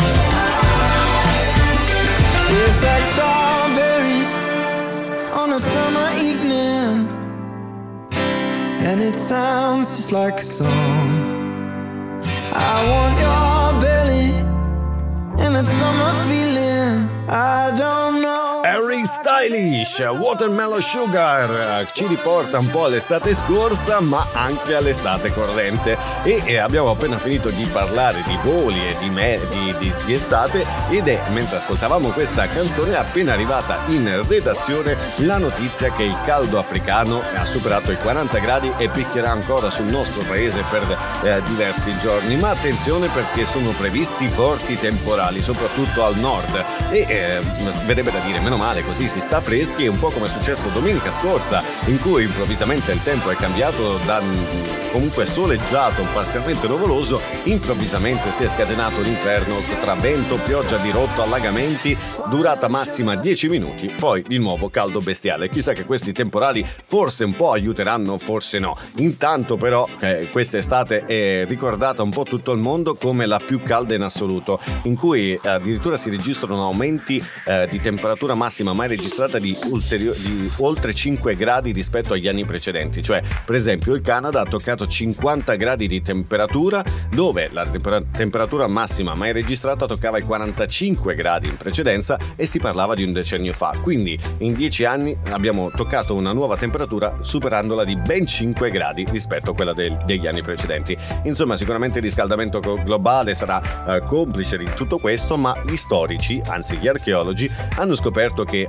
high. Tastes like strawberries on a summer evening, and it sounds just like a song. I want your belly and that summer feeling. I don't know. Harry Stylish, Watermelon Sugar, ci riporta un po' all'estate scorsa, ma anche all'estate corrente. E abbiamo appena finito di parlare di voli e di estate, ed è mentre ascoltavamo questa canzone è appena arrivata in redazione la notizia che il caldo africano ha superato i 40 gradi e picchierà ancora sul nostro paese per diversi giorni. Ma attenzione, perché sono previsti forti temporali, soprattutto al nord, e verrebbe da dire meno male, così si sta freschi. È un po' come è successo domenica scorsa, in cui improvvisamente il tempo è cambiato da comunque soleggiato, parzialmente nuvoloso, improvvisamente si è scatenato l'inferno tra vento, pioggia dirotto, allagamenti, durata massima 10 minuti, poi di nuovo caldo bestiale. Chissà che questi temporali forse un po' aiuteranno, forse no. Intanto però quest'estate è ricordata un po' tutto il mondo come la più calda in assoluto, in cui addirittura si registrano aumenti di temperatura massima mai registrata di oltre 5 gradi rispetto agli anni precedenti. Cioè, per esempio, il Canada ha toccato 50 gradi di temperatura, dove la temperatura massima mai registrata toccava i 45 gradi in precedenza, e si parlava di un decennio fa. Quindi in 10 anni abbiamo toccato una nuova temperatura, superandola di ben 5 gradi rispetto a quella degli anni precedenti. Insomma, sicuramente il riscaldamento globale sarà complice di tutto questo, ma gli storici, anzi gli archeologi, hanno scoperto che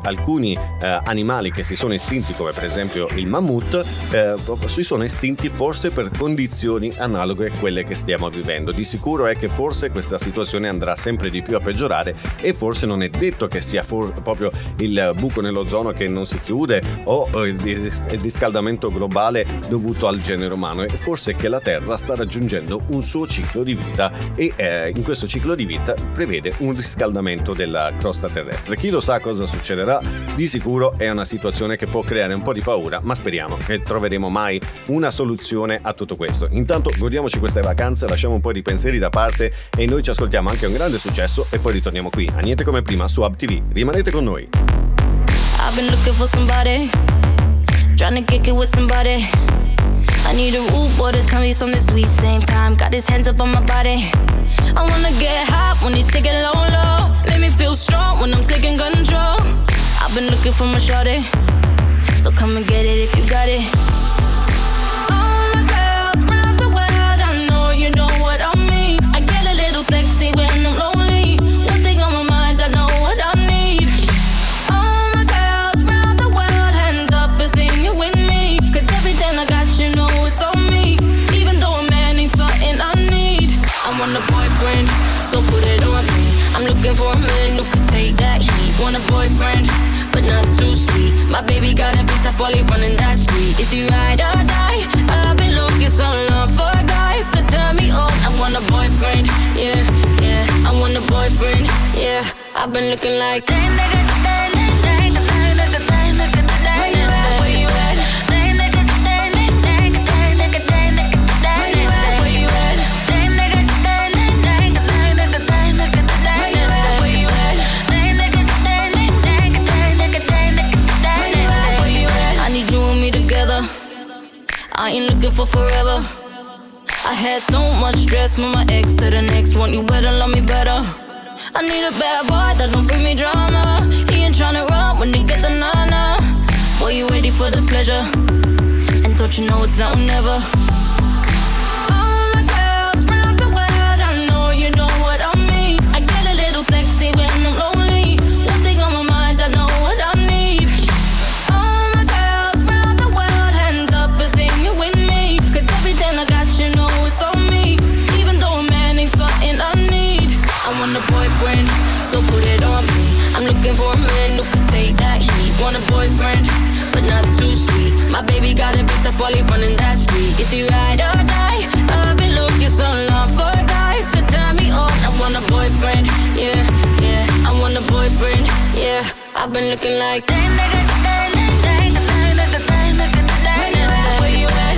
alcuni animali che si sono estinti, come per esempio il mammut, si sono estinti forse per condizioni analoghe a quelle che stiamo vivendo. Di sicuro è che forse questa situazione andrà sempre di più a peggiorare e forse non è detto che sia proprio il buco nell'ozono che non si chiude o il riscaldamento globale dovuto al genere umano, e forse che la Terra sta raggiungendo un suo ciclo di vita e in questo ciclo di vita prevede un riscaldamento della crosta terrestre. Chi lo sa cosa succederà? Di sicuro è una situazione che può creare un po' di paura, ma speriamo che troveremo mai una soluzione a tutto questo. Intanto godiamoci queste vacanze, lasciamo un po' di pensieri da parte e noi ci ascoltiamo anche un grande successo e poi ritorniamo qui a Niente Come Prima su Hub TV. Rimanete con noi. I've been looking for somebody, trying to kick it with somebody. I need a rude boy to tell me something sweet. Same time, got his hands up on my body. I wanna get hot when you take it low, low. Make me feel strong when I'm taking control. I've been looking for my shorty, so come and get it if you got it. All my girls round the world, I know you know what I mean. I get a little sexy when I'm lonely. One thing on my mind, I know what I need. All my girls round the world, hands up and sing it with me. 'Cause everything I got, you know it's on me. Even though a man ain't something I need. I want a boyfriend, so put it on me. I'm looking for a man who can take that heat. Want a boyfriend, but not too sweet. My baby got a bit tough while he running that street. Is he ride or die? I've been looking so long for a guy who could turn me on. I want a boyfriend, yeah, yeah. I want a boyfriend, yeah. I've been looking like where you at? Where you at? I ain't looking for forever. I had so much stress from my ex to the next one. You better love me better. I need a bad boy that don't bring me drama. He ain't tryna run when they get the nana. Boy, you ready for the pleasure? And don't you know it's now or never? All my girls round the world, I know you know what I mean. I get a little sexy when I'm lonely. One thing on my mind, I know what I need. All my girls round the world, hands up and sing it with me. 'Cause everything I got, you know it's on me. Even though a man ain't something I need. I want a boyfriend, so put it on me. I'm looking for a man who can take that heat. Want a boyfriend, but not too sweet. My baby got a bit tough while he running that street. Is he ride or die? I've been looking so long for a guy who could turn me on. I want a boyfriend, yeah, yeah. I want a boyfriend, yeah. I've been looking like where you at? Where you at?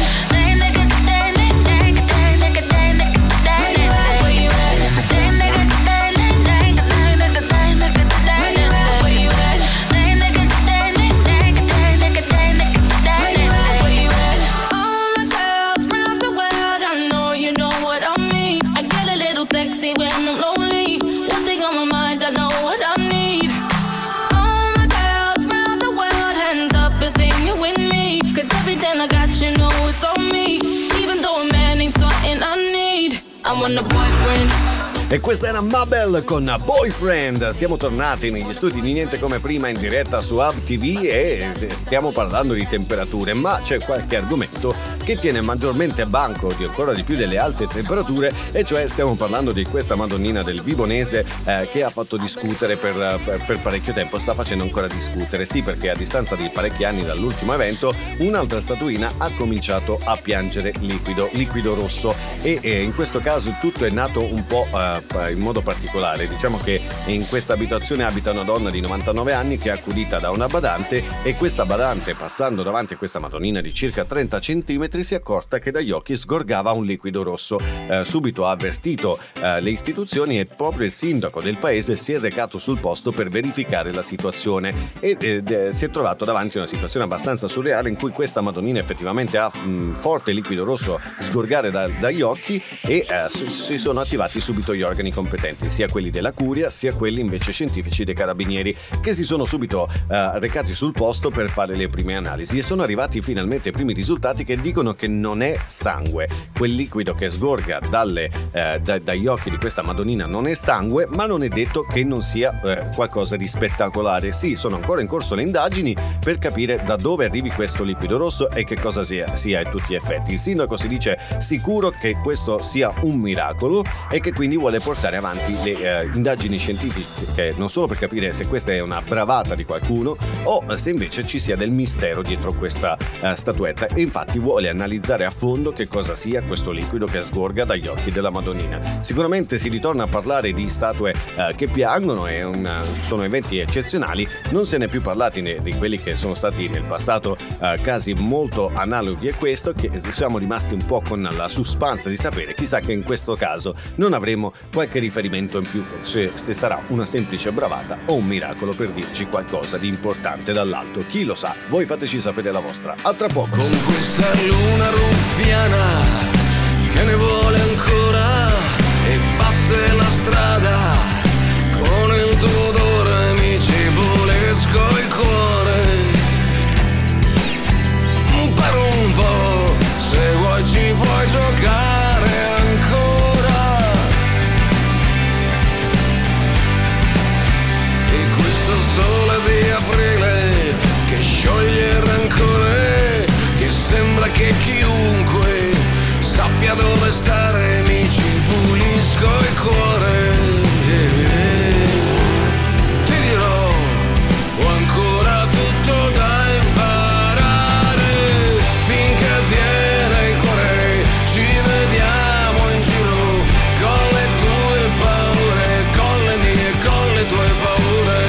E questa era Mabel con Boyfriend. Siamo tornati negli studi di Niente Come Prima in diretta su Hub TV e stiamo parlando di temperature, ma c'è qualche argomento che tiene maggiormente banco ancora di più delle alte temperature, e cioè stiamo parlando di questa Madonnina del Vibonese che ha fatto discutere per parecchio tempo, sta facendo ancora discutere, sì, perché a distanza di parecchi anni dall'ultimo evento un'altra statuina ha cominciato a piangere liquido rosso e in questo caso tutto è nato un po' in modo particolare. Diciamo che in questa abitazione abita una donna di 99 anni che è accudita da una badante, e questa badante, passando davanti a questa Madonnina di circa 30 centimetri, si è accorta che dagli occhi sgorgava un liquido rosso. Subito ha avvertito le istituzioni e proprio il sindaco del paese si è recato sul posto per verificare la situazione e si è trovato davanti a una situazione abbastanza surreale in cui questa Madonnina effettivamente ha forte liquido rosso sgorgare dagli occhi e si sono attivati subito gli organi competenti, sia quelli della curia sia quelli invece scientifici dei carabinieri, che si sono subito recati sul posto per fare le prime analisi e sono arrivati finalmente i primi risultati che dicono che non è sangue. Quel liquido che sgorga dagli occhi di questa Madonnina non è sangue, ma non è detto che non sia qualcosa di spettacolare. Sì, sono ancora in corso le indagini per capire da dove arrivi questo liquido rosso e che cosa sia a tutti gli effetti. Il sindaco si dice sicuro che questo sia un miracolo e che quindi vuole portare avanti le indagini scientifiche, non solo per capire se questa è una bravata di qualcuno o se invece ci sia del mistero dietro questa statuetta, e infatti vuole analizzare a fondo che cosa sia questo liquido che sgorga dagli occhi della Madonnina. Sicuramente si ritorna a parlare di statue che piangono, sono eventi eccezionali, non se ne è più parlati di quelli che sono stati nel passato casi molto analoghi a questo, che siamo rimasti un po' con la suspense di sapere, chissà che in questo caso non avremo qualche riferimento in più, se sarà una semplice bravata o un miracolo per dirci qualcosa di importante dall'alto. Chi lo sa? Voi fateci sapere la vostra. A tra poco. Con questa luna ruffiana che ne vuole ancora e batte la strada, con il tuo odore mi ci pulisco il cuore. Per un po', se vuoi ci puoi giocare ancora. E questo sole di aprile che scioglie il rancore, che sembra che chiunque sappia dove stare, mi ci pulisco il cuore. Ti dirò, ho ancora tutto da imparare, finché tiene il cuore, ci vediamo in giro, con le tue paure, con le mie, con le tue paure.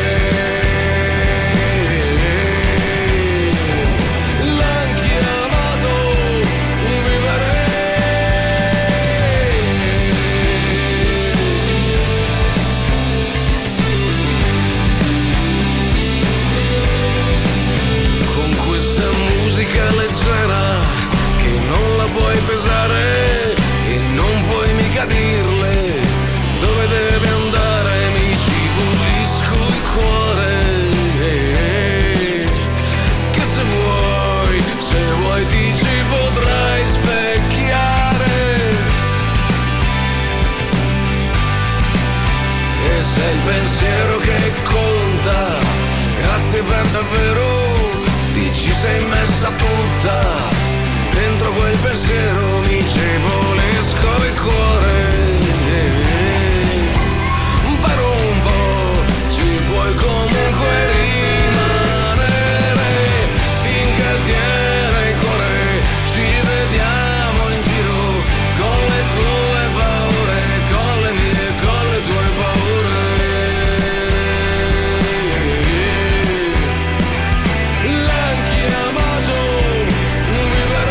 L'han chiamato vivere. Con questa musica leggera che non la puoi pesare e non puoi mica dirle dove deve andare, mi ci pulisco il cuore. Che se vuoi ti ci potrai specchiare. E se il pensiero che conta, grazie per davvero, ti ci sei messa tutta, dentro quel pensiero mi ci pulisco il cuore. Per un po' ci puoi comunque rimanere, finché tiene il cuore, ci vediamo in giro, con le tue paure, con le mie, con le tue paure. L'han chiamato vivere.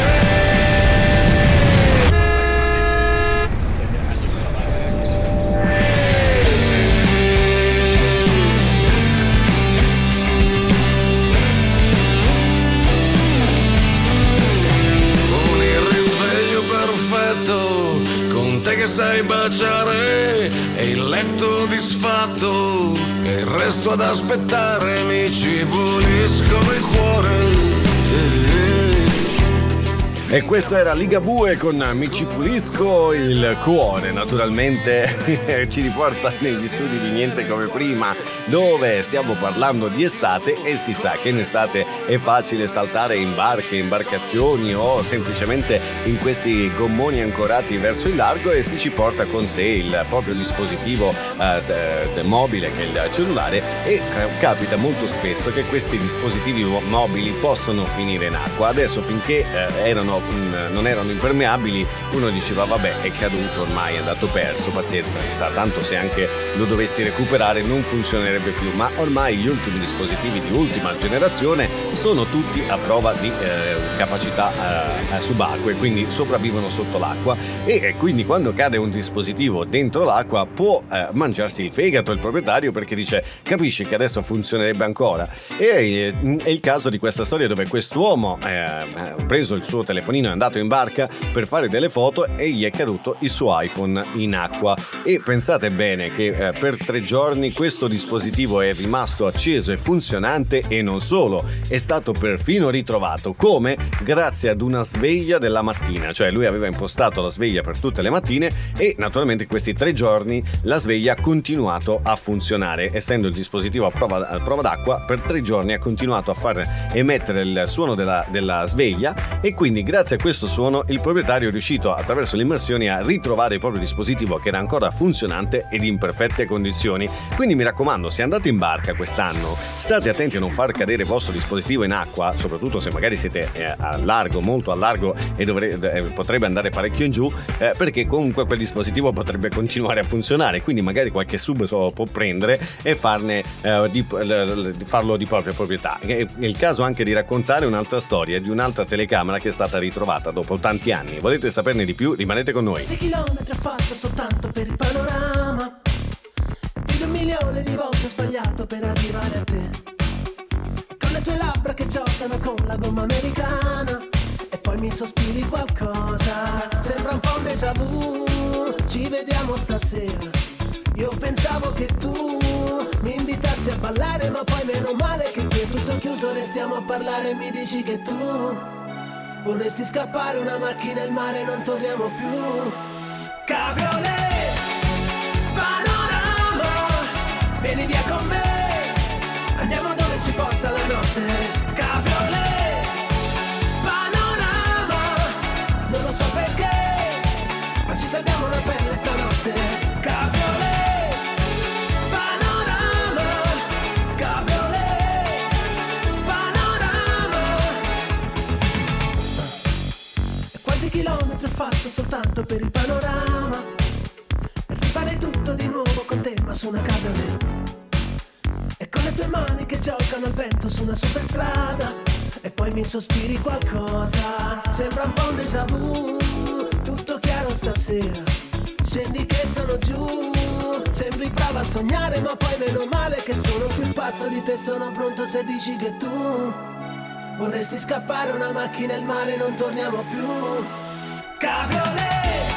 Con il risveglio perfetto, con te che sai baciare e il letto disfatto e il resto ad aspettare, mi ci pulisco il cuore. E questo era Ligabue con Mi ci pulisco il cuore. Naturalmente ci riporta negli studi di Niente come prima, dove stiamo parlando di estate e si sa che in estate è facile saltare in barche, imbarcazioni o semplicemente in questi gommoni ancorati verso il largo e si ci porta con sé il proprio dispositivo mobile, che è il cellulare, e capita molto spesso che questi dispositivi mobili possono finire in acqua. Adesso, finché non erano impermeabili, uno diceva vabbè, è caduto, ormai è andato perso, pazienza, tanto se anche lo dovessi recuperare non funzionerebbe più. Ma ormai gli ultimi dispositivi di ultima generazione sono tutti a prova di capacità subacquee, quindi sopravvivono sotto l'acqua, e quindi quando cade un dispositivo dentro l'acqua può mangiarsi il fegato il proprietario, perché dice capisci che adesso funzionerebbe ancora. E è il caso di questa storia dove quest'uomo ha preso il suo telefono telefonino è andato in barca per fare delle foto e gli è caduto il suo iPhone in acqua. E pensate bene che per 3 giorni questo dispositivo è rimasto acceso e funzionante, e non solo, è stato perfino ritrovato. Come? Grazie ad una sveglia della mattina. Cioè lui aveva impostato la sveglia per tutte le mattine e naturalmente in questi 3 giorni la sveglia ha continuato a funzionare. Essendo il dispositivo a prova d'acqua, per 3 giorni ha continuato a far emettere il suono della sveglia, e quindi grazie a questo suono il proprietario è riuscito attraverso le immersioni a ritrovare il proprio dispositivo che era ancora funzionante ed in perfette condizioni. Quindi mi raccomando, se andate in barca quest'anno, state attenti a non far cadere il vostro dispositivo in acqua, soprattutto se magari siete a largo, molto a largo, e potrebbe andare parecchio in giù, perché comunque quel dispositivo potrebbe continuare a funzionare. Quindi magari qualche sub può prendere e farlo di propria proprietà. È il caso anche di raccontare un'altra storia di un'altra telecamera che è stata ritrovata dopo tanti anni. Volete saperne di più? Rimanete con noi. Di chilometri ho fatto soltanto per il panorama, più di 1 milione di volte ho sbagliato per arrivare a te, con le tue labbra che giocano con la gomma americana, e poi mi sospiri qualcosa, sembra un po' un déjà vu. Ci vediamo stasera, io pensavo che tu mi invitassi a ballare, ma poi meno male che qui è tutto chiuso, restiamo a parlare e mi dici che tu vorresti scappare, una macchina e il mare, non torniamo più. Cabriolet, panorama, vieni via con me, andiamo dove ci porta la notte. Cabriolet, panorama, non lo so perché, ma ci salviamo la pelle stanotte. Cabriolet, panorama, cabriolet, panorama. E quanti chilometri ho fatto soltanto per il panorama, per rifare tutto di nuovo con te, ma su una cabriolet, e con le tue mani che giocano al vento su una superstrada, e poi mi sospiri qualcosa, sembra un po' un déjà vu. Tutto chiaro stasera, scendi che sono giù, sembri brava a sognare, ma poi meno male che sono più pazzo di te, sono pronto se dici che tu vorresti scappare, una macchina e il mare, non torniamo più. Cabriolet,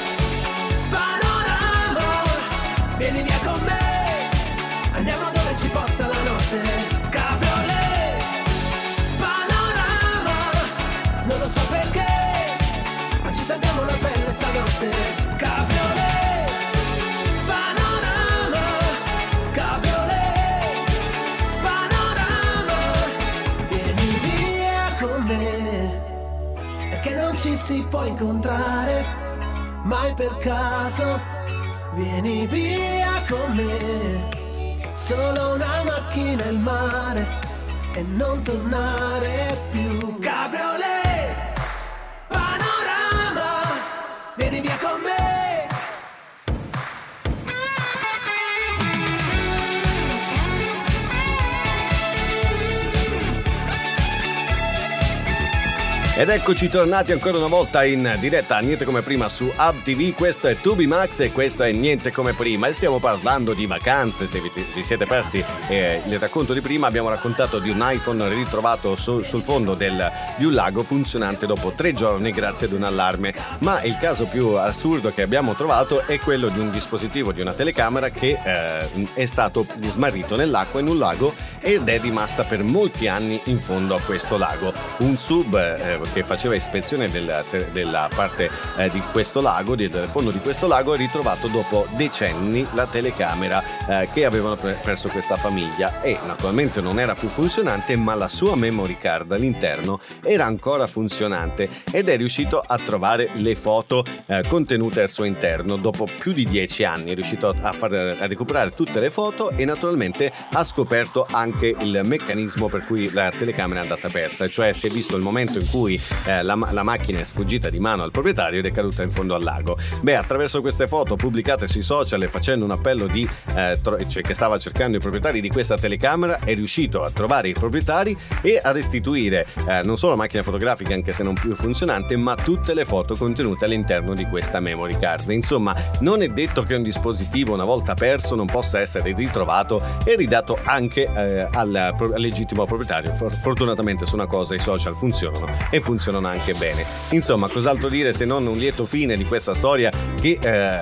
panorama, vieni via con me, andiamo dove ci porta la notte. Cabriolet, panorama, non lo so perché, ma ci salviamo la pelle stanotte. Cabriolet, panorama, cabriolet, panorama, vieni via con me, è che non ci si può incontrare mai per caso. Vieni via con me, solo una macchina e il mare, e non tornare più. Cabriolet, panorama, vieni via con me. Ed eccoci tornati ancora una volta in diretta a Niente Come Prima su Hub TV. Questo è Tubi Max e questo è Niente Come Prima, e stiamo parlando di vacanze. Se vi siete persi il racconto di prima, abbiamo raccontato di un iPhone ritrovato sul fondo di un lago, funzionante dopo 3 giorni grazie ad un allarme. Ma il caso più assurdo che abbiamo trovato è quello di un dispositivo, di una telecamera che è stato smarrito nell'acqua in un lago ed è rimasta per molti anni in fondo a questo lago. Un sub che faceva ispezione della parte di questo lago, del fondo di questo lago, ha ritrovato dopo decenni la telecamera che avevano perso questa famiglia, e naturalmente non era più funzionante, ma la sua memory card all'interno era ancora funzionante, ed è riuscito a trovare le foto contenute al suo interno. Dopo più di 10 anni è riuscito a recuperare tutte le foto, e naturalmente ha scoperto anche il meccanismo per cui la telecamera è andata persa, cioè si è visto il momento in cui la macchina è sfuggita di mano al proprietario ed è caduta in fondo al lago. Attraverso queste foto pubblicate sui social e facendo un appello che stava cercando i proprietari di questa telecamera, è riuscito a trovare i proprietari e a restituire non solo la macchina fotografica, anche se non più funzionante, ma tutte le foto contenute all'interno di questa memory card. Insomma, non è detto che un dispositivo una volta perso non possa essere ritrovato e ridato anche al legittimo proprietario. Fortunatamente su una cosa i social funzionano e e funzionano anche bene. Insomma, cos'altro dire se non un lieto fine di questa storia che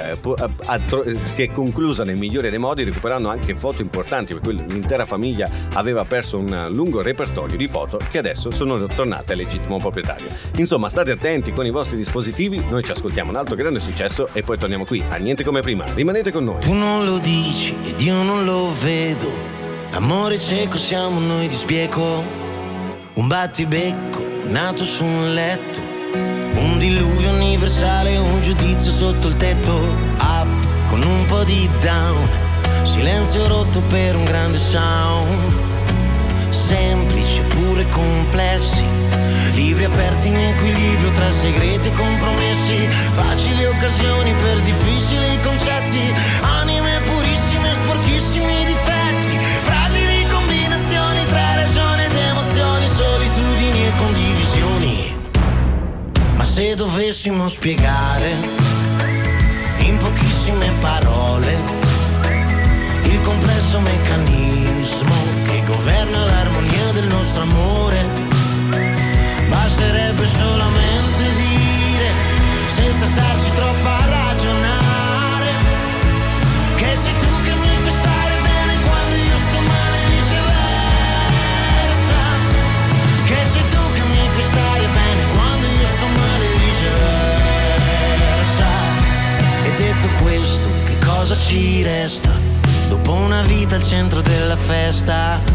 si è conclusa nel migliore dei modi, recuperando anche foto importanti, per cui l'intera famiglia aveva perso un lungo repertorio di foto che adesso sono tornate al legittimo proprietario. Insomma, state attenti con i vostri dispositivi, noi ci ascoltiamo un altro grande successo e poi torniamo qui a Niente Come Prima. Rimanete con noi. Tu non lo dici ed io non lo vedo, l'amore cieco siamo noi di sbieco, un battibecco nato su un letto, un diluvio universale, un giudizio sotto il tetto, up con un po' di down, silenzio rotto per un grande sound, semplici pure complessi, libri aperti in equilibrio tra segreti e compromessi, facili occasioni per difficili concetti, anime purissime, sporchissimi difetti, fragili combinazioni tra ragione ed emozioni, solitudini e condivisioni. Ma se dovessimo spiegare in pochissime parole il complesso meccanismo che governa l'armonia del nostro amore, basterebbe solamente dire, senza starci troppo a ragionare, che sei tu che mi fai stare bene quando io sto male e viceversa, che sei tu che mi fai stare bene quando io sto male e viceversa. E detto questo, che cosa ci resta dopo una vita al centro della festa?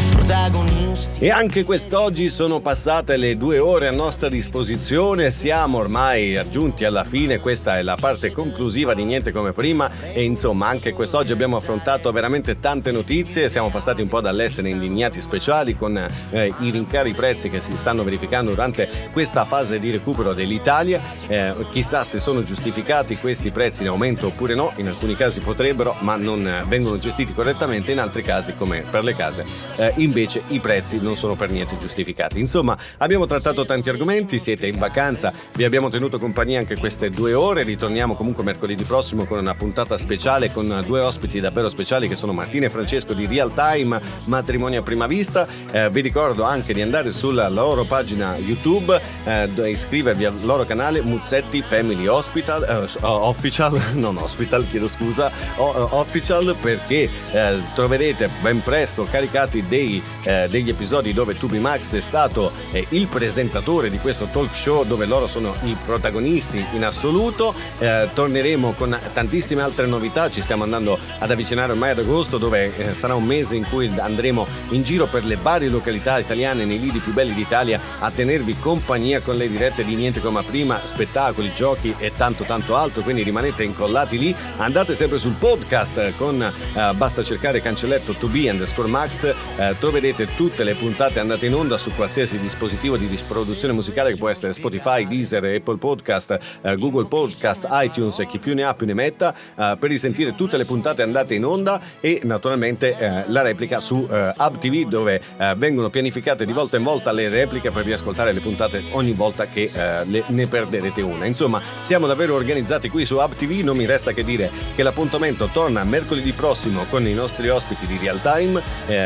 E anche quest'oggi sono passate le 2 ore a nostra disposizione, siamo ormai giunti alla fine, questa è la parte conclusiva di Niente Come Prima e insomma anche quest'oggi abbiamo affrontato veramente tante notizie, siamo passati un po' dall'essere indignati speciali con i rincari prezzi che si stanno verificando durante questa fase di recupero dell'Italia, chissà se sono giustificati questi prezzi in aumento oppure no, in alcuni casi potrebbero ma non vengono gestiti correttamente, in altri casi come per le case invece i prezzi non sono per niente giustificati. Insomma, abbiamo trattato tanti argomenti, siete in vacanza, vi abbiamo tenuto compagnia anche queste 2 ore, ritorniamo comunque mercoledì prossimo con una puntata speciale con 2 ospiti davvero speciali che sono Martina e Francesco di Real Time Matrimonio a Prima Vista. Vi ricordo anche di andare sulla loro pagina YouTube, iscrivervi al loro canale Muzzetti Family Hospital, Official, non Hospital, chiedo scusa, Official, perché troverete ben presto caricati degli episodi dove Tubi Max è stato il presentatore di questo talk show dove loro sono i protagonisti in assoluto. Torneremo con tantissime altre novità, ci stiamo andando ad avvicinare ormai ad agosto dove sarà un mese in cui andremo in giro per le varie località italiane nei lidi più belli d'Italia a tenervi compagnia con le dirette di Niente Come Prima, spettacoli, giochi e tanto altro, quindi rimanete incollati lì, andate sempre sul podcast con basta cercare cancelletto @2B_Max, troverete tutte le puntate andate in onda su qualsiasi dispositivo di produzione musicale che può essere Spotify, Deezer, Apple Podcast, Google Podcast, iTunes e chi più ne ha più ne metta, per risentire tutte le puntate andate in onda e naturalmente la replica su Hub TV dove vengono pianificate di volta in volta le repliche per riascoltare le puntate ogni volta che ne perderete una. Insomma, siamo davvero organizzati qui su Hub TV, non mi resta che dire che l'appuntamento torna mercoledì prossimo con i nostri ospiti di Real Time,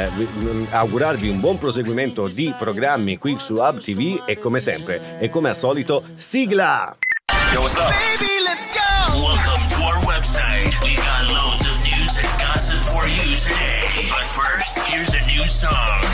augurarvi un buon proseguimento di programmi qui su Hub TV e come sempre e come al solito sigla! Yo, what's up? Baby, let's go! Welcome to our website. We got loads of news and gossip for you today. But first, here's a new song.